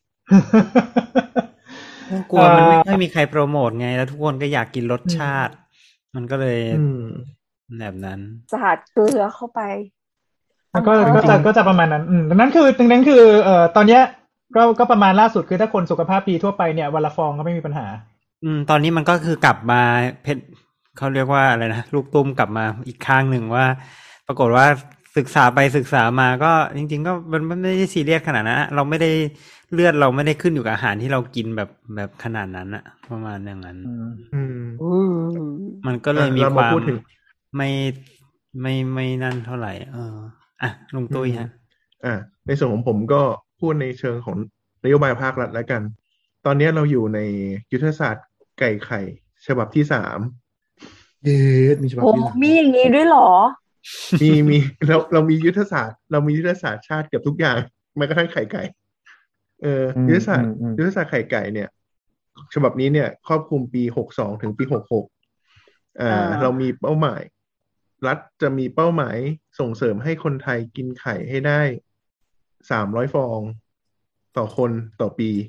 Speaker 2: กลัวมันไม่ค่อยมีใครโปรโมทไงแล้วทุกคนก็อยากกินรสชาติ มันก็เลย
Speaker 5: อืม
Speaker 2: แบบนั้น
Speaker 3: สาดเกลือเข้าไป
Speaker 4: แล้วก็ก็จะก็จะประมาณนั้นอืมดังนั้นคือดังนั้นคือเอ่อตอนเนี้ยก็ก็ประมาณล่าสุดคือถ้าคนสุขภาพดีทั่วไปเนี่ยวันละฟองก็ไม่มีปัญหา
Speaker 2: อืมตอนนี้มันก็คือกลับมาเพชรเขาเรียกว่าอะไรนะลูกตุ้มกลับมาอีกข้างหนึ่งว่า ปรากฏว่าศึกษาไปศึกษามาก็จริงๆก็มันไม่ได้ซีเรียสขนาดนั้นเราไม่ได้เลือดเราไม่ได้ขึ้นอยู่กับอาหารที่เรากินแบบแบบขนาดนั้นอะประมาณอย่างนั้น
Speaker 5: อืม
Speaker 2: มันก็เลยมี
Speaker 5: เรา
Speaker 2: ค
Speaker 5: มาว
Speaker 2: าม
Speaker 5: พูดถึง
Speaker 2: ไม่ไม่ไม่นั่นเท่าไหร่ เอออ่ะลุงตุ้ยฮะ
Speaker 5: อ่าในส่วนของผมก็พูดในเชิงของนโยบายภาครัฐแล้วกัน ตอนนี้เราอยู่ในยุทธศาสตร์ไก่ไข่ฉบับที่สาม
Speaker 7: เย้มีฉบับ
Speaker 3: โอ้
Speaker 7: ที่สาม
Speaker 3: มีอย่างนี้ด้วยเหรอ
Speaker 5: มีมีเราเรามียุทธศาสตร์ เรามียุทธศาสตร์ชาติเกือบทุกอย่างแม้กระทั่งไข่ไก่เอออ
Speaker 7: ม
Speaker 5: ยุทธศาสตร์
Speaker 7: อืมอืม
Speaker 5: ยุทธศาสตร์ไข่ไก่เนี่ย ฉบับนี้เนี่ย ครอบคลุมปีหกสองถึงปีหกหกอ่า
Speaker 3: อ่า
Speaker 5: เรามีเป้าหมาย รัฐจะมีเป้าหมายส่งเสริมให้คนไทยกินไข่ให้ได้สามร้อยฟองต่อคนต่อปี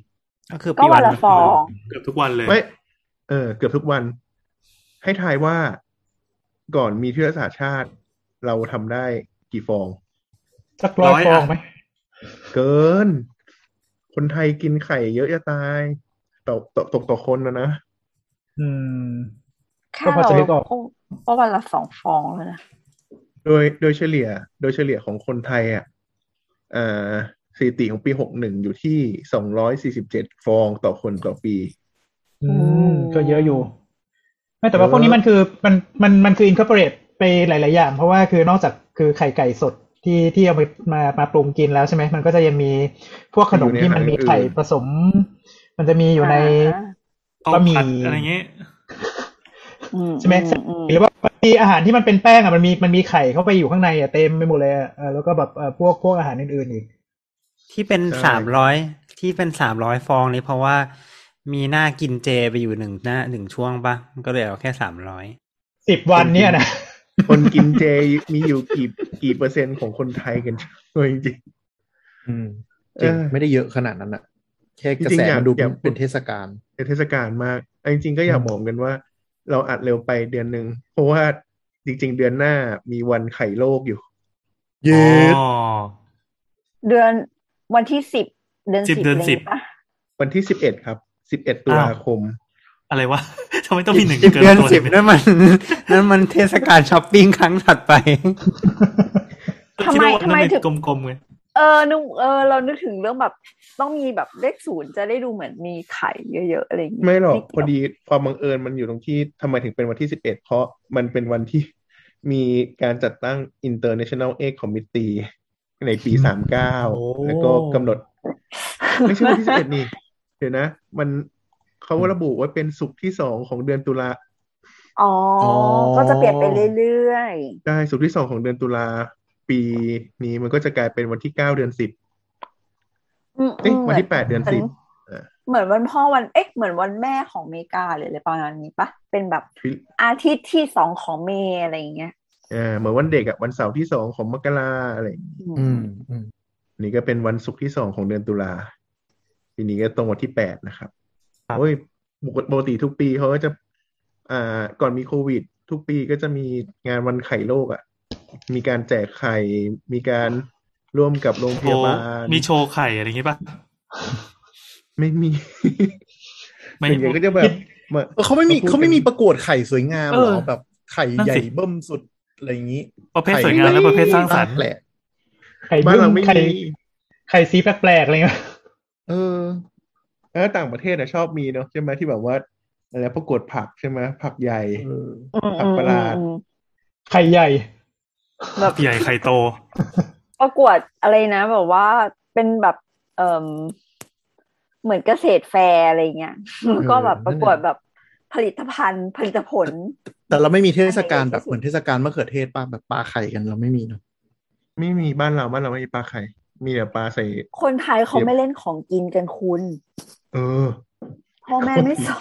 Speaker 2: ก็คือ
Speaker 3: ก็
Speaker 2: ปี
Speaker 3: วันละฟอง
Speaker 6: เกือบทุกวันเลย
Speaker 5: ไม่เออเกือบทุกวัน ให้ทายว่าก่อนมียุทธศาสตร์ชาติ เราทำได้กี่ฟอง
Speaker 4: สักร้อยฟองไหม
Speaker 5: เกิน คนไทยกินไข่เยอะจะตายต่อต่อตกต่อคนนะนะ
Speaker 4: อืม
Speaker 3: แค่
Speaker 4: ก็พอ
Speaker 3: เรา
Speaker 4: จะนึกออก
Speaker 3: ก็ก็วันละสองฟองแล้วนะ
Speaker 5: โดยโดยเฉลี่ย โดยเฉลี่ยของคนไทยอ่ะอ่าสถิติของปีหกหนึ่งอยู่ที่สองร้อยสี่สิบเจ็ดฟองต่อคนต่อปี
Speaker 4: อืมก็เยอะอยู่ไม่แต่ว่าพวกนี้มันคือมันมันมันคือ incorporate ไปหลาย ๆ อย่าง เพราะว่าคือนอกจากคือไข่ไก่สดที่ที่เอาไปมามาปรุงกินแล้วใช่ไหมมันก็จะยังมีพวกขนมที่มันมีไข่ผสม มันจะมีอยู่ใน
Speaker 6: ข้าว
Speaker 4: บะหมี่
Speaker 6: ผัดอะไรเงี้ย
Speaker 3: อืม
Speaker 4: ใช่ไหม
Speaker 3: อือืม
Speaker 4: หรือว่ามีอาหารที่มันเป็นแป้งอ่ะมันมีมันมีไข่เข้าไปอยู่ข้างในอ่ะเต็มไปหมดเลยอ่ะเออแล้วก็แบบเอ่อพวกพวกอาหารอื่น ๆ อีก
Speaker 2: ที่เป็น
Speaker 5: ใช่
Speaker 2: สามร้อยที่เป็นสามร้อยฟองนี้เพราะว่ามีหน้ากินเจไปอยู่หนึ่งหน้าหนึ่งช่วงปะก็เลยเอาแค่สามร้อย
Speaker 4: สิบวันเนี่ยนะ
Speaker 5: คนกินเจมีอยู่กี่กี่เปอร์เซ็นต์ของคนไทยกันจริง
Speaker 7: อืมจริง
Speaker 5: เออ
Speaker 7: ไม่ได้เยอะขนาดนั้นอะแค่กระ
Speaker 5: จริ
Speaker 7: แส
Speaker 5: งๆอยาก
Speaker 7: มันดู
Speaker 5: อยาก
Speaker 7: เป็นเทศกาล
Speaker 5: ๆเป็นเทศกาลมากเอาจริงๆก็อยากบอกกันว่า เราอัดเร็วไปเดือนหนึ่งเพราะว่าจริง ๆ เดือนหน้ามีวันไข่โลกอยู่
Speaker 7: เย็ด
Speaker 6: อ๋อ
Speaker 3: เดือนวันที่สิบเดือน
Speaker 6: สิบ
Speaker 3: สิบ
Speaker 6: เดือน
Speaker 3: อะไร
Speaker 6: สิบ
Speaker 3: ปะ
Speaker 5: วันที่สิบเอ็ดครับสิบเอ็ดตุลาคม
Speaker 6: อะไรวะ ทำไมต้องมีหนึ่ง
Speaker 2: สิบ
Speaker 6: เกิน
Speaker 2: เดือน
Speaker 6: ตัว
Speaker 2: สิบ
Speaker 6: เลย
Speaker 2: นั่นมัน นั่นมันเทศกาลช้อปปิ้งครั้งถัดไป
Speaker 3: ทำไม
Speaker 6: คิดว่า
Speaker 3: ทำไม
Speaker 6: นเป็น
Speaker 3: ถึง
Speaker 6: กลมๆไง
Speaker 3: เออนึกเออเรานึกถึงเรื่องแบบต้องมีแบบเลขศูนย์จะได้ดูเหมือนมีไข่เยอะๆอะไรอย่างงี้
Speaker 5: ไม่หรอก
Speaker 3: เกี่ยว
Speaker 5: พอดีความบังเอิญมันอยู่ตรงที่ทำไมถึงเป็นวันที่สิบเอ็ดเพราะมันเป็นวันที่มีการจัดตั้ง International Egg Committee ในปีสามเก้า
Speaker 7: โอ้
Speaker 5: แล้วก็กำหนด ไม่ใช่วันที่สิบเอ็ดนี่เดี๋ยวนะ มันเขาระบุว่าเป็นศุกร์ที่สองของเดือนตุลา
Speaker 3: อ๋ออ
Speaker 7: อ
Speaker 3: ก็จะเปลี่ยนไปเรื่อย
Speaker 5: ได้ศุกร์ที่สองของเดือนตุลาปีนี้มันก็จะกลายเป็นวันที่เก้าเดือนสิบ
Speaker 3: ๆอืม
Speaker 5: เอ๊ะ
Speaker 3: ๆ
Speaker 5: วันที่แปดเดือน
Speaker 3: หมื
Speaker 5: สิบ
Speaker 3: เหมือนวันพ่อวันเอ๊ะเหมือนวันแม่ของอเมริกาเลยอะไรประมาณนี้ปะเป็นแบบอาทิตย์ที่สองของเมย์อะไรอย่างเงี้ย
Speaker 5: อ่าเหมือนวันเด็กอ่ะวันเสาร์ที่สองของมกราอะไรอย่างงี้
Speaker 7: อืมอืม
Speaker 5: นี่ก็เป็นวันศุกร์ที่สองของเดือนตุลาปีนี้ก็ตรงวันที่แปดนะครับ
Speaker 6: ครับ
Speaker 5: โอ้ยปกติทุกปีเขาก็จะ อ่า ก่อนมีโควิด ทุกปีก็จะมีงานวันไข่โลกอ่ะ มีการแจกไข่ มีการร่วมกับโรงพ
Speaker 6: โช
Speaker 5: ยา
Speaker 6: ว์
Speaker 5: บาล
Speaker 6: มีโชว์ไข่อะไรอย่างงี้ป่ะ
Speaker 5: ไม่มี
Speaker 6: ไม่
Speaker 5: ส่วนใหญ่ก็จะแบบมา
Speaker 7: เออเขาไม่มี
Speaker 5: พูด
Speaker 7: เขาไม่
Speaker 5: กัน
Speaker 7: มีประกวดไข่สวยงามเหร
Speaker 6: เอ
Speaker 7: อ
Speaker 6: อ
Speaker 7: แบบไข่
Speaker 6: นั่น
Speaker 7: ใหญ่
Speaker 6: สิ
Speaker 7: เบิ้มสุดอะไรอย่างนี้
Speaker 6: ประเภทสวยงามและประเภทสร้างสรรค์
Speaker 7: แปลก
Speaker 4: ไข่
Speaker 5: บ้าน
Speaker 4: บึ้
Speaker 5: เรา
Speaker 4: ม
Speaker 5: ไม่
Speaker 4: ไข่
Speaker 5: มี
Speaker 4: ไข่สีแปลกๆอะไรเงี้ย
Speaker 7: เออ
Speaker 5: แล้วต่างประเทศนะชอบมีเนาะใช่ไหมที่แบบว่าอะไรประกวดผักใช่ไหมผักใหญ่
Speaker 7: เออ
Speaker 3: อืม
Speaker 5: ผักประหลาด
Speaker 3: อืม
Speaker 4: ไข่ใหญ่
Speaker 3: แบบ
Speaker 6: ใหญ่ไข่โต
Speaker 3: ประกวดอะไรนะแบบว่าเป็นแบบเอ่มเหมือนเกษตรแฟร์อะไรเงี้ยแล้วก็แบบประกวดแบบผลิตภัณฑ์ผลิตผล
Speaker 7: แต่เราไม่มีเทศกาล
Speaker 3: อันไหน
Speaker 7: แบบเหมือนเทศกาลมะเขือเทศป่ะแบบปลาไข่กันเราไม่มีเนาะ
Speaker 5: ไม่มีบ้านเราบ้านเราไม่มีปลาไข่ มีแต่ปลาใส่
Speaker 3: คนไทยเขาไม่เล่นของกินกันคุณ
Speaker 5: เออ
Speaker 3: พ่อแม่ไม่สอน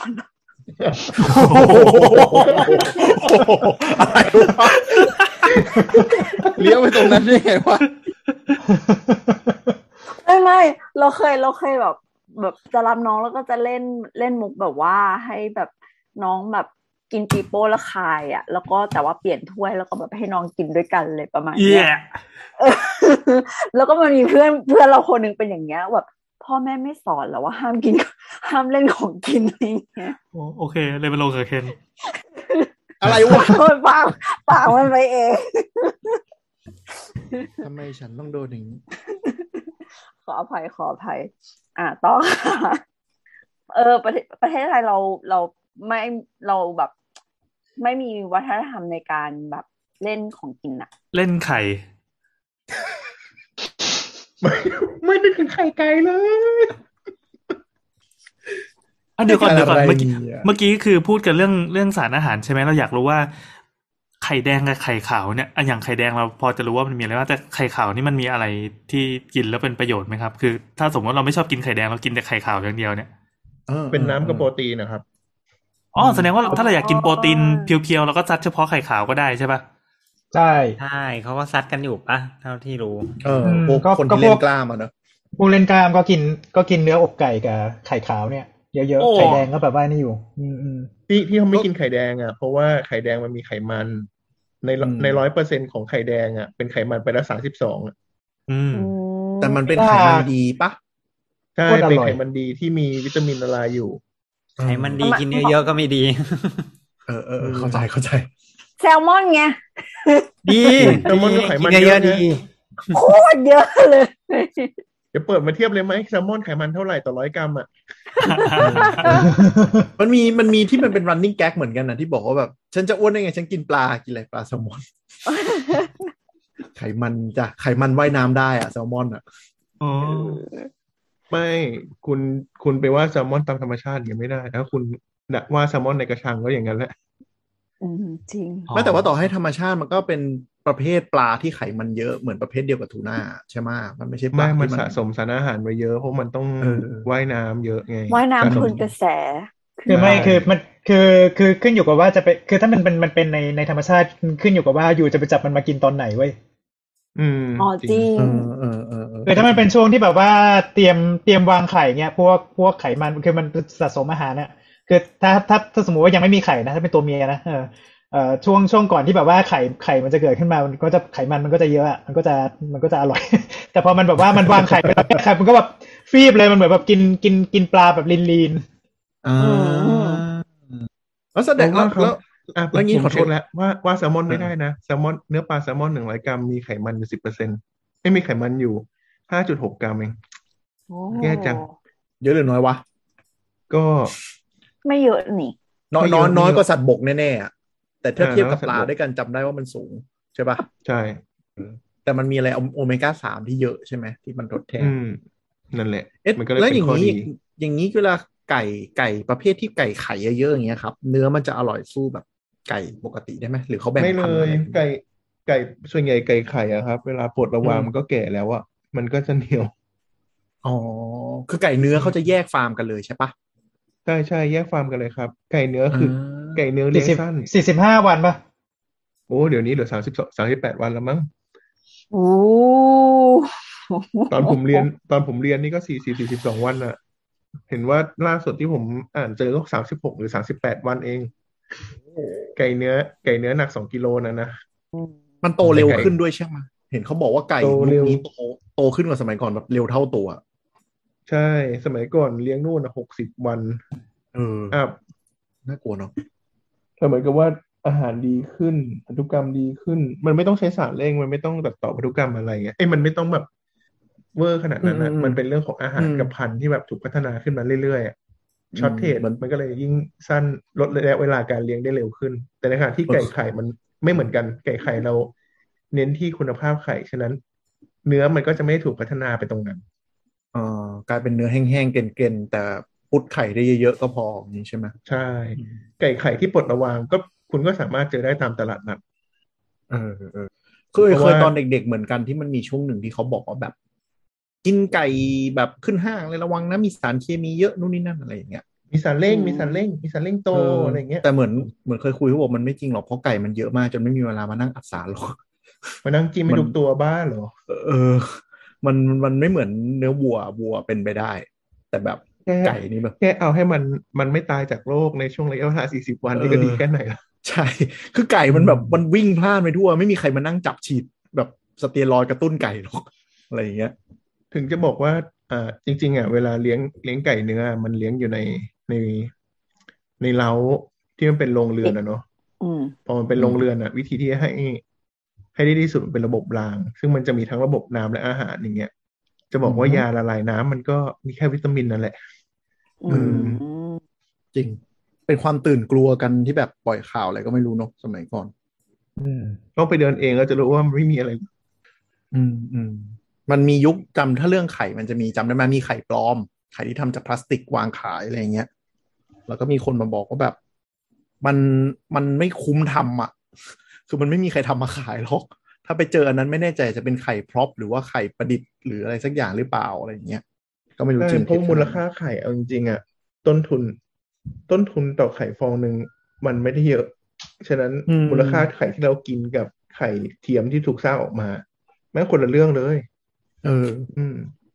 Speaker 7: อะไรวะเลี้ยวไปตรงนั้นได้ไงวะ
Speaker 3: ไม่ไม่เราเคยเราเคยแบบ แบบจะรับน้องแล้วก็จะเล่นเล่นมุกแบบว่าให้แบบน้องแบบกินปีโป้แล้วคายอ่ะ แล้วก็แต่ว่าเปลี่ยนถ้วยแล้วก็แบบให้น้องกินด้วยกันเลยประมาณ
Speaker 6: เย้
Speaker 3: เนี้ย เออแล้วก็มันมีเพื่อนเพื่อนเราคนหนึ่งเป็นอย่างเงี้ยแบบพ่อแม่ไม่สอนเหรอว่าห้ามกิน ห้ามเล่นของกินอะไรอย่างเงี้ย
Speaker 6: โอโอเค เลยไปลงกับเคน
Speaker 7: อะไรวะ
Speaker 3: มันปากปากมันไปเอง
Speaker 7: ทำไมฉันต้องโดนอย่างนี้
Speaker 3: ขออภัยขออภัย อ่ะต่อค่ะเออประเทศประเทศไทยเราเราไม่เราแบบ ไม่มีวัฒนธรรมในการแบบเล่นของกินอะ
Speaker 6: เล่นไข่
Speaker 5: ไม่ไม่นึกถึงไข่ไก่เลย
Speaker 6: อ่ะเดี๋ยวก่อนเดี๋ยวก่อน
Speaker 7: อะไร
Speaker 6: เมื่อกี้
Speaker 7: เนี่ย
Speaker 6: เมื่อกี้คือพูดกันเรื่องเรื่องสารอาหารใช่ไหมเราอยากรู้ว่า ไข่แดงกับไข่ขาวเนี่ยอ่ะอย่างไข่แดงเราพอจะรู้ว่ามันมีอะไรบ้างแต่ไข่ขาวนี่มันมีอะไรที่กินแล้วเป็นประโยชน์ไหมครับ คือถ้าสมมติเราไม่ชอบกินไข่แดงเรากินแต่ไข่ขาวอย่างเดียวเนี่ย
Speaker 7: ออ
Speaker 5: เป็นน้ำกับโปรตีนนะครับ
Speaker 6: อ๋อแสดงว่าถ้าเราอยากกินโปรตีนเพียวๆเราก็ซัดเฉพาะไข่ขาวก็ได้ใช่ปะ
Speaker 4: ใช่
Speaker 2: ใช่เขาก็ซัดกันอยู่ปะเท่าที่รู้
Speaker 7: เออ
Speaker 4: อืม
Speaker 7: พวก
Speaker 4: ก็
Speaker 7: คน
Speaker 4: ก็
Speaker 7: ที่เล่
Speaker 4: พวน ก
Speaker 7: กล้ามอ่ะเนอะ
Speaker 4: พวกเล่นกล้ามก็กินก็กินเนื้ออกไก่กับไข่ขาวเนี่ยเยอะๆไข่แดงก็แบบว่านี่อยู่อืมอืม
Speaker 5: ที่ที่เขาไม่กินไข่แดงอ่ะเพราะว่าไข่แดงมันมีไขมันในในร้อยเปอร์เซ็นต์ของไข่แดงอ่ะเป็นไขมันไปละสามสิบสองอ่ะ
Speaker 2: อืม
Speaker 7: แต่มันเป็นไขมันดีปะ
Speaker 5: ใช่เป็นไขมันดีที่มีวิตามินละลายอยู่
Speaker 2: ไขมันดีกินเยอะๆก็ไม่ดี
Speaker 7: เออเออเข้าใจเข้าใจ
Speaker 3: แซลมอนไง
Speaker 2: ดี
Speaker 5: แซลมอนก็ไขมัน
Speaker 2: กิน
Speaker 5: เย
Speaker 2: เย
Speaker 5: อะ
Speaker 2: อะๆ
Speaker 5: นะ
Speaker 2: ดี
Speaker 3: โคตรเยอะเลย
Speaker 5: เดี๋ยวเปิดมาเทียบเลยไหมแซลมอนไขมันเท่าไหร่ต่อร้อยกรัมอ่ะ
Speaker 7: มันมีมันมีที่มันเป็น running gag เหมือนกันนะที่บอกว่าแบบฉันจะอ้วนได้ไงฉันกินปลากินอะไรปลาแซลมอน ไขมันจ้ะไขมันว่ายน้ำได้อะแซลมอนอะ
Speaker 6: อ๋อ
Speaker 5: ไม่คุณคุณไปว่าแซลมอนตามธรรมชาติอย่างไม่ได้ถ้าคุณว่าแซลมอนในกระชังก็อย่างนั้นแหละ
Speaker 3: อืมจริง
Speaker 7: ไม่แต่ว่าต่อให้ธรรมชาติมันก็เป็นประเภทปลาที่ไขมันเยอะเหมือนประเภทเดียวกับทูน่าใช่ไหมมันไม่ใช่ปลา
Speaker 5: ไม่มัน
Speaker 7: ที่
Speaker 5: สะสมสารอาหารไว้เยอะเพราะมันต้อง
Speaker 7: เออ
Speaker 5: ว่ายน้ำเยอะไง
Speaker 3: ว่ายน้ำ
Speaker 5: สะสม
Speaker 3: ทุนกระแส
Speaker 4: คือไม่
Speaker 5: ใช่
Speaker 4: คือมันคือคือขึ้นอยู่กับว่าจะเป็นคือถ้ามันเป็นมันเป็นในในธรรมชาติขึ้นอยู่กับว่าอยู่จะไปจับมันมากินตอนไหนเว้ย
Speaker 5: อืม
Speaker 3: อ๋อจริง
Speaker 7: เออเออเออเออ
Speaker 4: คือถ้ามันเป็นช่วงที่แบบว่าเตรียมเตรียมวางไข่เงี้ยพวกพวกไขมันคือมันสะสมอาหารเนี่ยคือถ้าถ้าถ้าสมมติว่ายังไม่มีไข่นะถ้าเป็นตัวเมียนะเออเอ่อช่วงช่วงก่อนที่แบบว่าไข่ไข่มันจะเกิดขึ้นมามันก็จะไขมันมันก็จะเยอะอะมันก็จะมันก็จะอร่อย แต่พอมันแบบว่ามันวางไข่ไปแล้วไข่มันก็แบบฟีบเลยมันเหมือนแบบกินกินกินปลาแบบลีน
Speaker 7: อ่า
Speaker 3: อืม
Speaker 7: แล้วแสดง
Speaker 5: เพราะ
Speaker 7: แล้ว
Speaker 5: ว่าเขา
Speaker 7: แล้ว
Speaker 5: อ่ะ
Speaker 7: แล้วงี้
Speaker 5: ผม
Speaker 7: ขอโท
Speaker 5: เช็
Speaker 7: ษ
Speaker 5: คแล้วว่าว่าแซลมอนไม่
Speaker 7: อ่า
Speaker 5: ได้นะแซลมอนเนื้อปลาแซลมอนหนึ่งร้อยกรัมมีไขมันอยู่สิบเปอร์เซ็นต์ไม่มีไขมันอยู่ห้าจุดหกกรัมเอง
Speaker 3: โอ้
Speaker 5: แย่จัง
Speaker 7: เยอะหรือน้อยวะ
Speaker 5: ก็
Speaker 3: ไม่เยอะนี่
Speaker 7: น้อย
Speaker 5: ไม่เย
Speaker 7: น้อย
Speaker 5: อะ
Speaker 7: น้อย
Speaker 5: ไม่เยอะ
Speaker 7: กว่าสัตว์บกแน่ๆอะแต่ถ้า
Speaker 5: อ่า
Speaker 7: เทียบกับ
Speaker 5: น้อยกว่าสัตว์
Speaker 7: ปลา
Speaker 5: บก
Speaker 7: ด้วยกันจำได้ว่ามันสูงใช่ปะ
Speaker 5: ใช่
Speaker 7: แต่มันมีอะไรโอเมก้าสามที่เยอะใช่ไหมที่มันทดแทน
Speaker 5: อืมนั่นแหละ
Speaker 7: เอ๊ะ
Speaker 5: มันก็เลย
Speaker 7: แล้ว
Speaker 5: เป็
Speaker 7: อน ย่าง
Speaker 5: ข้อ
Speaker 7: นี้
Speaker 5: ดี
Speaker 7: อย่างนี้เวลาไก่ไก่ประเภทที่ไก่ไข่เยอะๆอย่างเงี้ยครับเนื้อมันจะอร่อยสู้แบบไก่ปกติได้ไหมหรือเขาแบ่ง
Speaker 5: ไม่เล
Speaker 7: พันธุ์อะ
Speaker 5: ย
Speaker 7: ไร
Speaker 5: ไก่ไก่ส่วนใหญ่ไก่ไข่อะครับ เวลาปลดระวาง
Speaker 7: อืม
Speaker 5: มันก็แก่แล้วอะมันก็จะเหนียว
Speaker 7: อ๋อคือไก่เนื้อเขาจะแยกฟาร์มกันเลยใช่ปะ
Speaker 5: ใช่ใช่แยกฟาร์มกันเลยครับ ไก่เนื้อคือ
Speaker 7: อ่า
Speaker 5: ไก่เนื้อ
Speaker 4: ๆ
Speaker 5: เลี้
Speaker 4: สี่
Speaker 5: ยง
Speaker 4: สิบ
Speaker 5: สั้น
Speaker 4: สี่สิบห้าวันป่ะ
Speaker 5: โอ้เดี๋ยวนี้เหลือสามสิบสามสิบแปดวันแล้วมั้ง
Speaker 3: โอ้
Speaker 5: ตอนผมเรียนตอนผมเรียนนี่ก็สี่สิบสี่สิบสองวันอะเห็นว่าล่าสุดที่ผมอ่านเจอก็สามสิบหกหรือสามสิบแปดวันเอง ไก่เนื้อ ไก่เนื้อหนักสองกิโลนะนะ
Speaker 7: มันโตเร็ว
Speaker 5: ไก่
Speaker 7: ขึ้นด้วยใช่ไหมเห็นเขาบอกว่าไก่
Speaker 5: โต
Speaker 7: ยุค
Speaker 5: เร็ว
Speaker 7: นี้โตโตขึ้นกว่าสมัยก่อนแบบเร็วเท่าตัว
Speaker 5: ใช่สมัยก่อนเลี้ยงนู่นหกสิบวัน
Speaker 7: เออ
Speaker 5: อ่ะ
Speaker 7: น่ากลัวเนาะ
Speaker 5: แต่เหมือนกับว่าอาหารดีขึ้นพันธุกรรมดีขึ้น มันไม่ต้องใช้สารเร่งมันไม่ต้องตัดต่อพันธุกรรมอะไรเงี้ยเอ้ยมันไม่ต้องแบบเวอร์ขนาดนั้นนะ
Speaker 7: อืมอืม
Speaker 5: มันเป็นเรื่องของอาหาร
Speaker 7: อืม
Speaker 5: กับพันธุ์ที่แบบถูกพัฒนาขึ้นมาเรื่อยๆอะช็อตเทรด
Speaker 7: เหมือน
Speaker 5: มันก็เลยยิ่งสั้นลดระยะเวลาการเลี้ยงได้เร็วขึ้น แต่ในขณะที่ไก่ไข่มันไม่เหมือนกันไก่ไข่เรา เน้นที่คุณภาพไข่ฉะนั้น เนื้อมันก็จะไม่ถูกพัฒนาไปตรงนั้น
Speaker 7: เอ่อกลายเป็นเนื้อแห้งๆเกร็นๆแต่พุดไข่ได้เยอะๆก็พออย่างนี้ใช่ไหม
Speaker 5: ใช่ ไก่ไข่ที่ปลดระวางก็คุณก็สามารถเจอได้ตามตลาดนัด
Speaker 7: เออเออเคย
Speaker 5: เพราะ
Speaker 7: เคย
Speaker 5: ว่า
Speaker 7: ตอนเด็กๆเหมือนกันที่มันมีช่วงหนึ่งที่เขาบอกว่าแบบ กินไก่แบบขึ้นห้างเลยระวังนะมีสารเคมีเยอะนู่นนี่นั่นอะไรอย่างเงี้ย
Speaker 5: มีสารเร่ง
Speaker 3: อืม
Speaker 5: มีสารเร่งมีสารเร่งโต
Speaker 7: เออ
Speaker 5: อะไรเงี้ย
Speaker 7: แต่เหมือนเหมือนเคยคุยเขาบอกมันไม่จริงหรอกเพราะไก่มันเยอะมากจนไม่มีเวลามานั่งอัดสารหรอก
Speaker 5: มานั่งจิ้มให้
Speaker 7: มัน
Speaker 5: ทุกตัวบ้าเหรอ
Speaker 7: เออ มันมันไม่เหมือนเนื้อวัววัวเป็นไปได้ แต่แบบ
Speaker 5: แค่
Speaker 7: ไก่นี่แบบ
Speaker 5: แค่เอาให้มันมันไม่ตายจากโรคในช่วงระยะเวลาสี่สิบวันนี่ก็
Speaker 7: เออ
Speaker 5: ดีแค่ไหนละ
Speaker 7: ใช่ คือไก่มันแบบมันวิ่งพล่านไปทั่ว ไม่มีใครมานั่งจับฉีดแบบสเตียรอยด์กระตุ้นไก่หรอกอะไรอย่างเงี้ย
Speaker 5: ถึงจะบอกว่าอ่าจริง ๆอ่ะเวลาเลี้ยงเลี้ยงไก่เนื้อมันเลี้ยงอยู่ในในในเล้าที่มันเป็นโรงเรือนอะเนาะ
Speaker 3: อืม
Speaker 5: พอมันเป็น
Speaker 7: อืม
Speaker 5: โรงเรือนอ่ะ วิธีที่ให้ให้ได้ที่สุดมันเป็นระบบราง ซึ่งมันจะมีทั้งระบบน้ำและอาหารอย่างเงี้ย จะบอกว่ายาละลายน้ำมันก็มีแค่วิตามินนั่นแหละ
Speaker 3: อืม
Speaker 7: จริง เป็นความตื่นกลัวกันที่แบบปล่อยข่าวอะไรก็ไม่รู้เนอะสมัยก่อน
Speaker 5: ต้องไปเดินเองแล้วจะรู้ว่ามันไม่มีอะไร
Speaker 7: อืมอืมมันมียุคจำถ้าเรื่องไข่มันจะมีจำได้ไหมมีไข่ปลอม ไข่ที่ทำจากพลาสติกวางขายอะไรอย่างเงี้ย แล้วก็มีคนมาบอกว่าแบบ มันมันไม่คุ้มทำอ่ะ คือมันไม่มีใครทำมาขายหรอก ถ้าไปเจออันนั้นไม่แน่ใจจะเป็นไข่พร็อพหรือว่าไข่ประดิษฐ์หรืออะไรสักอย่างหรือเปล่าอะไรอย่างเงี้ย ก็ไม่รู้จริง
Speaker 5: เพราะ
Speaker 7: เท็จ
Speaker 5: มูลค่าไข่เอาจริงๆอ่ะต้นทุน ต้นทุนต่อไข่ฟองหนึ่งมันไม่ได้เยอะ ฉะนั้นมูลค่าไข่ที่เรากินกับไข่เทียมที่ถูกสร้างออกมาแม่งคนละเรื่องเลย
Speaker 7: เออ
Speaker 5: อืม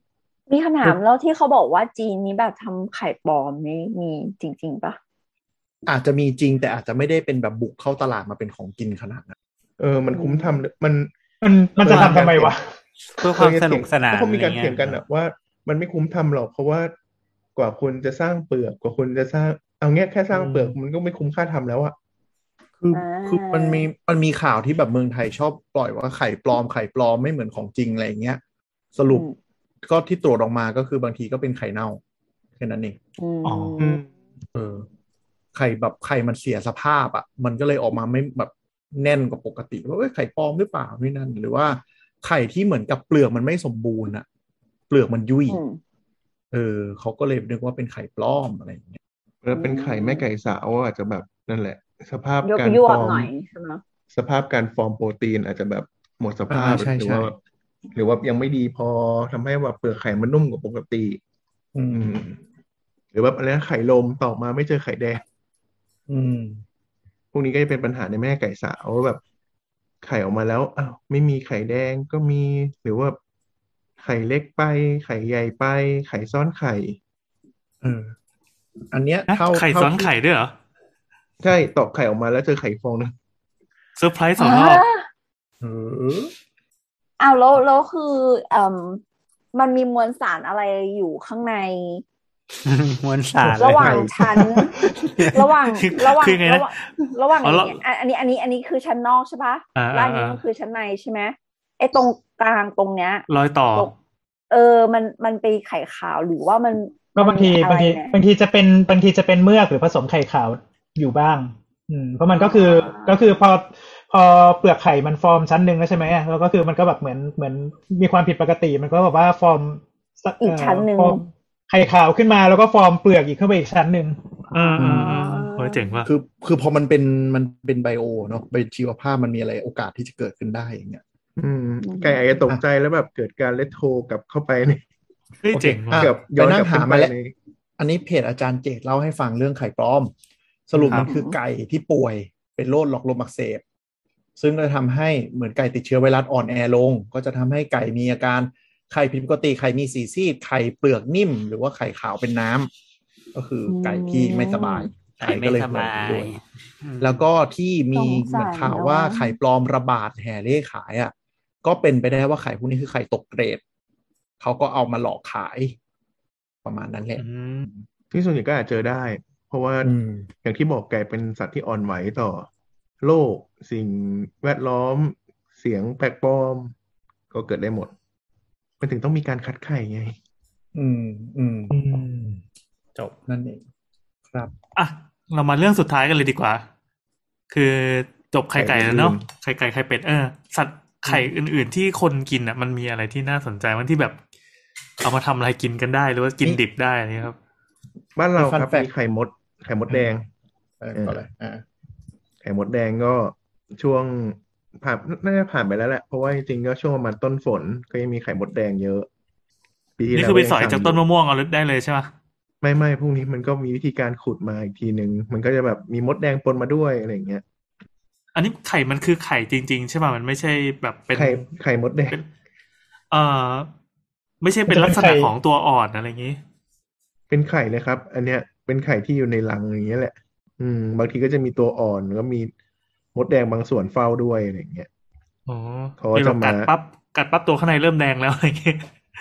Speaker 3: มีคำถามแล้วที่เขาบอกว่าจีนนี้แบบทำไข่ปลอมนี่มีจริงๆปะ
Speaker 7: อาจจะมีจริงแต่อาจจะไม่ได้เป็นแบบบุกเข้าตลาดมาเป็นของกินขนาดนั้น
Speaker 5: เออมันคุ้มทำหรือมัน
Speaker 4: มันมันจะทำทำไมวะ
Speaker 2: เพื่อความสนุกสนาน
Speaker 5: ก็เขามีการ
Speaker 2: อะไรเงี้ย
Speaker 5: เถียงกันอะว่ามันไม่คุ้มทำหรอกเพราะว่ากว่าคุณจะสร้างเปลือกกว่าคุณจะสร้างเอาเงี้ยแค่สร้างเปลือกมันก็ไม่คุ้มค่าทำแล้วอะ
Speaker 7: คือ
Speaker 3: อ่า
Speaker 7: คือมันมีมันมีข่าวที่แบบเมืองไทยชอบปล่อยว่าไข่ปลอมไข่ปลอมไม่เหมือนของจริงอะไรอย่างเงี้ยสรุป
Speaker 3: อืม
Speaker 7: ก็ที่ตรวจออกมาก็คือบางทีก็เป็นไข่เน่าแค่นั้นเอง
Speaker 3: อืม
Speaker 2: อ๋อ
Speaker 5: อืม
Speaker 7: เออไข่แบบไข่มันเสียสภาพอ่ะมันก็เลยออกมาไม่แบบแน่นกว่าปกติว่าเอ้ยไข่ปลอมหรือเปล่านี่นั่นหรือว่าไข่ที่เหมือนกับเปลือกมันไม่สมบูรณ์อ่ะเปลือกมันยุ่ย
Speaker 3: อืม
Speaker 7: เออเขาก็เลยนึกว่าเป็นไข่ปลอมอะไรอย่างเงี้ย
Speaker 5: แล้วเป็นไข่แม่ไก่สาวอาจจะแบบนั่นแหละสภาพ
Speaker 3: ยก
Speaker 5: การ
Speaker 3: ยว
Speaker 5: ฟอร์ม
Speaker 3: บหน่อยใช่ไหม
Speaker 5: สภาพการฟอร์มโปรตีนอาจจะแบบหมดส
Speaker 7: อ่า
Speaker 5: ภาพ
Speaker 7: ใช่
Speaker 5: หรือ
Speaker 7: ใช่
Speaker 5: ว่าหรือว่ายังไม่ดีพอทำให้ว่าเปลือกไข่มันนุ่มกว่าปกติ
Speaker 7: อืม
Speaker 5: อืมหรือว่าอะไรนะไข่ลมต่อมาไม่เจอไข่แดง
Speaker 7: อืม
Speaker 5: พวกนี้ก็จะเป็นปัญหาในแม่ไก่สาวว่าแบบไข่ออกมาแล้วอ้าวไม่มีไข่แดงก็มีหรือว่าไข่เล็กไปไข่ใหญ่ไปไข่ซ้อนไข่
Speaker 7: เอออันเนี้ย
Speaker 6: นะ
Speaker 7: เท่า
Speaker 6: ไข่
Speaker 7: เท่า
Speaker 6: ซ้อน
Speaker 7: ที่
Speaker 6: ไข่ด้วยเหรอ
Speaker 5: ใช่ตอกไข่ออกมาแล้วเจอไข่ฟองนึง
Speaker 6: เซอร์ไพรส์สองรอบ
Speaker 7: เออ
Speaker 3: อ้าวแล้วแล้วคือเอ่มมันมีมวลสารอะไรอยู่ข้างใน
Speaker 2: มวลสารเล
Speaker 3: ระ
Speaker 2: ย
Speaker 3: หว่างชั้น ระหว่าง
Speaker 6: คือ
Speaker 3: ระหว่าง
Speaker 6: คือไง
Speaker 3: ระ
Speaker 6: นะ
Speaker 3: หว่างระหว่าง
Speaker 6: อ๋อ
Speaker 3: อย่า
Speaker 6: แล้ว
Speaker 3: งเงี้ยอ่ะอันนี้อันนี้อันนี้คือชั้นนอกใช่ปะ
Speaker 6: อ่า
Speaker 3: แล้ว
Speaker 6: อ่า
Speaker 3: อันนี้
Speaker 6: อ่า
Speaker 3: มันคือชั้นในใช่ไหมไอ้ตรงกลางตรงเนี้ย
Speaker 6: รอยต่อ
Speaker 3: ตรงเออมันมันเป็นไข่ขาวหรือว่ามัน
Speaker 4: ก็บางที
Speaker 3: มันมีอะไร
Speaker 4: บางที
Speaker 3: เนี่ย
Speaker 4: บางทีจะเป็นบางทีจะเป็นเมือกหรือผสมไข่ขาวอยู่บ้าง อืมเพราะมันก็คือก็คือพอพอเปลือกไข่มันฟอร์มชั้นหนึ่งแล้วใช่ไหมแล้วก็คือมันก็แบบเหมือนเหมือนมีความผิดปกติมันก็แบบว่าฟอร์ม
Speaker 3: อีกชั้นหนึ่ง
Speaker 4: ฟอร์มไข่ขาวขึ้นมาแล้วก็ฟอร์มเปลือกอีกขึ้นไปอีกชั้นหนึ่ง
Speaker 6: อืมอืมอืมโหเจ๋งว่ะ
Speaker 7: คือคือพอมันเป็นมันเป็นไบโอเนาะเป็นชีวภาพมันมีอะไรโอกาสที่จะเกิดขึ้นได้อย่างเงี้ย
Speaker 5: อืมไก่อาจจะตกใจแล้วแบบเกิดการเลทโทกลับเข้าไปใน
Speaker 6: เฮ้ย
Speaker 7: โอเค
Speaker 6: เจ๋งว่ะ
Speaker 7: อ่ะ
Speaker 5: กับ
Speaker 7: ไป
Speaker 5: ย้อน
Speaker 7: นั่
Speaker 5: ก
Speaker 7: ง
Speaker 5: ลับ
Speaker 7: หา
Speaker 5: ขึ้นไป
Speaker 7: มาแล้ว
Speaker 5: ใน
Speaker 7: อันนี้เพจอาจารย์เจตเล่าให้ฟังเรื่องไข่ปลอม สรุป
Speaker 6: ครับ
Speaker 7: มันคือไก่ที่ป่วยเป็นโรคหลอดลมอักเสบซึ่งจะทำให้เหมือนไก่ติดเชื้อไวรัสอ่อนแอลง ก็จะทำให้ไก่มีอาการไข่ผิดปกติไข่มีสีซีดไข่เปลือกนิ่ม หรือว่าไข่ขาวเป็นน้ำก็คือไก่ที่ไม่สบาย
Speaker 2: ไข่ไม่
Speaker 7: ก็เลย
Speaker 2: ส
Speaker 7: ป่วย
Speaker 2: บาย
Speaker 7: ด้วยแล้วก็ที่มี
Speaker 3: สง
Speaker 7: เหมื
Speaker 3: สั
Speaker 7: อน
Speaker 3: ย
Speaker 7: ข่าว
Speaker 3: เนอะ
Speaker 7: ว่าไข่ปลอมระบาดแห่เล่ขายอ่ะก็เป็นไปได้ว่าไข่พวกนี้คือไข่ตกเกรดเขาก็เอามาหลอกขายประมาณนั้นแหละ
Speaker 2: อืม
Speaker 5: ที่ส่วนใหญ่ก็อาจเจอได้ เพราะว่า
Speaker 7: อืม
Speaker 5: อย่างที่บอกไก่เป็นสัตว์ที่อ่อนไหวต่อ โลกสิ่งแวดล้อม เสียงแปลกปลอม ก็เกิดได้หมดมันถึงต้องมีการคัดไข่ไง
Speaker 7: อืมอืม
Speaker 4: อืม
Speaker 7: จบนั่นเองครับ
Speaker 6: อ่ะเรามาเรื่องสุดท้ายกันเลยดีกว่า คือจบไข่ไก่แล้วเนาะไข่ไก่ไข่เป็ดเออสัตว์ไข่อื่นๆที่คนกินอ่ะมันมีอะไรที่น่าสนใจมันที่แบบ เอามาทำอะไรกินกันได้หรือว่ากินดิบได้นี่ครับ
Speaker 5: บ้านเรา
Speaker 7: มี fun
Speaker 5: ครับ
Speaker 7: fact
Speaker 5: มีไข่มด ไข่มดแดง
Speaker 7: เออก็เลยอ่า
Speaker 5: ไข่มดแดงก็ช่วงผ่านน่าจะผ่านไปแล้วแหละเพราะว่าจริงๆก็ช่วงประมาณต้นฝนก็ยังมีไข่มดแดงเยอะปีที่
Speaker 6: นี่
Speaker 5: แล้ว
Speaker 6: คือไป
Speaker 5: ยัง
Speaker 6: สอย
Speaker 5: สั่ง
Speaker 6: จาก
Speaker 5: อ
Speaker 6: ต้น
Speaker 5: ยู่
Speaker 6: มะม่วงเอาได้เลยใช่ไหม
Speaker 5: ไม่ไม่พวกนี้มันก็มีวิธีการขุดมาอีกทีนึงมันก็จะแบบมีมดแดงปนมาด้วยอะไรอย่างเงี้ย
Speaker 6: อันนี้ไข่มันคือไข่จริงๆใช่ป่ะมันไม่ใช่แบบเป็น
Speaker 5: ไข่ไข่มดแดง
Speaker 6: เป็นเอ่อไม่ใช่เป็น
Speaker 4: มันจะ
Speaker 6: ลั
Speaker 4: เป็
Speaker 6: ก
Speaker 4: น
Speaker 6: ษ
Speaker 4: ไข่
Speaker 6: ณะของตัวอ่อนอะไรอย่างนี้
Speaker 5: เป็นไข่เลยครับ อันเนี้ยเป็นไข่ที่อยู่ในรังอย่างเงี้ยแหละ อืม บางทีก็จะมีตัวอ่อนแล้วก็มีมดแดงบางส่วนเฝ้าด้วยอะไรอย่างเงี้ย
Speaker 6: อ๋อ
Speaker 5: เขา
Speaker 6: มี
Speaker 5: จะ
Speaker 6: แบบ
Speaker 5: มา
Speaker 6: กัดปั๊บกัดปั๊บตัวข้างในเริ่มแดงแล้วอะไรอย่างงี้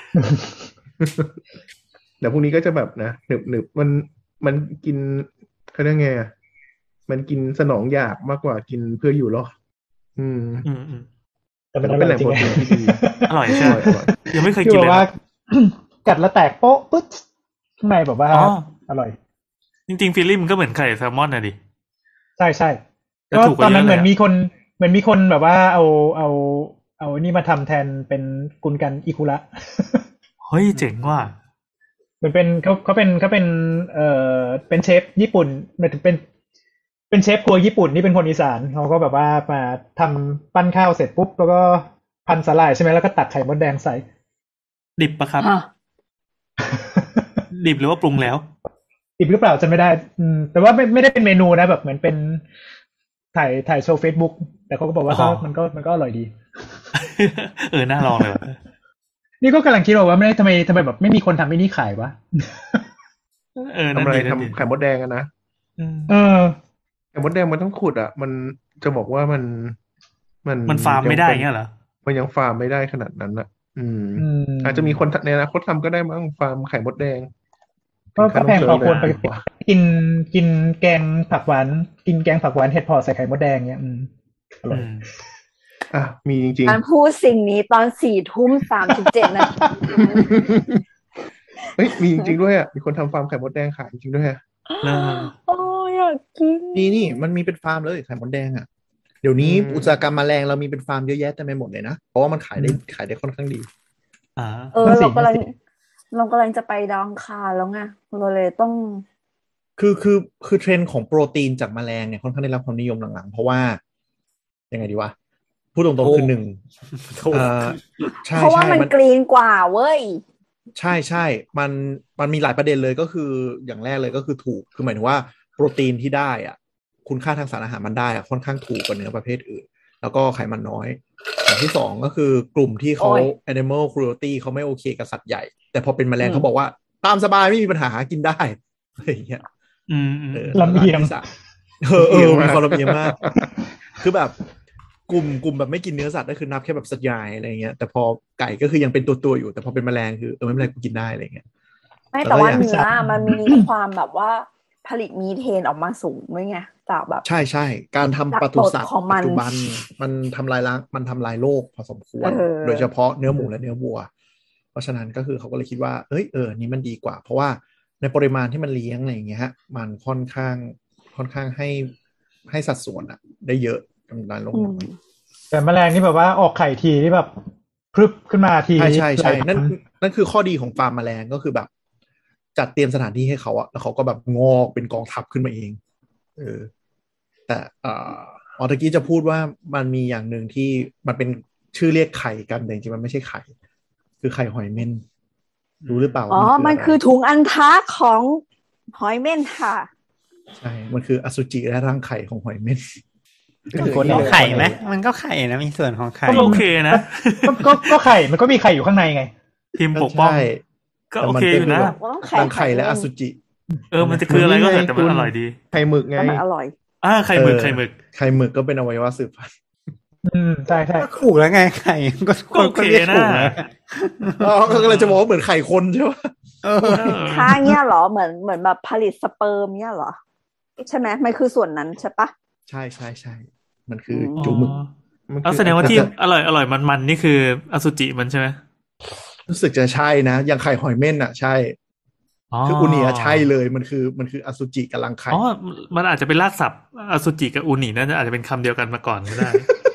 Speaker 5: แต่พวกนี้ก็จะแบบนะหนึบหนึบมันมันกินเขาเรียกไงอะมันกินสนองอยากมากกว่ากินเพื่ออยู่รอดอืม
Speaker 6: อืมอืม
Speaker 4: แต่มัน
Speaker 5: แต่
Speaker 4: อ
Speaker 5: ก็เป็น
Speaker 4: ร่
Speaker 5: แห
Speaker 4: อย
Speaker 5: ล่ง
Speaker 4: จริง
Speaker 5: โปรตีนที่ดี
Speaker 6: อร่อย
Speaker 5: อ
Speaker 6: ใช่
Speaker 5: ร่อยอร่อย
Speaker 6: ยังไม่เคย
Speaker 4: คือ
Speaker 6: กิน
Speaker 4: แบ
Speaker 6: เลย
Speaker 4: บว่า
Speaker 6: นะ
Speaker 4: กัดแล้วแตกโป๊ะปึ๊ดข้างในแบบว่า
Speaker 6: อ๋อ
Speaker 4: อร่อย
Speaker 6: จริงๆฟีลลิ่งมันก็เหมือนไข่แซลมอนน่ะดิ
Speaker 4: ใช่ใช่
Speaker 6: แต่
Speaker 4: ก็
Speaker 6: ถูกก
Speaker 4: ตอ
Speaker 6: ว่าน เย
Speaker 4: นั้
Speaker 6: อะ
Speaker 4: นเห
Speaker 6: เล
Speaker 4: มือย น
Speaker 6: อะ
Speaker 4: มีคนเหมือนมีคนแบบว่าเอาเอาเอานี่มาทำแทนเป็นกุนกันอิคุระ
Speaker 6: เฮ้ยเจ๋งว่ะ
Speaker 4: เหมือนเป็นเขาเขาเป็นเขาเป็นเอ่อเป็นเชฟญี่ปุ่นหมายถึงเป็นเป็นเชฟครัวญี่ปุ่นที่เป็นคนอีสานเขาก็แบบว่ามาทำปั้นข้าวเสร็จปุ๊บแล้วก็พันสาหร่ายใช่ไหมแล้วก็ตักไข่มดแดงใส่
Speaker 6: ดิบปะครับ
Speaker 3: ฮะ
Speaker 6: ดิบหรือว่าปรุงแล้ว
Speaker 4: ดิบหรือเปล่าจะไม่ได้อืมแต่ว่าไม่ไม่ได้เป็นเมนูนะแบบเหมือนเป็นถ่ายถ่ายโชว์ Facebook แต่เขาก็บอกว่า
Speaker 6: อ๋
Speaker 4: ก็
Speaker 6: อ
Speaker 4: มันก็มันก็อร่อยดี
Speaker 6: เออน่าลองเลยว่ะ
Speaker 4: นี่ก็กำลังคิดว่าไม่ได้ทำไมทำไมแบบไม่มีคนทำไอ้นี่ขายวะ
Speaker 6: เออนั่
Speaker 5: ทำ
Speaker 6: น
Speaker 5: อะไร
Speaker 6: ดีนั่นดี
Speaker 5: ทำไข่มดแดงกันนะ
Speaker 6: เออ
Speaker 4: เออ
Speaker 5: ไข่มดแดงมันต้องขุดอ่ะ มันจะบอกว่ามัน มัน
Speaker 6: มันฟาร์มไม่ได้
Speaker 5: ยังป็น
Speaker 6: เงี้ยเหรอ
Speaker 5: มันยังฟาร์มไม่ได้ขนาดนั้นอ่ะ อืม
Speaker 4: อืม
Speaker 5: อาจจะมีคนในอนาคตทำก็ได้มั้งฟาร์มไข่มดแดง
Speaker 4: ก็ก็แพงพอควรไป
Speaker 5: ถึงขั้นต้องเจอเลย
Speaker 4: กินกินแกงผักหวานกินแกงผักหวานเห็ดเผาะใส่ไข่มดแดงเงี้ยอืมอร่อย
Speaker 6: อืม
Speaker 5: อ่ะมีจริง
Speaker 3: การพูดสิ่งนี้ตอนสี่ทุ่มสามสิบเจ็ดนาที
Speaker 5: ๆ เฮ้ยมีจริงๆด้วยอ่ะมีคนทำฟาร์มไข่มดแดงขายจริงๆด้วยอะ
Speaker 6: เออ
Speaker 3: โอ้ยอยากกิน
Speaker 7: นี่นี่มันมีเป็นฟาร์มเลยไข่มดแดงอ่ะเดี๋ยวนี้
Speaker 5: อืม
Speaker 7: อุตสาหกรรมแมลงเรามีเป็นฟาร์มเยอะแยะเต็มไปหมดเลยนะเพราะว่ามันขายได้
Speaker 4: อืม
Speaker 7: ขายได้ค่อนข้างดี
Speaker 6: อ่า
Speaker 3: เออ
Speaker 4: นั่นสิ
Speaker 3: เรากำลัง
Speaker 4: นั่นสิ
Speaker 3: เรากำลังจะไปดาวอังคารแล้วไงเราเลยต้อง
Speaker 7: คือคือคือเทรนด์ของโปรตีนจากแมลงเนี่ยค่อนข้างได้รับความนิยมหลังๆเพราะว่ายังไงดีวะพูดตรงๆคือหนึ่ง
Speaker 6: ถูก
Speaker 7: เอ่อใช่
Speaker 3: เพราะว่า
Speaker 7: ใช่
Speaker 3: มัน
Speaker 7: มัน
Speaker 3: กรีนกว่าเว้ย
Speaker 7: ใช่ใช่มันมันมีหลายประเด็นเลยก็คืออย่างแรกเลยก็คือถูกคือหมายถึงว่าโปรตีนที่ได้อ่ะคุณค่าทางสารอาหารมันได้อ่ะค่อนข้างถูกกว่าเนื้อประเภทอื่น แล้วก็ไขมันน้อยอย่างที่สองก็คือกลุ่มที่เขา
Speaker 3: โอ้ย
Speaker 7: animal cruelty เขาไม่โอเคกับสัตว์ใหญ่ แต่พอเป็นแมลง
Speaker 3: อืม
Speaker 7: เขาบอกว่าตามสบายไม่มีปัญหากินได้อะไรอย่างเงี้ย
Speaker 6: อืมอืม
Speaker 7: เออ
Speaker 4: ลำเอียง
Speaker 7: แล้วก็อันที่สามเออเออมีความลำเอียงมาก คือแบบกลุ่มกลุ่มแบบไม่กินเนื้อสัตว์ก็คือนับแค่แบบสัตว์ใหญ่อะไรเงี้ยแต่พอไก่ก็คือยังเป็นตัวตัวๆอยู่แต่พอเป็นแมลงคือเออไม่เป็นไรกูกินได้อะไรเงี้ย
Speaker 3: ไม่
Speaker 7: แล้ว
Speaker 3: แต่
Speaker 7: ก็
Speaker 3: ว่า
Speaker 7: อย่าง
Speaker 3: เนื้อมันมีความแบบว่าผลิตมีเทนออกมาสูงด้วยไงจากแบบ
Speaker 7: ใช่ใช่การทำปศุสัตว์
Speaker 3: ของมัน
Speaker 7: ปัจจุบันมันทำลายล้างมันทำลายโลกพอสมควร
Speaker 3: เออ
Speaker 7: โดยเฉพาะเนื้อหมูและเนื้อวัว เพราะฉะนั้นก็คือเขาก็เลยคิดว่าเอ้ยเออนี่มันดีกว่า เพราะว่าในปริมาณที่มันเลี้ยงอะไรอย่างเงี้ยฮะมันค่อนข้างค่อนข้างให้ให้สัดส่วนอะได้เยอะกำลังลง
Speaker 3: อื
Speaker 7: น้
Speaker 3: ม
Speaker 7: อย
Speaker 4: แต่แมลงนี่แบบว่าออกไข่ทีที่แบบพรึบขึ้นมาที
Speaker 7: ใช่ใช่ใช่
Speaker 4: หลาย
Speaker 7: นั่น
Speaker 4: พั
Speaker 7: นั่นคือข้อดีของฟาร์มแมลงก็คือแบบ จัดเตรียมสถานที่ให้เขาอะแล้วเขาก็แบบงอกเป็นกองทัพขึ้นมาเองเออแต่เอ่อออตะกี้จะพูดว่ามันมีอย่างหนึ่งที่มันเป็นชื่อเรียกไข่กันแต่จริงๆมันไม่ใช่ไข่ คือไข่หอยเม่นรู้หรือเปล่า
Speaker 3: อ๋อ
Speaker 7: ว่า
Speaker 3: มัน
Speaker 7: ะไร
Speaker 3: คือถุงอันทะของหอยเม่นค่ะ
Speaker 7: ใช่มันคืออสุจิและรังไข่ของหอยเม่น
Speaker 2: มันก็ไข่ไหมมันก็ไข่นะมีส่วนของไข่
Speaker 6: ก็โอเคนะ
Speaker 4: ก็ก็ก็ไข่มันก็มีไข่อยู่ข้างในไง
Speaker 6: ทีมปกป้อง
Speaker 7: ใช่
Speaker 6: ก็โอเคอยู่นะ
Speaker 7: แต่มัก็
Speaker 3: ต้องไข่
Speaker 7: รังไข่และ
Speaker 3: ไข่
Speaker 7: อ
Speaker 3: เม่น
Speaker 7: สุจิ
Speaker 6: เออมันจะคืออะไรก็เถอะแต่มัน
Speaker 5: คุณ
Speaker 6: อร่อยดี
Speaker 5: ไข่หมึกไง
Speaker 3: แล้วมันอร่อย
Speaker 6: อ่าไข่หมึก
Speaker 7: เออ
Speaker 6: ไข่หมึก
Speaker 7: ไข่หมึกก็เป็นอวัยวะสืบพันธุ์
Speaker 4: อืมใช่ใช่
Speaker 2: ก็ถูกแล้วไงไข่ก็
Speaker 6: ก็โอเค
Speaker 2: รียกถูก
Speaker 6: นะ
Speaker 2: แล้ว
Speaker 7: อ๋อก็เลยจะบอกว่าเหมือนไข่คนใช่ปะ
Speaker 2: เออ
Speaker 6: เออ
Speaker 3: ค่าเนี้ยเหรอเหมือนเหมือนแบบผลิตสเปิร์มเนี้ยเหรอ ใช่ไหมมันคือส่วนนั้นใช่ปะ
Speaker 7: ใช่ใช่ใช่มันคือ
Speaker 3: ม
Speaker 7: จูหมึก
Speaker 5: มัน
Speaker 6: เอา
Speaker 5: คือ
Speaker 6: แสดงว่าที่อร่อยอร่อยมันๆนี่คืออสุจิมันใช่ไหม
Speaker 7: รู้สึกจะใช่นะ อย่างไข่หอยเม่นอ่ะใช่ คืออุนิอะใช่เลยมันคือมันคืออสุจิกับรังไข่
Speaker 6: อ๋อมันอาจจะเป็นรากศัพท์อสุจิกับอูนิน่าจะอาจจะเป็นคำเดียวกันมาก่อนก็ได้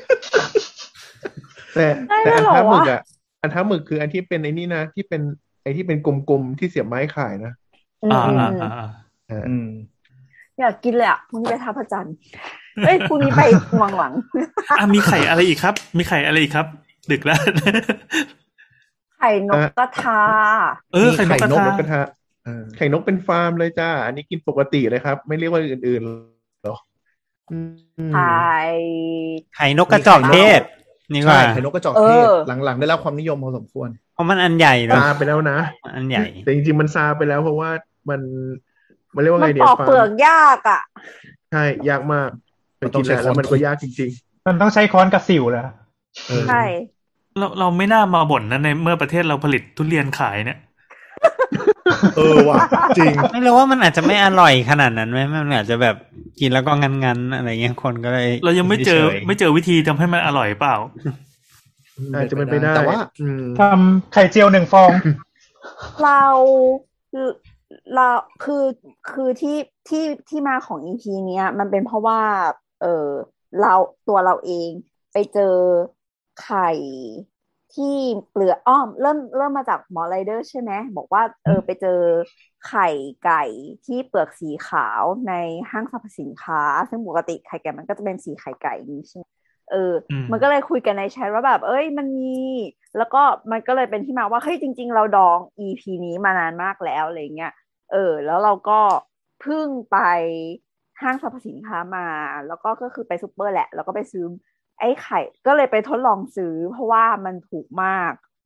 Speaker 5: แต่
Speaker 3: ได้
Speaker 5: แต่
Speaker 3: ด้วย
Speaker 5: อัน
Speaker 3: เหรอ
Speaker 5: ท้าหมึก
Speaker 3: วะ
Speaker 5: อ่ะอันท้าหมึกคืออันที่เป็นไอ้นี่นะที่เป็นไอ้ที่เป็นกลมๆที่เสียบไม้ขายนะ
Speaker 3: อืม
Speaker 6: อ่า
Speaker 3: อืม
Speaker 6: อ่า
Speaker 3: อืม
Speaker 6: อ่าอ่า
Speaker 5: อ่า
Speaker 7: อืม
Speaker 3: อยากกินเลยอ่ะพรุ่งนี้ไปท่าพระจันทร์เอ้ยพรุ่งนี้ไปวังหลัง
Speaker 6: อ่ะมีไข่อะไรอีกครับ มีไข่อะไรอีกครับ ดึกแล้ว
Speaker 3: ไข่นกกระทา
Speaker 6: เออไข่นกกระ
Speaker 7: มีไข่นก
Speaker 6: ทา
Speaker 5: นกกระทะ
Speaker 7: เออ
Speaker 5: ไข่นกเป็นฟาร์มเลยจ้า อันนี้กินปกติเลยครับ ไม่เรียกว่าอื่นๆหรอกอืม
Speaker 3: ไข่
Speaker 2: ไข่นกกระจอกเทศนี่ว่า
Speaker 7: ใช่ไข่นกกระจอกเทศ
Speaker 3: เออ
Speaker 7: หลังๆได้รับความนิยมพอสมควร
Speaker 2: เพราะมันอันใหญ่เนอะ
Speaker 5: ซาไปแล้วนะ
Speaker 2: อันใหญ่
Speaker 5: แต่จริงๆมันซาไปแล้วเพราะว่ามันมันเรียกว่า
Speaker 3: มั
Speaker 5: ไง
Speaker 3: น
Speaker 5: เดีย
Speaker 3: ปอก
Speaker 5: ฟาร์ม
Speaker 3: เปลือกยากอ่ะ
Speaker 5: ใช่ยากมากไป
Speaker 7: มันต้
Speaker 5: กิ
Speaker 7: อน งใช้
Speaker 5: แล้วแล้วมัน
Speaker 7: ค้อนทุ
Speaker 5: ก็
Speaker 7: บ
Speaker 5: ยากจริง
Speaker 4: มันต้องใช้ค้อนกับสิวแล้ว
Speaker 7: เออ
Speaker 3: ใช่
Speaker 6: เราเราไม่น่ามาบ่นนะในเมื่อประเทศเราผลิตทุเรียนขายเนี่ย
Speaker 7: เออว่ะจริง
Speaker 2: ไม่รู้ว่ามันอาจจะไม่อร่อยขนาดนั้นไหมมันอาจจะแบบกินแล้วก็งันๆอะไรเงี้ยคนก็เลย
Speaker 6: เรายังไม่เจอ
Speaker 2: ฉยๆ
Speaker 6: ไม่เจอวิธีทำให้มันอร่อยเปล่า
Speaker 5: ๆ อาจจะเป็นไปได้
Speaker 7: แต่ว่า
Speaker 5: อืม
Speaker 4: ทำไข่เจียวหนึ่งฟอง
Speaker 3: เราเราคือคือที่ที่ที่มาของ อี พี เนี้ย มันเป็นเพราะว่า เออเราตัวเราเองไปเจอไข่ที่เปลือกอ้อมเริ่มเริ่มมาจากหมอไรเดอร์ใช่ไหมบอกว่าเออไปเจอไข่ไก่ที่เปลือกสีขาวในห้างสรรพสินค้า ซึ่งปกติไข่ไก่มันก็จะเป็นสีไข่ไก่นี้ใช่ไหมเอออ
Speaker 6: ม
Speaker 3: มันก็เลยคุยกันในแชทว่าแบบเอ้ยมันมีแล้วก็มันก็เลยเป็นที่มาว่าเฮ้ยจริง ๆ เราดอง อี พี นี้มานานมากแล้วอะไรเงี้ยเออแล้วเราก็เพิ่งไปห้างสรรพสินค้ามา แล้วก็ก็คือไปซูเปอร์แหละแล้วก็ไปซื้อไอ้ไข่ก็เลยไปทดลองซื้อเพราะว่ามันถูกมาก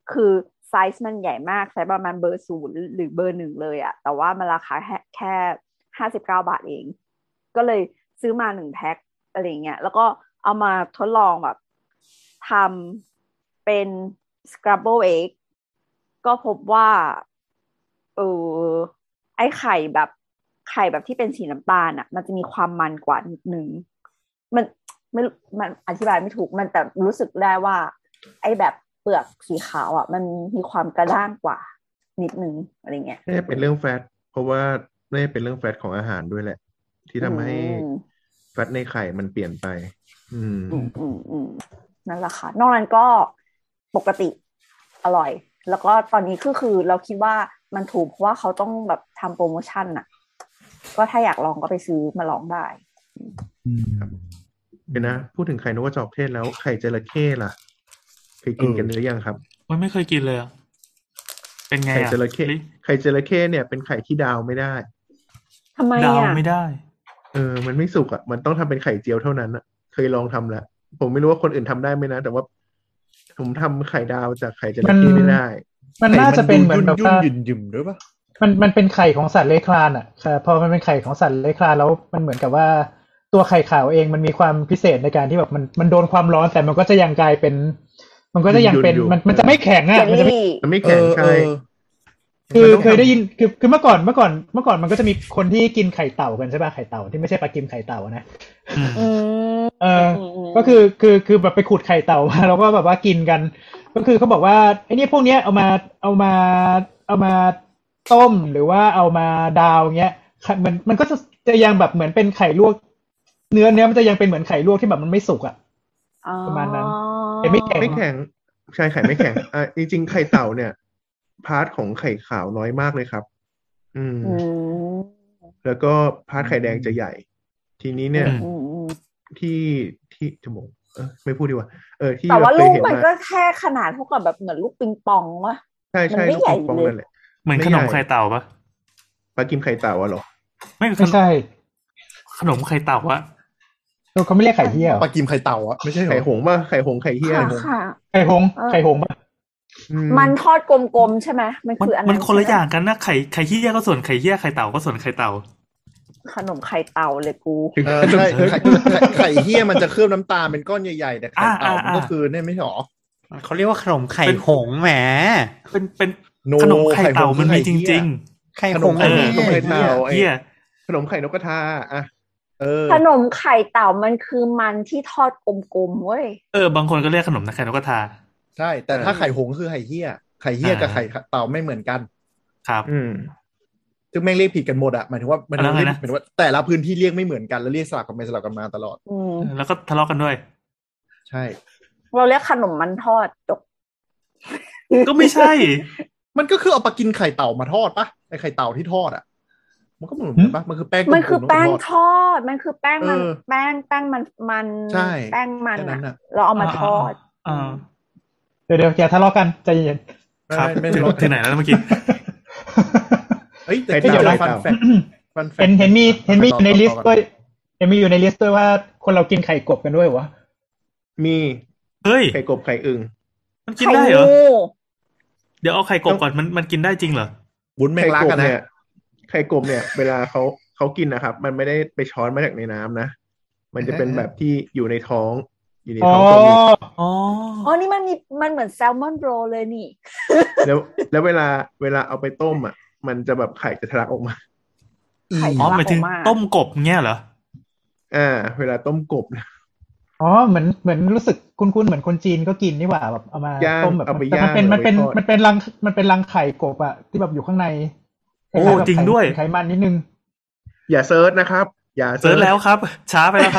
Speaker 3: คือไซส์มันใหญ่มากไซส์ประมาณเบอร์ศูนย์หรือเบอร์หนึ่งเลยอะแต่ว่ามันราคาแค่แค่ห้าสิบเก้าบาทเองก็เลยซื้อมาหนึ่งแพ็คอะไรเงี้ยแล้วก็เอามาทดลองแบบทำเป็น scramble egg ก็พบว่าเออไอ้ไข่แบบไข่แบบที่เป็นสีน้ำตาลอ่ะมันจะมีความมันกว่านิดนึงมันไม่มันอธิบายไม่ถูกมันแต่รู้สึกได้ว่าไอ้แบบเปลือกสีขาวอ่ะมันมีความกระด้างกว่านิดนึงอะไรเงี้ย
Speaker 5: นี่เป็นเรื่องแฟตเพราะว่านี่เป็นเรื่องแฟตของอาหารด้วยแหละที่ทำให้แฟตในไข่มันเปลี่ยนไปอืม
Speaker 3: อืมอืมอืมนั่นแหละค่ะนอกนั้นก็ปกติอร่อยแล้วก็ตอนนี้ก็คือเราคิดว่ามันถูกเพราะว่าเขาต้องแบบทำโปรโมชั่นน่ะก็ถ้าอยากลองก็ไปซื้อมาลองได้
Speaker 5: ครับเดี๋ยวนะพูดถึงไข่นกกระจอกเทศแล้วไข่จระเข้ล่ะเคยกินกันหรือยังครับ
Speaker 6: มันไม่เคยกินเลยเป็นไง
Speaker 5: ไข่จระเข้ไข่จระเข้เนี่ยเป็นไข่ที่ดาวไม่ได้
Speaker 3: ทำไม
Speaker 6: อ่ะดาวไม่ได้
Speaker 5: เออมันไม่สุกอ่ะมันต้องทำเป็นไข่เจียวเท่านั้นอ่ะเคยลองทำแล้วผมไม่รู้ว่าคนอื่นทำได้ไหมนะแต่ว่าผมทำไข่ดาวจากไข่จระเข้ไม่ได้
Speaker 4: มันน่าจะเป็นเหมือนแบบว่า
Speaker 7: ยุ่มๆด้วยป่ะ
Speaker 4: มันมันเป็นไข่ของสัตว์เลื้อยคลานอ่ะพอมันเป็นไข่ของสัตว์เลื้อยคลานแล้วมันเหมือนกับว่าตัวไข่ขาวเองมันมีความพิเศษในการที่แบบมันมันโดนความร้อนแต่มันก็จะยังกลายเป็นมันก็จะยังเป็นมันมันจะไม่แข็งอ่ะ
Speaker 3: มันจะไม่
Speaker 5: มันไม่แข็งใช่
Speaker 4: คือเคยได้ยินคือคือเมื่อก่อนเมื่อก่อนเมื่อก่อนมันก็จะมีคนที่กินไข่เต่ากันใช่ป่ะไข่เต่าที่ไม่ใช่ปลากิมไข่เต่านะเออก็คือคือคือแบบไปขุดไข่เต่ามาแล้วก็แบบว่ากินกันก็คือเขาบอกว่าไอ้นี่พวกเนี้ยเอามาเอามาเอามาต้มหรือว่าเอามาดาวเงี้ยมันมันก็จะจะยังแบบเหมือนเป็นไข่ลวกเนื้อเนื้อมันจะยังเป็นเหมือนไข่ลวกที่แบบมันไม่สุกอ่ะประมาณนั้น
Speaker 5: ไม่แข็งไม่แข็งใช่ไข่ไม่แข็งอ่ะจริงๆไข่เต่าเนี่ยพาร์ทของไข่ขาวน้อยมากเลยครับอืมแล้วก็พาร์ทไข่แดงจะใหญ่ทีนี้เนี่ยที่ที่จมูกเออไม่พูดดีกว่าเออที่
Speaker 3: แต่ว่าลูกมันก็แค่ขนาดเท่ากับแบบเหมือนลูกปิงปองวะ
Speaker 5: ใช่ใช่ลูกปิงปองนั่นแหละ
Speaker 6: เหมือนขนมไข่เต่าปะ
Speaker 5: ปลากิมไข่เต่าอะหรอ
Speaker 6: ไม่
Speaker 4: ใช่
Speaker 6: ขนมไข่เต่าอะ
Speaker 4: เขาไม่เรียกไข่เหี้ย
Speaker 7: ปลากิมไข่เต่าอะไม่ใช่
Speaker 5: ไข่หงป่ะไข่หงไข่เหี้ย
Speaker 4: ไข่หงไข่หงป่ะ
Speaker 3: มันทอดกลมๆใช่ไหมมันคืออันนั้น
Speaker 6: มันคนละอย่างกันนะไข่ไข่เหี้ยก็ส่วนไข่เหี้ยไข่เต่าก็ส่วนไข่เต่า
Speaker 3: ขนมไข่เต่าเลยกู
Speaker 7: เออใช่ไข่เหี้ยมันจะเคลือบน้ำตาลเป็นก้อนใหญ่ๆแต่ไข่เต่ามันก็คือเนี่ยไม่ใช่หรอ
Speaker 2: เขาเรียกว่าขนมไข่หงแหม
Speaker 6: เป็นเป็นขนมไข่เต่ามันมีจริง
Speaker 2: ๆไข่หง
Speaker 5: ขนมไข่เต่าไอ้ขนมไข่นกกระทาอ่ะ
Speaker 3: ขนมไข่เต่ามันคือมันที่ทอดกลมๆเว้ย
Speaker 6: เออบางคนก็เรียกขนมไข่นกกระทา
Speaker 7: ใช่แต่ถ้าไข่หงคือไข่เหี้ยไข่เหี้ยกับไข่เต่าไม่เหมือนกัน
Speaker 6: ครับ
Speaker 5: อืม
Speaker 7: ซึ่งแม่งเรียกผิดกันหมดอะหมายถึงว่ามันเรียกหมายถึงว่าแต่ละพื้นที่เรียกไม่เหมือนกันแล้วเรียกสลับกันไปสลับกันมาตลอด
Speaker 3: อืม
Speaker 6: แล้วก็ทะเลาะกันด้วย
Speaker 7: ใช่
Speaker 3: เราเรียกขนมมันทอดจบ
Speaker 6: ก็ไม่ใช่
Speaker 7: มันก็คือเอาปลากินไข่เต่ามาทอดปะไอไข่เต่าที่ทอดอะมันก็เหมือนปะมันคือแป้ง
Speaker 3: มันคือแป้งทอดมันคือแป้งมันแป้งแป้งมันมันแป้งมันอะเราเอามาทอด
Speaker 4: เดี๋ยวเดี๋ยวอย่าทะเลาะกันใจเย็น
Speaker 6: ครับไม่ทะเลาะที่ไหนแล้วเมื่อกี้
Speaker 7: เฮ้ยแต่ที่เดี๋ยวฟันแฟก
Speaker 4: เห็นเห็นมีเห็นมีอยู่ในลิสต์ด้วยเห็นมีอยู่ในลิสต์ด้วยว่าคนเรากินไข่กบกันด้วยวะ
Speaker 5: มี
Speaker 6: เฮ้ย
Speaker 5: ไข่กบไข่อึ่ง
Speaker 6: มันกินได้เหรอเดี๋ยวเอาไข่กบก่อนมันมันกินได้จริงเหรอ
Speaker 7: บุญแมงลักกัน
Speaker 5: เนี่ยไข่กบเนี่ยเวลาเขาเขากินนะครับมันไม่ได้ไปช้อนมาจากในน้ำนะมันจะเป็นแบบที่อยู่ในท้องอยู่ในท้องตัวนี้
Speaker 6: อ๋อ
Speaker 3: อ๋อนี่มันมีมันเหมือนแซลมอนโรลเลยนี่
Speaker 5: แล้วแล้วเวลาเวลาเอาไปต้มอ่ะมันจะแบบไข่จะทะลักออกมา
Speaker 6: อ๋อหมายถึงต้มกบเงี้ยเหรอ
Speaker 5: อ่าเวลาต้มกบ
Speaker 4: อ๋อเหมือนเหมือนรู้สึกคุ้นๆเหมือนคนจีนก็กินนี่หว่าแบบเอามาต้มแบบมันเป็นมันเป็นมันเป็นรังมันเป็นรังไข่กบอะที่แบบอยู่ข้างใน
Speaker 6: โอ้จริงด้วย
Speaker 4: ไขมันนิดนึง
Speaker 5: อย่าเซิร์ชนะครับอย่า
Speaker 6: เซิร์ชแล้วครับช้าไปแล้วครับ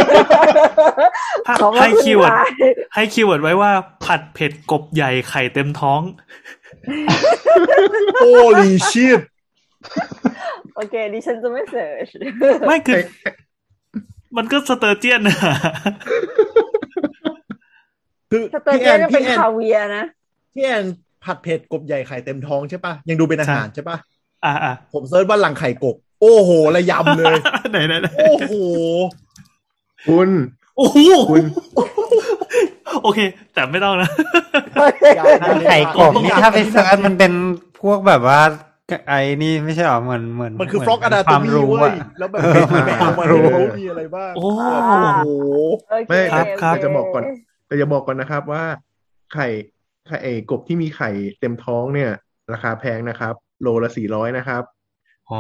Speaker 6: ให้คีย์เวิร์ดให้คีย์เวิร์ดไว้ว่าผัดเผ็ดกบใหญ่ไข่เต็มท้อง
Speaker 7: โอ้ลีชิต
Speaker 3: โอเคดิฉันจะไม่เสิร์ช
Speaker 6: ไม่คือมันก็สเตอร์เจียนนะ
Speaker 7: คือ
Speaker 3: สเตอร์เจียนเป็นคาเวียนะ
Speaker 7: พี่แอนผัดเผ็ดกบใหญ่ไข่เต็มท้องใช่ป่ะยังดูเป็นอาหารใช่ป่ะ
Speaker 6: อ่าอ่า
Speaker 7: ผมเซิร์ชว่าหลังไข่กบโอ้โหระยำเลย
Speaker 6: ไหนไหน
Speaker 7: โอ้โห
Speaker 5: คุณ
Speaker 6: โอ้โห
Speaker 5: คุณ
Speaker 6: โอเคแต่ไม่ต้องนะ
Speaker 2: ไข่กบนี่ถ้าไปเซิร์ชมันเป็นพวกแบบว่าไอ้นี่ไม่ใช่หรอเหมือนเหมือน
Speaker 7: มันคือฟล็อกอนาโตมีเว้ยแล้วแบบเป็นแบบมันมีอะไรบ้างโอ้โห
Speaker 5: ไม่ครับจะบอกก่อนแต่จะบอกก่อนนะครับว่าไข่ไข่กบที่มีไข่เต็มท้องเนี่ยราคาแพงนะครับโลละสี่ร้อยนะครับ
Speaker 6: อ๋อ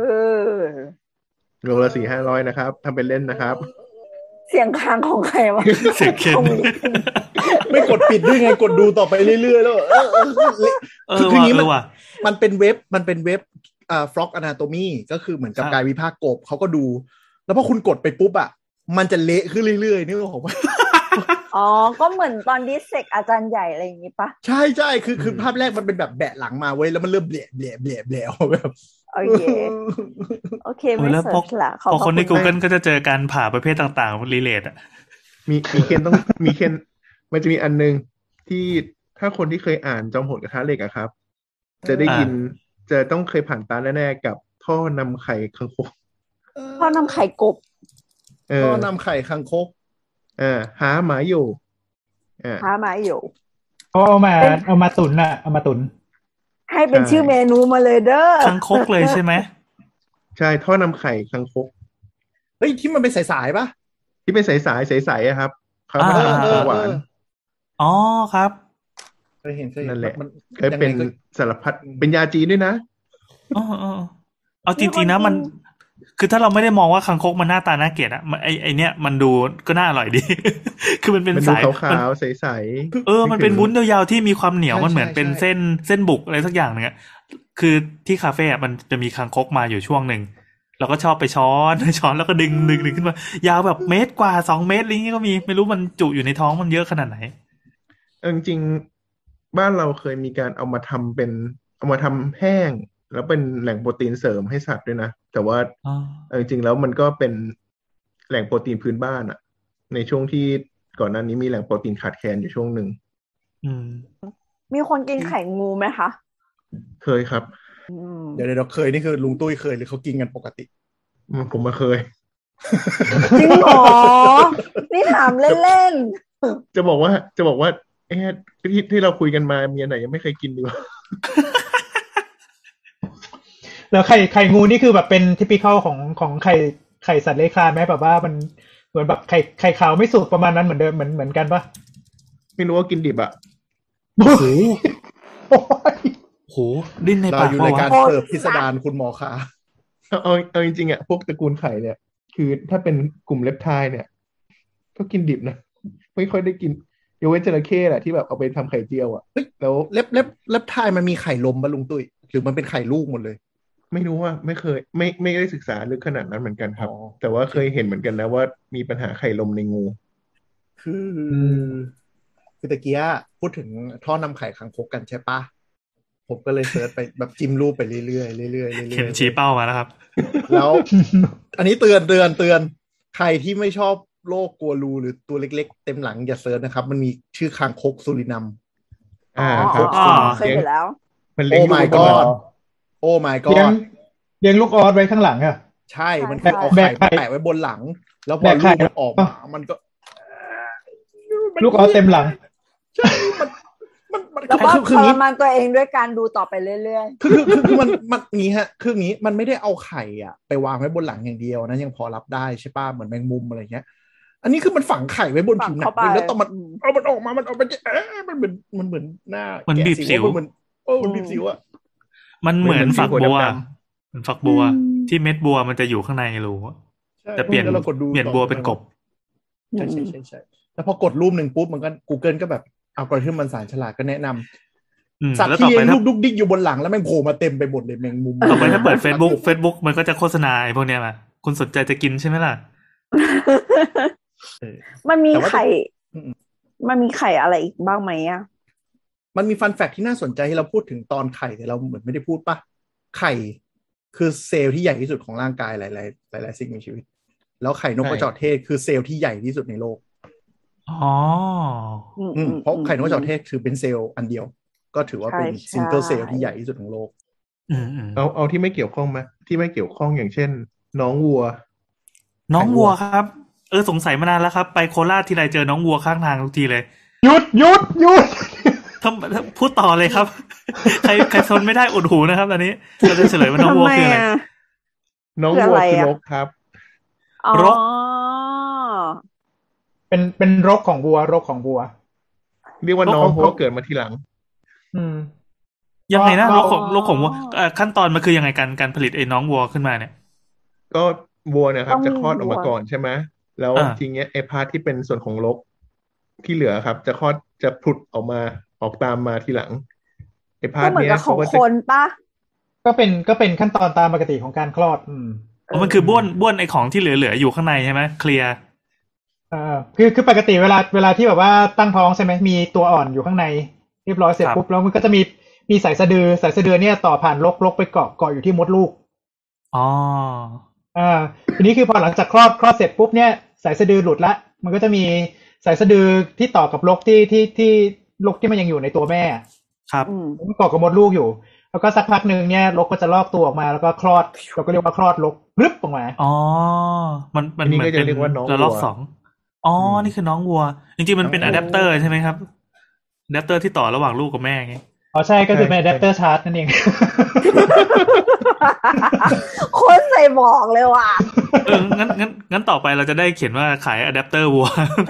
Speaker 5: โลละสี่ห้าร้อยนะครับทำเป็นเล่นนะครับ
Speaker 3: เสียงค้างของใครวะ
Speaker 6: เสียงเค็ม
Speaker 7: ไม่กดปิดด้วยไงกดดูต่อไปเรื่อยๆแล้วเออเออคืออย่างนี้มันมันเป็นเว็บมันเป็นเว็บอ่า Frog Anatomy ก็คือเหมือนกับกายวิภาคกบเขาก็ดูแล้วพอคุณกดไปปุ๊บอ่ะมันจะเละขึ้นเรื่อยๆนี่ของมัน
Speaker 3: อ๋อก็เหมือนตอนดิสเซกอาจารย์ใหญ่อะไรอย่างงี้ปะ
Speaker 7: ใช่ใช่คือคือภาพแรกมันเป็นแบบแบะหลังมาเว้ยแล้วมันเริ่มเบละเบละเบละเบละแบบ
Speaker 3: โอเคโอเคไม่เสิร์ชละ
Speaker 6: พอคนใน Google ก็จะเจอการผ่าประเภทต่างๆรีเลทอ่ะ
Speaker 5: มีมีเคนต้องมีเคนมันจะมีอันนึงที่ถ้าคนที่เคยอ่านจอมโหดกระทะเหล็กอะครับจะได้ยินจะต้องเคยผ่านตาแน่ๆกับท่อนำไข่คังคก
Speaker 3: ท่อนำไข่กบ
Speaker 7: ท่อนำไข่คังคก
Speaker 5: อ่าหาหมาอยู่
Speaker 3: อ่าหาหมาอยู่
Speaker 4: เอามาเอามาตุนน่ะเอามาตุน
Speaker 3: ให้เป็นชื่อเมนูมาเลยเด้อ
Speaker 6: คังคกเลยใช่ไหม
Speaker 5: ใช่ท่อนำไข่คังคก
Speaker 7: เฮ้ยที่มันเป็นสายๆป่ะ
Speaker 5: ที่เป็นสายๆใสๆอะครับเขามาทำของหวาน
Speaker 6: อ๋อครับ
Speaker 7: เคยเห็นเคยเห็น
Speaker 5: นั่นแหละเคยเป็นสารพัดเป็นยาจีนด้วยนะ
Speaker 6: อ๋อเอาจริงๆนะมันคือถ้าเราไม่ได้มองว่าคังคกมันหน้าตาน่าเกลียดอะไอไอเนี้ยมันดูก็น่าอร่อยดีคือมันเป็นสาย
Speaker 5: ขาวๆใส
Speaker 6: ๆเออมันเป็นวุ้นยาวๆที่มีความเหนียวมันเหมือนเป็นเส้นเส้นบุกอะไรสักอย่างนึงอะคือที่คาเฟ่อะมันจะมีคังคกมาอยู่ช่วงนึงเราก็ชอบไปช้อนช้อนแล้วก็ดึงดึงดึงขึ้นมายาวแบบเมตรกว่าสองเมตรอะไรอย่างงี้ก็มีไม่รู้มันจุอยู่ในท้องมันเยอะขนาดไหน
Speaker 5: เออจริงบ้านเราเคยมีการเอามาทำเป็นเอามาทำแห้งแล้วเป็นแหล่งโปรตีนเสริมให้สัตว์ด้วยนะแต่ว่าเออจริงๆแล้วมันก็เป็นแหล่งโปรตีนพื้นบ้านอะในช่วงที่ก่อนหน้านี้มีแหล่งโปรตีนขาดแคลนอยู่ช่วงหนึ่ง
Speaker 3: มีคนกินไข่งูไหมคะ
Speaker 5: เคยครับ
Speaker 7: เดี๋ยวเดี๋ยวเคยนี่คือลุงตุ้ยเคยหรือเขากินกันปกติ
Speaker 5: ผมมาเคย
Speaker 3: จริงเหรอนี่ถามเล่น
Speaker 5: ๆจะบอกว่าจะบอกว่าเอ๊ะที่ที่เราคุยกันมาเมียไหนยังไม่เคยกินดีวะ
Speaker 4: แล้วไข่ไข่งูนี่คือแบบเป็นทิปิคอลของของไข่ไข่สัตว์เลื้อยคลานไหมแบบว่ามันเหมือนแบบไข่ไข่ขาวไม่สุกประมาณนั้นเหมือนเดิมเหมือนเหมือนกันปะ
Speaker 5: ไม่รู้ว่ากินดิบอะ
Speaker 6: โอ้โหโหดิ้นในปาก
Speaker 7: เราอยู่ในการเสิร์ฟพิสดารคุณหมอคะ
Speaker 5: เอาเอาจริงๆอะพวกตระกูลไข่เนี่ยคือถ้าเป็นกลุ่มเลปไทล์เนี่ยก็กินดิบนะไม่ค่อยได้กินยกเว้นจระเข้แหละที่แบบเอาไปทำไข่เจียวอ่ะ
Speaker 7: เฮ้ยแล้วเล็บเล็บเล็บไทยมันมีไข่ลมป่ะลุงตุ้ยหรือมันเป็นไข่ลูกหมดเลย
Speaker 5: ไม่รู้ว่าไม่เคยไม่ไม่ได้ศึกษาลึกขนาดนั้นเหมือนกันครับแต่ว่าเคยเห็นเหมือนกันนะว่ามีปัญหาไข่ลมในงู
Speaker 7: คือคือตะกี้พูดถึงท่อนำไข่คังคกกันใช่ปะผมก็เลยเซิร์ชไปแบบจิ้มรูปไปเรื่อยๆเรื่อยๆเรื่อยๆ
Speaker 6: เขียนชี้เป้ามาแล้วครับ
Speaker 7: แล้วอันนี้เตือนเตือนเตือนใครที่ไม่ชอบโรคกัวรูหรือตัวเล็กๆเต็มหลังอย่าเซิร์ชนะครับมันมีชื่อคางคกสุรินัม
Speaker 5: อ่าครับ
Speaker 3: เคยเห็นแล้ว
Speaker 7: โอ้ my god โอ้ my god
Speaker 4: เลี้ยงลูกออสไว้ข้างหลังอ่ะ
Speaker 7: ใช่มันคือเอาไข่แปะไว้บนหลังแล้วพอลูกมันออกมามันก็
Speaker 4: ลูกออสเต็มหลัง
Speaker 7: ใช่มันมันมัน
Speaker 3: แล้วก็ทรมานตัวเองด้วยการดูต่อไปเรื่อย
Speaker 7: ๆคือคือคือมันมันงี้ฮะคืองี้มันไม่ได้เอาไข่อ่ะไปวางไว้บนหลังอย่างเดียวนะยังพอรับได้ใช่ป่ะเหมือนแมงมุมอะไรเงี้ยอันนี้คือมันฝังไข่ไว้บนผิวหนังแล้วตอนมันเอามันออกมามันออกมาเอ๊ะมันเหมือนมันเหมือนหน้า
Speaker 6: มันบีบสิว
Speaker 7: มันเหมือนโอ้มันบีบสิวอ่ะ
Speaker 6: มันเหมือนฝักบัวเหมือนฝักบัวที่เม็ดบัวมันจะอยู่ข้างในรูจะเปลี่ยนเปลี่ยนบัวเป็นกบ
Speaker 7: ใช่ใช่ใช่ใช่แล้วพอกดรูปหนึ่งปุ๊บมันก็ Google ก็แบบอัลกอริทึมมันสารฉลาดก็แนะนำสัตว์ที่เลี้ยงลูกดุกดิ๊กอยู่บนหลังแล้วแม่งโผล่มาเต็มไปหมดเลยแมงมุม
Speaker 6: ต่อไปถ้าเปิด Facebook Facebook มันก็จะโฆษณาไอ้พวกเนี้ยมาคุณสนใจจะกินใช่ไหมล่ะ
Speaker 3: มันมีไข่มันมีไข่อะไรอีกบ้างไหมอ่ะ
Speaker 7: มันมีฟันแฟกต์ที่น่าสนใจที่เราพูดถึงตอนไข่แต่เราเหมือนไม่ได้พูดป่ะไข่คือเซลล์ที่ใหญ่ที่สุดของร่างกายหลายๆหลายๆสิ่งมีชีวิตแล้วไข่นกกระจอกเทศคือเซลล์ที่ใหญ่ที่สุดในโลก
Speaker 6: อ๋อ
Speaker 7: เพราะไข่นกกระจอกเทศคือเป็นเซลล์อันเดียวก็ถือว่าเป็นซิงเกิลเซลล์ที่ใหญ่ที่สุดของโลก
Speaker 5: เอาเอาที่ไม่เกี่ยวข้องไหมที่ไม่เกี่ยวข้องอย่างเช่นน้องวัว
Speaker 6: น้องวัวครับเออสงสัยมานานแล้วครับไปโคราชทีไรเจอน้องวัวข้างทางทุกทีเลย
Speaker 4: หยุดหยุดหยุด
Speaker 6: ทำพูดต่อเลยครับ ใครใครทนไม่ได้อุดหูนะครับตอนนี้เราจะเฉลยว่าน้องวัวคืออะไร
Speaker 5: น้อง
Speaker 3: คือ
Speaker 5: วัว
Speaker 3: อะไร
Speaker 5: คือ
Speaker 3: อะ
Speaker 5: รกครับ
Speaker 3: อ๋อ
Speaker 6: รก
Speaker 4: เป็นเป็นรกของวัวรกของวัว
Speaker 5: เรียกว่าน้องเพราะว่าเกิดมาทีหลัง
Speaker 4: อืม
Speaker 6: ยังไงนะ
Speaker 4: ก็
Speaker 6: โรคของโรคของวัวเอ่อขั้นตอนมันคือยังไงการการผลิตไอ้น้องวัวขึ้นมาเนี่ย
Speaker 5: ก็วัวเนี่ยครับ
Speaker 3: ต้อง
Speaker 5: จะคลอดออก
Speaker 3: วั
Speaker 5: มาว ก่อนใช่ไหมแล้ว
Speaker 6: อ่า
Speaker 5: ทีเนี้ยไอ้พาร์ทที่เป็นส่วนของรกที่เหลือครับ จะคลอดจะผุดออกมาออกตามมาทีหลังไอ้พา
Speaker 3: ก็
Speaker 5: ร์ท
Speaker 3: เหมือน
Speaker 5: เนี้ย
Speaker 3: กับข
Speaker 5: เขา
Speaker 3: อง
Speaker 5: ก็
Speaker 3: ค
Speaker 5: จะ
Speaker 3: นปะ
Speaker 4: ก็เป็นก็เป็นขั้นตอนตามปกติของการคลอด อืม
Speaker 6: อ๋อมันคือบ้วนบ้วนไอ้ของที่เหลือๆอยู่ข้างในใช่ไหมเคลียร์
Speaker 4: อ่าคือคือปกติเวลาเวลาที่แบบว่าตั้งท้องใช่ไหมมีตัวอ่อนอยู่ข้างในเรียบร้อยเสร็จ
Speaker 6: ครับ
Speaker 4: ปุ๊บแล้วมันก็จะมีมีสายสะดือสายสะดือเนี่ยต่อผ่านรกรกไปเกาะเกาะอยู่ที่มดลูก
Speaker 6: อ๋อ
Speaker 4: อ่าทีนี้คือพอหลังจากคลอดคลอดเสร็จปุ๊บเนี่ยสายสะดือหลุดละมันก็จะมีสายสะดือที่ต่อกับรกที่ที่ที่รกที่มันยังอยู่ในตัวแม่
Speaker 6: ครับ
Speaker 3: อืม
Speaker 4: มันเกาะกับมดลูกอยู่ แล้วก็สักพักหนึ่งเนี่ยรกก็จะลอกตัวออกมาแล้วก็คลอดเราก็เรียกว่าคลอดรกรึบออกมา
Speaker 6: อ๋อ มันมัน
Speaker 5: อันนี้
Speaker 6: เหมือ
Speaker 5: ก็
Speaker 6: น
Speaker 5: จะ
Speaker 6: เป็น
Speaker 5: เรียกว่าน้อง
Speaker 6: ระลอก
Speaker 5: วัว
Speaker 6: สองอ๋ออ
Speaker 5: ม
Speaker 6: นี่คือน้องวัว จริงๆมันเป็น
Speaker 5: น้องวัว
Speaker 6: อะแดปเตอร์ใช่ไหมครับอะแดปเตอร์ที่ต่อระหว่างลูกกับแม่ไง
Speaker 4: อ๋อใช่ก็คือ
Speaker 5: ใช่
Speaker 4: เป็นอะแดปเตอร์ชาร์จนั่นเอง
Speaker 3: คนใส่บอกเลยว่ะ
Speaker 6: เอองั้นงั้นงั้นต่อไปเราจะได้เขียนว่าขายอะแดปเตอร์วัว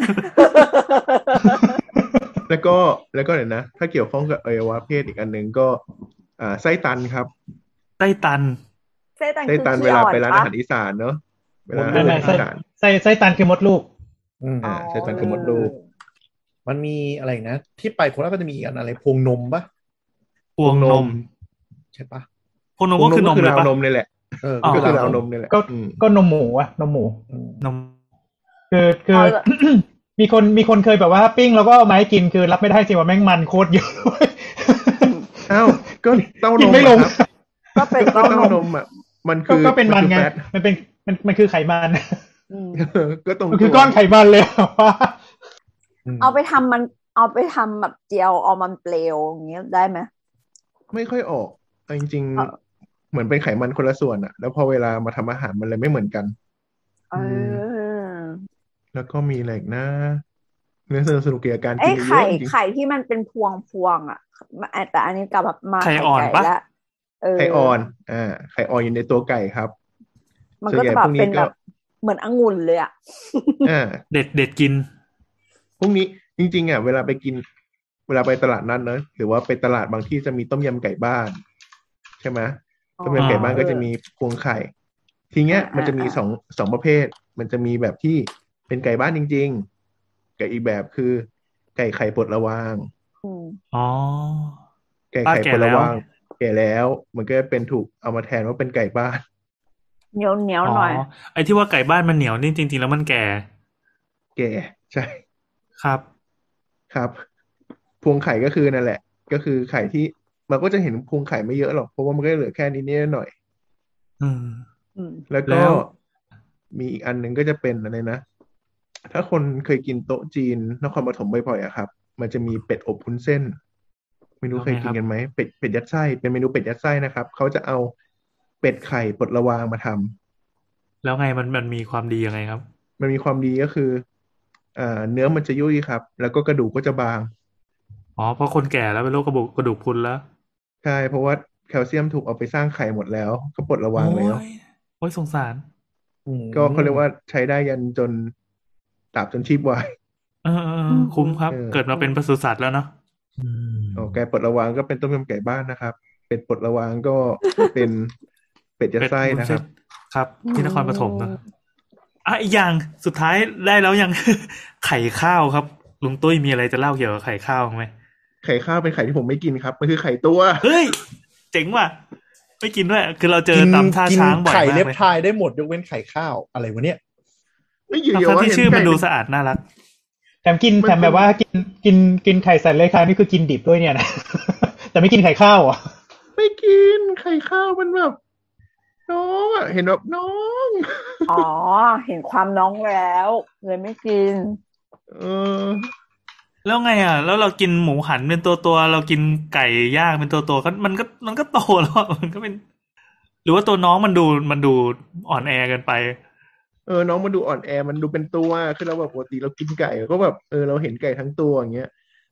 Speaker 5: แล้วก็แล้วก็เดี๋ยวนะ ถ้าเกี่ยวข้องกับอวัยวะเพศอีกอันหนึ่งก็อ่าไส้ตันครับ
Speaker 6: ไส้ตัน
Speaker 3: ไส้ตัน
Speaker 5: ไส้
Speaker 3: คือ
Speaker 5: ตัน
Speaker 3: ขี้
Speaker 5: เวลา
Speaker 3: อ่อน
Speaker 5: ไปร้าน
Speaker 3: ปะ
Speaker 5: อาหารอีสานเนอะเวลา
Speaker 4: ไม่ไม่
Speaker 5: อาหาร
Speaker 4: ไส้
Speaker 5: อีสาน
Speaker 4: ไส้ไส้ตันคือมดลูก
Speaker 7: อืม
Speaker 5: อ่าไส้ตันคือมดลูก
Speaker 7: มันมีอะไรนะ ที่ไปโคราชก็จะมีอีกอันอะไรพวงนมปะ
Speaker 6: พวงนม
Speaker 7: ใช่ปะ
Speaker 6: พวงนม
Speaker 5: พว
Speaker 6: ก็
Speaker 5: งน
Speaker 6: คือ
Speaker 5: ม
Speaker 6: น
Speaker 5: ก็
Speaker 6: ม
Speaker 5: คือ
Speaker 6: เลย
Speaker 5: รา
Speaker 6: ปะ
Speaker 5: วนมเลยแหละ
Speaker 7: เออ
Speaker 6: อ๋อ
Speaker 5: ก็คือ
Speaker 7: รา
Speaker 5: รา
Speaker 7: วน
Speaker 5: วน
Speaker 7: ม
Speaker 5: มเลยแหละ
Speaker 4: ก็
Speaker 5: อืม
Speaker 4: ก็นมหมูอะนมหมู
Speaker 7: อืม
Speaker 6: นม
Speaker 4: คือคือ มีคนมีคนเคยแบบว่าปิ้งแล้วก็เอามาให้กินคือรับไม่ได้จริงว่าแม่งมันโคตรเยอะด้วย
Speaker 5: อ้าวก็เต้า
Speaker 4: กิ
Speaker 5: น
Speaker 4: น
Speaker 5: ม
Speaker 4: ไม่ลง
Speaker 5: อะครับ
Speaker 3: ก็เป็น
Speaker 5: ก็
Speaker 3: เต้า
Speaker 5: เต้าน น
Speaker 3: ม
Speaker 5: มอ่ะมัน
Speaker 4: ก็
Speaker 5: คือ
Speaker 4: ก็เป็นมันไง
Speaker 5: คือแฟต
Speaker 4: มันเป็นมันมันคือไขมัน
Speaker 3: อืม
Speaker 5: เออก็ตรง
Speaker 4: มัน
Speaker 5: ตั
Speaker 4: คือ
Speaker 5: ว
Speaker 4: ก้อนไขมันเลยว่า
Speaker 3: เอาไปทำมันเอาไปทำแบบเจียวเอามันเปลวอย่างเงี้ยได้ไหม
Speaker 5: ไม่ค่อยออกเอาจริง
Speaker 3: เออ
Speaker 5: ๆเหมือนเป็นไขมันคนละส่วนอ่ะ แล้วพอเวลามาทำอาหารมันเลยไม่เหมือนกัน
Speaker 3: เออ
Speaker 5: แล้วก็มีอะไรอีกนะเนื้อสนุกๆเกี่ยวกับการ
Speaker 3: ไอ้
Speaker 5: กินเย
Speaker 3: ไข่
Speaker 5: อะๆจริง
Speaker 3: ไข่ที่มันเป็นพวงพวงๆอ่ะแต่อันนี้กลับแบบมา
Speaker 6: ไข่อ่อน
Speaker 3: ไก่
Speaker 6: ปะ
Speaker 3: แล้วเออ
Speaker 5: ไข่อ่อนอ่าไข่อ่อนอยู่ในตัวไก่ครับ
Speaker 3: มัน
Speaker 5: ส่วน
Speaker 3: ก็
Speaker 5: ใหญ่
Speaker 3: จะแบ
Speaker 5: พ
Speaker 3: บ
Speaker 5: วก
Speaker 3: เป็
Speaker 5: นี้
Speaker 3: น
Speaker 5: ก็
Speaker 3: แบบเหมือนองุ่นเลยอ่ะ
Speaker 5: อ่า
Speaker 6: เด็ดเด็ดกิน
Speaker 5: พวกนี้จริงๆอ่ะเวลาไปกิน เวลาไปตลาดนัดเนอะหรือว่าไปตลาดบางที่จะมีต้มยำไก่บ้าน ใช่ไหม
Speaker 3: อ๋อ
Speaker 5: ต้มยำไก่บ้านก็
Speaker 3: เออ
Speaker 5: จะมีพวงไข่ ทีเนี้ย
Speaker 3: อ่า
Speaker 5: มันจะมี
Speaker 3: อ่า
Speaker 5: สองสองประเภท มันจะมีแบบที่เป็นไก่บ้านจริงๆกับอีกแบบคือ ไก่ไข่ปลดระวาง
Speaker 3: อืม
Speaker 6: อ๋อ
Speaker 5: ไก่
Speaker 6: ป้า
Speaker 5: ไข่
Speaker 6: แก่
Speaker 5: ปลด
Speaker 6: แล้
Speaker 5: ระ
Speaker 6: ว
Speaker 5: วางแก่แล้ว มันก็เป็นถูกเอามาแทนว่าเป็นไก่บ้าน
Speaker 3: เหนียวเหนียว
Speaker 6: อ๋อ
Speaker 3: หน่อย
Speaker 6: ไอ้ที่ว่าไก่บ้านมันเหนียวนี่จริงๆแล้วมันแก่
Speaker 5: แก่ใช่
Speaker 6: ครับ
Speaker 5: ครับ พวงไข่ก็คือนั่นแหละ ก็คือไข่ที่มันก็จะเห็นพวงไข่ไม่เยอะหรอกเพราะว่ามันก็เหลือแค่นี้นิดหน่อย
Speaker 6: อืม
Speaker 3: อืม
Speaker 5: แล้ว
Speaker 6: แล้
Speaker 5: ก็
Speaker 6: ว
Speaker 5: มีอีกอันหนึ่งก็จะเป็นอะไรนะ ถ้าคนเคยกินโต๊ะจีนนครปฐมบ่อยๆอะครับ มันจะมีเป็ดอบวุ้นเส้น ไม่รู้
Speaker 6: แล้ว
Speaker 5: เคย
Speaker 6: ไงค
Speaker 5: กิ
Speaker 6: รั
Speaker 5: น
Speaker 6: บ
Speaker 5: กันไหมเป็ดเป็ดยัดไส้เป็นเมนูเป็ดยัดไส้นะครับเขาจะเอาเป็ดไข่ปลดระวางมาทำ
Speaker 6: แล้วไงมันมันมีความดียังไงครับ
Speaker 5: มันมีความดีก็คืออ่าเนื้อมันจะยุ่ยครับ แล้วก็กระดูกก็จะบาง
Speaker 6: อ๋อเพราะคนแก่แล้วเป็นโรคกระดูกกระดูกพรุนแล้ว
Speaker 5: ใช่เพราะว่าแคลเซียมถูกเอาไปสร้างไข่หมดแล้วก็ปลดระวางแล้ว
Speaker 6: โอ้ยโอ้ยสงสาร
Speaker 7: อืม
Speaker 5: ก็เขาเรียกว่าใช้ได้ยันจนตราบจนชีพวาย
Speaker 6: เออเออเออคุ้มครับ
Speaker 5: เออ
Speaker 6: เกิดมาเป็นปศุสัตว์แล้วเนาะ
Speaker 7: อืม
Speaker 5: โอเคปลดระวางก็เป็นต้มยำไก่บ้านนะครับ เป็ดปลดระวางก็เป็นเป็ดยัด
Speaker 6: เป็ด
Speaker 5: ไส้
Speaker 6: วุ้น
Speaker 5: นะค
Speaker 6: เส้
Speaker 5: รับ
Speaker 6: นครับ ที่นครปฐมเนอะอ่ะอีกอย่างสุดท้ายได้แล้วยัง ไข่ข้าวครับ ลุงตุ้ยมีอะไรจะเล่าเกี่ยวกับไข่ข้าวไหม
Speaker 5: ไข่ข้าวเป็นไข่ที่ผมไม่กินครับ มันคือไข่ตัว
Speaker 6: เฮ้ย เจ๋งว่ะ ไม่กินด้วย คือเราเจอตามท่า
Speaker 7: กิน
Speaker 6: ช้างบ่อย
Speaker 7: ไข่
Speaker 6: มาก
Speaker 7: เล็บ
Speaker 6: เลย
Speaker 7: พายได้หมดยกเว้นไข่ข้าวอะไรวะเนี่ย
Speaker 5: ไม่อยู่
Speaker 6: ทั้ง
Speaker 5: ๆว่า
Speaker 6: ที่
Speaker 5: เห็น
Speaker 6: ชื่อมัน
Speaker 5: ไก่
Speaker 6: ดูสะอาดน่ารัก
Speaker 4: แถมกิน
Speaker 5: มัน
Speaker 4: แถมแบบว่ากินกินกินไข่ใส่เลยค่ะนี่คือกินดิบด้วยเนี่ยนะ แต่ไม่กินไข่ข้าวอ่ะ
Speaker 5: ไม่กินไข่ข้าวมันแบบน้องอ่ะเห็นแบบน้อง
Speaker 3: อ๋อ เห็นความน้องแล้วเลยไม่กิน
Speaker 5: เออ
Speaker 6: แล้วไงอ่ะ แล้วเรากินหมูหันเป็นตัวตัวๆเรากินไก่ย่างเป็นตัวตัวๆก็มันก็มันก็โตแล้วอะมันก็เป็น หรือว่าตัวน้องมันดูมันดูอ่อนแอเกันไป
Speaker 5: เออน้องมันดูอ่อนแอมันดูเป็นตัวคือเราแบบปกติเรากินไก่ก็แบบเออเราเห็นไก่ทั้งตัวอย่างเงี้ย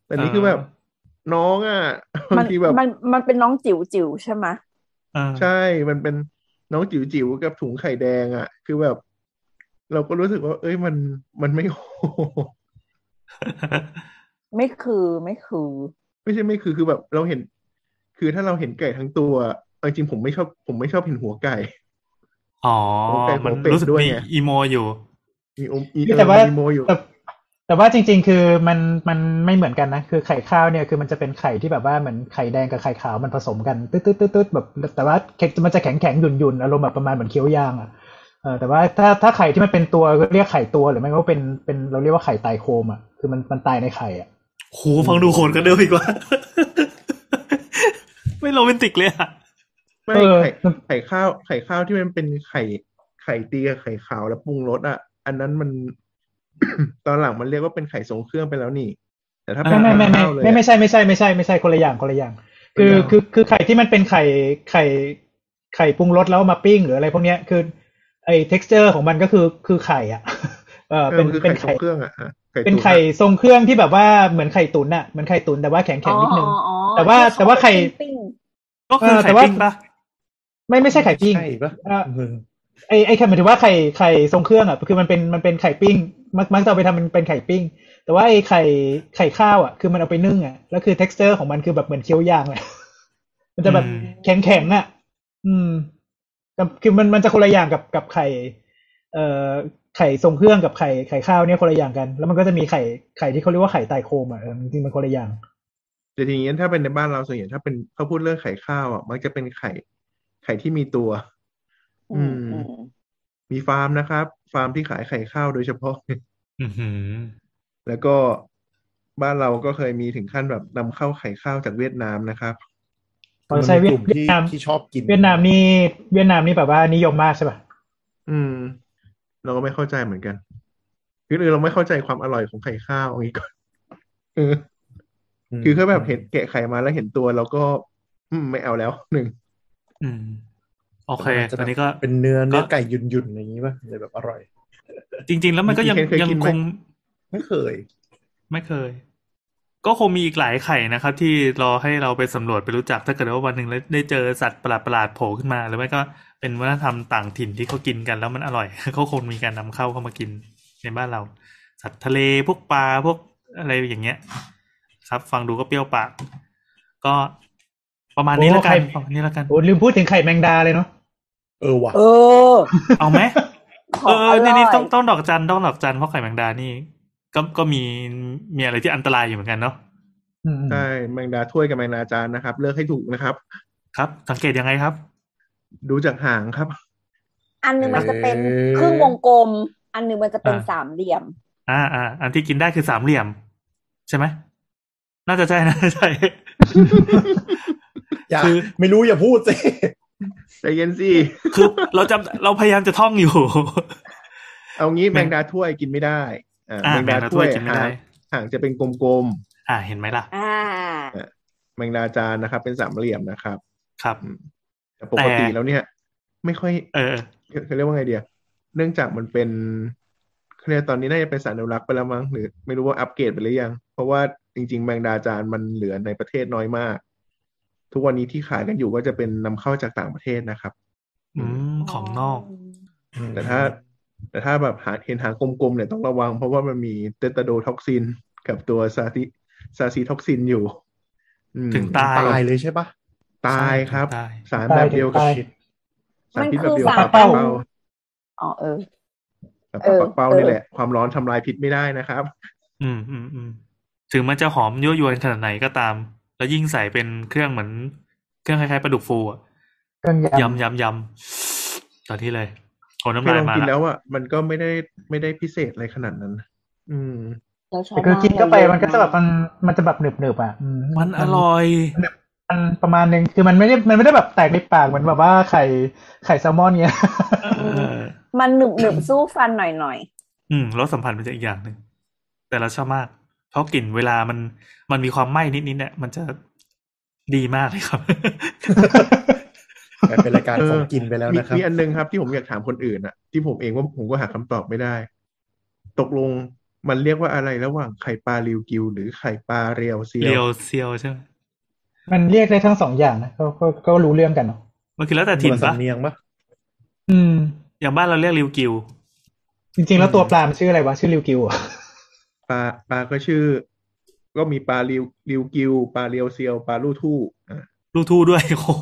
Speaker 5: แต่นี่คือแบบน้องอ่ะ
Speaker 3: มั
Speaker 5: บาน งทีแบบ
Speaker 3: มันมันเป็นน้องจิ๋วจิ๋วใช่ไหม
Speaker 6: อ่า
Speaker 5: ใช่มันเป็นน้องจิ๋วจิ๋วกับถุงไข่แดงอ่ะ คือแบบ เราก็รู้สึกว่า เอ้ยมันมันไม่
Speaker 3: ไม่คือไม่คือ
Speaker 5: ไม่ใช่ไม่คือคือแบบเราเห็น คือถ้าเราเห็นไก่ทั้งตัวเอาจริงผมไม่ชอบผมไม่ชอบเห็นหัวไก่
Speaker 6: อ๋อ
Speaker 5: หัวไก่หั
Speaker 6: มั
Speaker 5: วน เป็ด
Speaker 6: รู้สึก
Speaker 5: ด้วย
Speaker 6: มี
Speaker 5: ไง
Speaker 6: อีโมอยู่
Speaker 5: มีอมอี
Speaker 4: แต่ว่า
Speaker 5: เออมีโมอยู่
Speaker 4: แต่แต่ว่าจริงๆ คือมันมันไม่เหมือนกันนะคือไข่ข้าวเนี่ยคือมันจะเป็นไข่ที่แบบว่าเหมือนไข่แดงกับไข่ขาวมันผสมกันตึ๊ดตึ๊ดตึ๊ดตึ๊ดแบบแต่ว่ามันจะแข็งแข็งหยุ่นหยุ่นอารมณ์แบบประมาณเหมือนเคี้ยวยางอ่ะเออแต่ว่าถ้าถ้าไข่ที่มันเป็นตัวก็เรียกไข่ตัวหรือไม่ก็เป็นเป็นเราเรียกว่าไข่ตายโคมอ่ะคือมันมันตายในไข่อ่ะ
Speaker 6: โหฟังดูโหดกันเดิมอีกว่า ไม่โรแมนติกเลยอ่ะ
Speaker 5: ไม่
Speaker 4: เออ
Speaker 5: ไข่ไข่ข้าวไข่ข้าวที่มันเป็นไข่ไข่เตียไข่ขาวแล้วปรุงรสอ่ะ อันนั้นมัน ตอนหลังมันเรียกว่าเป็นไข่ทรงเครื่องไปแล้วนี่ แต่ถ้าเป็
Speaker 4: ไม่
Speaker 5: น
Speaker 4: ไม่ไม่
Speaker 5: ไข่
Speaker 4: ไม่
Speaker 5: ข้าวเลย
Speaker 4: ไม่
Speaker 5: อะ
Speaker 4: ไม่ใช่ไม่ใช่ไม่ใช่ไม่ใช่คนละอย่างคนละอย่าง คือ
Speaker 5: คนละอย่าง
Speaker 4: คือคือไข่ที่มันเป็นไข่ไข่ไข่ปรุงรสแล้วมาปิ้งหรืออะไรพวกเนี้ยคือไอ้ texture ของมันก็คือคือไข่อ่ะ เออ
Speaker 5: เอ
Speaker 4: เป็
Speaker 5: อน มันคือ
Speaker 4: เป็น
Speaker 5: ไข่ทร
Speaker 4: ไข่
Speaker 5: งเครื่องอ่ะฮะไข่
Speaker 4: เป็น
Speaker 5: ตุ๋น
Speaker 4: ไข่
Speaker 5: อะ
Speaker 4: ทรงเครื่องที่แบบว่าเหมือนไข่ตุ๋นอ่ะเหมือนไข่ตุ๋นแต่ว่าแข็งแข็งนิดนึง
Speaker 3: อ๋ออ๋อ
Speaker 4: แต่ว่า
Speaker 3: ที่เข
Speaker 4: แต่ว่าไข่
Speaker 3: ปิ้ง
Speaker 6: ก็คือ
Speaker 4: เออแต่
Speaker 6: ไข่
Speaker 4: ว่า
Speaker 6: ปิ้งปะ
Speaker 4: ไม่ไม่ใช่ไข่ปิ้ง
Speaker 7: ใช่ปะ
Speaker 4: เอ่อ
Speaker 7: เออ
Speaker 4: ไอไอไข่หมายถึงว่าไข่ไข่ทรงเครื่องอ่ะคือมันเป็นมันเป็นไข่ปิ้งมักมักจะเอาไปทำเป็นเป็นไข่ปิ้ง แต่ว่าไอไข่ไข่ข้าวอ่ะคือมันเอาไปนึ่งอ่ะแล้วคือ texture ของมันคือแบบเหมือนเคี้ยวยางเลย มันจะแบบ
Speaker 6: อืม
Speaker 4: แข็งแข็งอ่ะ อืมแต่คือมันมันจะคนละอย่างกับกับไข่ เอ่อไข่ทรงเครื่องกับไข่ไข่ข้าวเนี่ยคนละอย่างกัน แล้วมันก็จะมีไข่ไข่ที่เขาเรียกว่าไข่ไตโคมอ่ะเออจริงๆมันคนละอย่าง
Speaker 5: แต่ทีนี้ถ้าเป็นในบ้านเราส่วนใหญ่ถ้าเป็นเขาพูดเรื่องไข่ข้าวอ่ะมักจะเป็นไข่ไข่ที่มีตัว
Speaker 3: อื
Speaker 5: อื
Speaker 3: ม
Speaker 5: ม
Speaker 3: อืม
Speaker 5: มีฟาร์มนะครับ ฟาร์มที่ขายไข่ข้าวโดยเฉพาะ
Speaker 6: อือหือ
Speaker 5: แล้วก็บ้านเราก็เคยมีถึงขั้นแบบนำเข้าไข่ข้าวจากเวียดนามนะครับ
Speaker 4: พอ
Speaker 7: มัน
Speaker 4: ใช้
Speaker 7: มี
Speaker 4: เวี
Speaker 7: ก
Speaker 4: ย
Speaker 7: ลุ่ม
Speaker 4: ด
Speaker 7: ที่
Speaker 4: นาม
Speaker 7: ที่ชอบกิน
Speaker 4: เวียดนามนี่เวียดนามนี่แบบว่านิยมมากใช่ป่ะ
Speaker 5: อืม เราก็ไม่เข้าใจเหมือนกันคือเราไม่เข้าใจความอร่อยของไข่ข้าวอย่างนี้ก่อนเออ
Speaker 7: ม
Speaker 5: คือเขาแบบเห็นแกะไข่มาแล้วเห็นตัวเราก็ อืมไม่เอาแล้วหนึ่ง
Speaker 6: อืม โอเค
Speaker 7: มันอาจจะ
Speaker 6: ตอนนี้ก็
Speaker 7: เป็นเนื้อเนื้อ
Speaker 6: ก็
Speaker 7: ไก่หยุ่นๆอย่างนี้ป่ะเลยแบบอร่อย
Speaker 6: จริง ๆ แล้วมันก็ยัง
Speaker 5: เคย
Speaker 6: ยัง
Speaker 5: กินไห
Speaker 6: ค
Speaker 5: ม
Speaker 6: ง
Speaker 7: ไม่เคย
Speaker 6: ไม่เคย ก็คงมีอีกหลายไข่นะครับ ที่รอให้เราไปสำรวจไปรู้จัก ถ้าเกิดว่าวันหนึ่งแล้วได้เจอสัตว์ประหลาดๆโผล่ขึ้นมาหรือไม่ก็เป็นวัฒนธรรมต่างถิ่นที่เขากินกันแล้วมันอร่อย เขาคงมีการนำเข้าเข้ามากินในบ้านเรา สัตว์ทะเลพวกปลาพวกอะไรอย่างเงี้ย ครับ ฟังดูก็เปรี้ยวปาก ก็ประมาณนี้แล้วกันประมาณนี้แล้วกัน
Speaker 4: โอ้ลืมพูดถึงไข่แมงดาเลยเนาะ
Speaker 7: เออว่ะ
Speaker 3: เออ
Speaker 6: เอาไหม
Speaker 3: ขอ
Speaker 6: เออ
Speaker 3: อร่
Speaker 6: นี่
Speaker 3: อ
Speaker 6: นี่
Speaker 3: ย
Speaker 6: ต้องต้องดอกจันต้องดอกจันเพราะไข่แมงดานี่ ก็ก็มีมีอะไรที่อันตรายอยู่เหมือนกันเนาะ
Speaker 4: อืม
Speaker 5: ใช่แมงดาถ้วยกับแมงดาจานนะครับ เลือกให้ถูกนะครับ
Speaker 6: ครับ สังเกตยังไงครับ
Speaker 5: ดูจากหางครับ
Speaker 3: อันหนึงมันจะเป็น
Speaker 7: เอ่อ
Speaker 3: ครึ่งวงกลม อันหนึงมันจะเป็น
Speaker 6: อ่า
Speaker 3: สามเหลี่ยม
Speaker 6: อ่าอ่าอันที่กินได้คือสามเหลี่ยม ใช่ไหมน่าจะใช่ น่าจะใช่
Speaker 7: อย่า
Speaker 6: คือ
Speaker 7: ไม่รู้อย่าพูดสิ
Speaker 5: ใจเย็นสิ
Speaker 6: คือเราจำเราพยายามจะท่องอยู่
Speaker 5: เอางี้
Speaker 6: แม
Speaker 5: แม
Speaker 6: ง
Speaker 5: งดาถ้วยกินไม่ได้อ่า
Speaker 6: อ่า
Speaker 5: แมงดา
Speaker 6: แมงดาถ้
Speaker 5: ถ้
Speaker 6: ว
Speaker 5: วย ย
Speaker 6: กินไม่ได้
Speaker 5: หางหางจะเป็นกลม
Speaker 6: อ่าเห็นไหมล่ะ
Speaker 3: อ่า
Speaker 5: ๆแมงดาจานนะครับ เป็นสามเหลี่ยมนะครับ
Speaker 6: ครับ
Speaker 5: อืมแต่ปกติ
Speaker 6: แต่
Speaker 5: แล้วเนี่ย ไม่ค่อย
Speaker 6: เออ
Speaker 5: เขาเรียกว่าไงเดียเนื่องจากมันเป็นเขาเรียกตอนนี้น่าจะเป็นสัตว์อนุรักษ์ไปแล้วมั้งหรือไม่รู้ว่าอัปเกรดไปหรือยัง เพราะว่าจริงๆ แมงดาจานมันเหลือในประเทศน้อยมาก ทุกวันนี้ที่ขายกันอยู่ก็จะเป็นนำเข้าจากต่างประเทศนะครับ
Speaker 6: อืมของนอก
Speaker 5: แต่ถ้า แต่ถ้าแบบหาเห็นหางกลมๆเนี่ยต้องระวัง เพราะว่ามันมีเตตาโดท็อกซิน กับตัวซาซิซาซิท็อกซินอยู่ อืม
Speaker 6: ถึงตาย
Speaker 7: ตายเลยใช่ปะ
Speaker 5: ตายครับ
Speaker 6: ตาย
Speaker 5: สารแบบเดียวกับ
Speaker 4: ตาย
Speaker 5: สารพิษแบบเดียว
Speaker 3: มันคือ
Speaker 5: กับ
Speaker 3: สาร
Speaker 5: ปลาเป้า
Speaker 3: อ๋อเออ
Speaker 5: กับ
Speaker 3: เออ
Speaker 5: ปลาเป้า
Speaker 3: เออ
Speaker 5: นี่แหละ ความร้อนทำลายพิษไม่ได้นะครับ
Speaker 6: อืมอืมอืมถึงมันจะหอมยั่วยวนขนาดไหนก็ตาม แล้วยิ่งใส่เป็นเครื่องเหมือนเครื่องคล้ายๆปลาดุกฟูอะ
Speaker 4: เครื่องยำ
Speaker 6: ยำยำยำตอนที่เลยโหน้ำ
Speaker 5: คือ
Speaker 6: ลาย
Speaker 5: ลอง
Speaker 6: มา
Speaker 5: กิน
Speaker 6: ละ
Speaker 5: แล้วอ่ะมันก็ไม่ได้ไม่ได้พิเศษอะไรขนาดนั้น อืม
Speaker 3: เราชอบ
Speaker 4: แต่คือกินเข้าไป
Speaker 3: มาก
Speaker 4: มันก็จะแบบมันมันจะแบบหนึบหนึบๆอ่ะอืม
Speaker 6: มันอร่อย
Speaker 4: มันประมาณนึงคือมันไม่ได้มันไม่ได้แบบแตกในปากเหมือนแบบว่าไข่ไข่แซลมอนเงี้ย
Speaker 6: เออ
Speaker 3: มันหนึบหนึบสู้ฟันหน่อยหน่อย
Speaker 6: อืมรสสัมผัสมันจะอีกอย่างหนึ่งแต่เราชอบมาก เพราะกลิ่นเวลามันมันมีความไหม้นิดๆเนี่ยมันจะดีมากเลยครับ
Speaker 7: แต่เป็นรายการ
Speaker 5: เออ
Speaker 7: ของกินไปแล้ว
Speaker 5: มี
Speaker 7: นะครับ
Speaker 5: มีอันนึงครับที่ผมอยากถามคนอื่นอ่ะ ที่ผมเองว่าผมก็หาคำตอบไม่ได้ ตกลงมันเรียกว่าอะไรระหว่างไข่ปลาริวกิวหรือไข่ปลาเรียวเซีย
Speaker 6: เรียว
Speaker 5: ว
Speaker 6: เซียวใช่ไหม
Speaker 4: มันเรียกได้ทั้งสองอย่างนะก็ก็ก็รู้เรื่องกันเนาะ
Speaker 6: มันคือแล้วแต่
Speaker 7: คน
Speaker 6: ถิ่น
Speaker 7: ละ
Speaker 6: ปะ
Speaker 7: สำเนียงปะ
Speaker 4: อืม
Speaker 6: อย่างบ้านเราเรียกริวกิว
Speaker 4: จริงๆแล้วตัวปลามันชื่ออะไรวะชื่อริวกิวอ่ะ
Speaker 5: ปลาปลาก็ชื่อ ก็มีปลาริวริวกิวปลาเรียวเซียวปลาลู่ทู่อ่า
Speaker 6: ลูกทู่ด้วย โอ้โห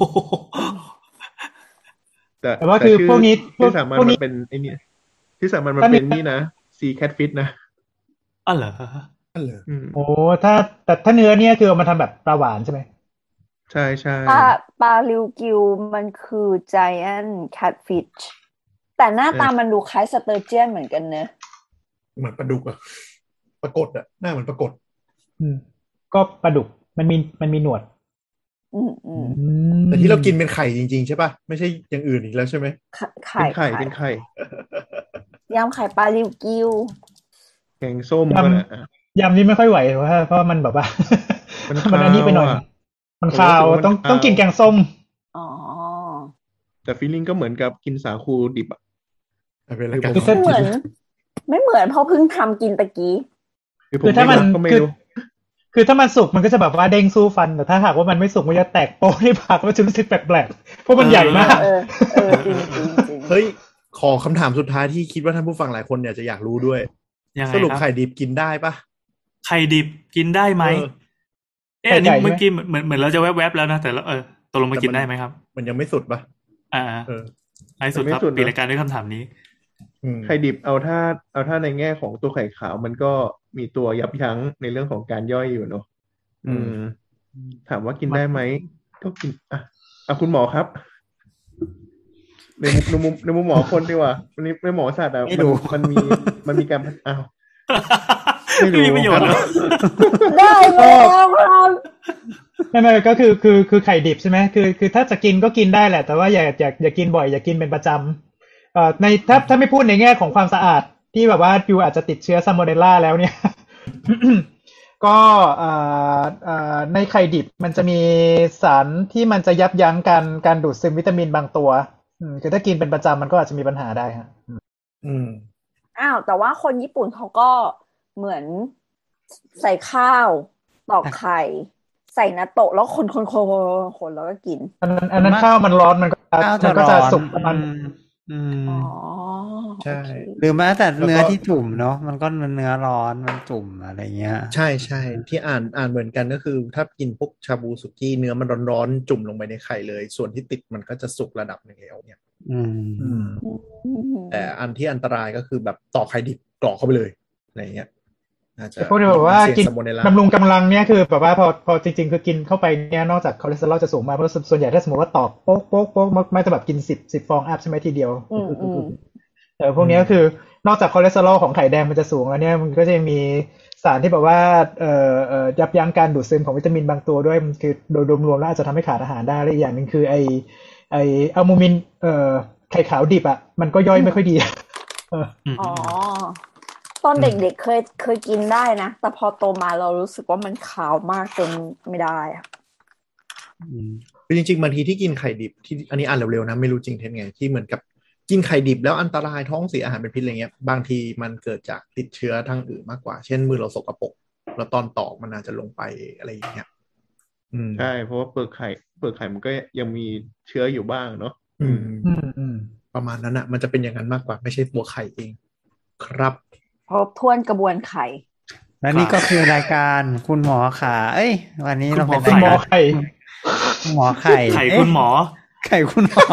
Speaker 5: แต่
Speaker 4: แต่ว่า
Speaker 5: แต่
Speaker 4: คือ
Speaker 5: ชื่อ
Speaker 4: พวกนี้พว
Speaker 5: ชื่
Speaker 4: ก
Speaker 5: อสามัญ
Speaker 4: พวก
Speaker 5: มั
Speaker 4: นี้
Speaker 5: นเป็นไอ้นี่ที่สามัญมัน
Speaker 4: ถ้ามี
Speaker 5: เป็นนี่นะซีแคทฟิชนะ
Speaker 6: อ๋อเหรอ
Speaker 7: นั่นเหรอ
Speaker 5: อืม
Speaker 4: โอ้ถ้าแต่ถ้าเนื้อเนี่ยคือเอามาทำแบบปลาหวานใช่ไหม
Speaker 5: ใช่ใช่
Speaker 3: ปลาปลาริวกิวมันคือ giant catfish แต่หน้าตามันดูคล้ายสเตอร์เจียนเหมือนกันเนอะ
Speaker 7: เหมือนปลาดุกอะปรากฏอะหน้าเหมือนปรากฏ
Speaker 4: อืมก็ปลาดุกมันมีมันมีหนวด
Speaker 3: อืมอืม
Speaker 4: อืม
Speaker 7: แต่ที่เรากินเป็นไข่จริงๆใช่ปะไม่ใช่อย่างอื่นอีกแล้วใช่ไหม
Speaker 3: ไข่
Speaker 5: เป็นไข่
Speaker 3: ไข่
Speaker 5: เป็นไข่
Speaker 3: ยำไข่ปลาริวกิว
Speaker 5: แกงส้มก็นะอ่ะ
Speaker 4: ยำนี่ไม่ค่อยไหวเพราะว่าเพราะมันแบบว่า
Speaker 5: มัน
Speaker 4: มันอันนี้ไปหน่อย
Speaker 5: คาวอะ
Speaker 4: มันคาว
Speaker 5: ผมรู้สึกว่ามัน
Speaker 4: ต้อง
Speaker 5: คาว
Speaker 4: ต้องกินแกงส้ม
Speaker 3: อ๋อ
Speaker 5: แต่ฟีลลิ่งก็เหมือนกับกินสาคูดิบอ่ะ
Speaker 7: อ่ะเป็นรายการ
Speaker 4: คือ
Speaker 7: ขอ
Speaker 4: ถ้า
Speaker 7: ง
Speaker 3: เหมือน
Speaker 7: กิน
Speaker 3: ไม่เหมือนเพราะเพิ่งทำกินตะกี้
Speaker 5: คือผ
Speaker 4: คือ
Speaker 5: ม
Speaker 4: ถ้า
Speaker 5: ไม่
Speaker 4: มัน
Speaker 5: รู้ก็ไม่
Speaker 4: คือ
Speaker 5: รู้
Speaker 4: คือถ้ามันสุกมันก็จะแบบว่าเด้งสู้ฟันแต่ถ้าหากว่ามันไม่สุกมันจะแตกโป๊ะที่ปากแล้วจะรู้สึกแปลกๆเพราะมันใหญ่มาก
Speaker 3: เออเออจริงจริงจริง
Speaker 7: เฮ้ยขอคำถามสุดท้ายที่คิดว่าท่านผู้ฟังหลายคนอยากจะอยากรู้ด้วย
Speaker 6: ยังไง
Speaker 7: สรุป
Speaker 6: ครับ
Speaker 7: ไข่ดิบกินได้ปะ
Speaker 6: ไข่ดิบกินได้ไหม
Speaker 7: เออ
Speaker 6: เอ๊ะอันนี้
Speaker 4: ไข่ไก่
Speaker 6: เมื่อกี้เหมือนเหมือนเหมือนเราจะแวบๆแล้วนะแต่ละเออตกลงมัน
Speaker 7: แต่มัน
Speaker 6: กินได้ไหมครับ
Speaker 7: มันยังไม่สุดปะ
Speaker 6: อ่า
Speaker 7: เออ
Speaker 6: ไอ้สุดครับ
Speaker 5: มันไม่สุดนะ
Speaker 6: ปิดรายการด้วยคำถามนี้
Speaker 7: อืม
Speaker 5: ไข่ดิบเอาถ้าเอาถ้าในแง่ของตัวไข่ขาวมันก็มีตัวยับยั้งในเรื่องของการย่อยอยู่เนอะอืม ถามว่ากินได้ไหมก็กินอ่ะอ่ะคุณหมอครับ ในมุมในมุมในมุมหมอคนดีกว่าวันนี้ในหมอสัตว์อ่ะ
Speaker 2: ไม่
Speaker 5: มัน
Speaker 2: รู้
Speaker 5: มันมีมันมีการอ้าว ไม่รู้
Speaker 6: ไม่มีประโยชน์เลย
Speaker 3: ได้แล้วครับ
Speaker 4: ไม่ไม่ก็คือคือคือไข่ดิบใช่ไหมคือคือถ้าจะกินก็กินได้แหละ แต่ว่าอย่าอย่าอย่ากินบ่อยอย่ากินเป็นประจำเอ่อในถ้าถ้าไม่พูดในแง่ของความสะอาดที่แบบว่ายูอาจจะติดเชื้อซาโมเนลล่าแล้วเนี่ย ก็เอ่อเอ่อในไข่ดิบมันจะมีสารที่มันจะยับยั้งการการดูดซึมวิตามินบางตัวอืมคือถ้ากินเป็นประจำมันก็อาจจะมีปัญหาได้ฮะ
Speaker 7: อืม
Speaker 3: อ้าวแต่ว่าคนญี่ปุ่นเขาก็เหมือนใส่ข้าวตอกไข่ ใส่นาโตะแล้วคนคนคนคนคนแล้วก็กิน
Speaker 4: อันนั้นอันนั้นข้าวมันร้อนมันก็
Speaker 2: ข้าว
Speaker 4: มั
Speaker 2: จะ
Speaker 4: นก็
Speaker 2: ร้
Speaker 4: จะ
Speaker 2: อน
Speaker 4: สุกประมาณ
Speaker 2: อืมอืม
Speaker 3: อ๋อ
Speaker 7: ใช่
Speaker 3: โอเค
Speaker 2: หรือแม้แต่
Speaker 7: แล้วก็
Speaker 2: เนื้อที่จุ่มเนาะมันก็เนื้อร้อนมันจุ่มอะไรเงี้ย
Speaker 7: ใช่ใช่ที่อ่านอ่านเหมือนกันก็คือ ถ้ากินพวกชาบูสุกี้เนื้อมันร้อนๆจุ่มลงไปในไข่เลย ส่วนที่ติดมันก็จะสุกระดับหนึ่งแล้วเนี่ย
Speaker 2: อืม
Speaker 7: อืม
Speaker 3: อืม
Speaker 7: แต่อันที่อันตรายก็คือแบบตอกไข่ดิบกรอกเข้าไปเลยอะไรเงี้ยอาจจะ
Speaker 4: แต่พวกนี้แบบว่า
Speaker 7: เสี่ยง
Speaker 4: กิน
Speaker 7: ซาโมเนลล่า
Speaker 4: บำรุงกำลังเนี่ยคือแบบว่าพอพอจริงๆคือกินเข้าไปเนี่ยนอกจากคอเลสเตอรอลจะสูงมากเพราะส่วนใหญ่ถ้าสมมติว่าตอกโป๊กโป๊กโป๊กไม่จะแบบกินสิบสิบฟองอัพใช่ไหมทีเดียว
Speaker 3: อืมอืม
Speaker 4: เออพวกนี้ก็คือนอกจากคอเลสเตอรอลของไข่แดงมันจะสูงแล้วเนี่ยมันก็จะยังมีสารที่แบบว่าเอ่อเอ่อยับยั้งการดูดซึมของวิตามินบางตัวด้วยมันคือโดยรวมๆแล้วอาจจะทำให้ขาดอาหารได้และอีกอย่างหนึ่งคือไอไออัลบูมินเอ่อไข่ขาวดิบอ่ะมันก็ย่อยไม่ค่อยดี เออ
Speaker 6: อืม
Speaker 3: อ๋อ ตอนเด็กๆเคยเคยกินได้นะ แต่พอโตมาเรารู้สึกว่ามันขาวมากจนไม่ได้อะ
Speaker 2: อืม
Speaker 7: คือจริงๆบางทีที่กินไข่ดิบที่อันนี้อ่านเร็วๆนะไม่รู้จริงเท็จไงที่เหมือนกับกินไข่ดิบแล้วอันตรายท้องเสียอาหารเป็นพิษอะไรเงี้ยบางทีมันเกิดจากติดเชื้อทางอื่นมากกว่า เช่นมือเราสกปรกแล้วตอนตอกมันอาจจะลงไปอะไรอย่างเงี้ยอืม
Speaker 5: ใช่เพราะว่าเปลือกไข่เปลือกไข่มันก็ยังมีเชื้ออยู่บ้างเนาะ
Speaker 7: อืม
Speaker 4: อืมอืม
Speaker 7: ประมาณนั้นอะมันจะเป็นอย่างนั้นมากกว่าไม่ใช่ตัวไข่เอง ครับ
Speaker 3: ครบถ้วนกระบวนไข่
Speaker 2: และนี่ก็คือรายการคุณหมอขาเอ้ย วันนี้เราเป็น
Speaker 4: คุณ
Speaker 2: ราย
Speaker 4: หมอ
Speaker 2: การ
Speaker 4: ไข่
Speaker 2: คุณหมอไข่
Speaker 6: ไข่
Speaker 2: เอ๊ะ
Speaker 6: คุณหมอ
Speaker 2: ไข่คุณหมอ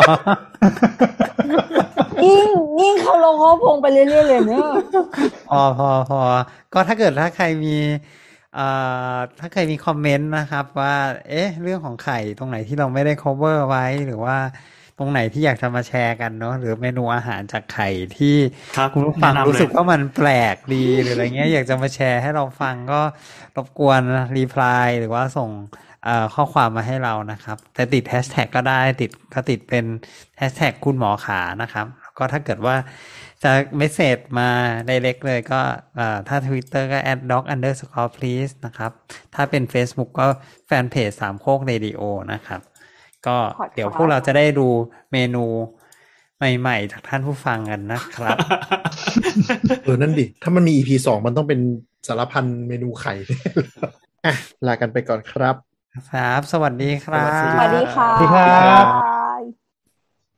Speaker 3: ยิ่งยิ่งเขาลงเขาพงไปเรื่อยๆเลยเนอะ
Speaker 2: พอพอพอก็ถ้าเกิดถ้าใครมีเอ่อถ้าใครมีคอมเมนต์นะครับว่า เอ๊ะ เรื่องของไข่ตรงไหนที่เราไม่ได้ cover ไว้หรือว่าตรงไหนที่อยากจะมาแชร์กันเนาะหรือเมนูอาหารจากไข่ที่
Speaker 6: ครับ
Speaker 2: คุณผู้ฟัง
Speaker 6: แนะนำเลย
Speaker 2: รู้สึกว่ามันแปลกดีหรืออะไรเงี้ย อยากจะมาแชร์ให้เราฟังก็รบกวนรีプライหรือว่าส่งเอ่อข้อความมาให้เรานะครับ แต่ติดแฮชแท็กก็ได้ติดก็ติดเป็นแฮชแท็กคุณหมอขานะครับแล้วก็ถ้าเกิดว่าจะเมสเสจมา direct เลยก็เอ่อถ้า Twitter ก็ แอท ด็อก อันเดอร์สกอร์ please นะครับถ้าเป็น Facebook ก็แฟนเพจสามโคกเรดิโอนะครับก็เดี๋ยวพวกเราจะได้ดูเมนูใใหม่ๆจากท่านผู้ฟังกันนะครับ
Speaker 7: เออนั่นดิถ้ามันมี อี พี สองมันต้องเป็นสารพันเมนูไข่ อ่ะลากันไปก่อนครับ
Speaker 2: ครับ สวัสดีครับ
Speaker 3: สวัสดีค่ะ
Speaker 4: สวัสดีครับ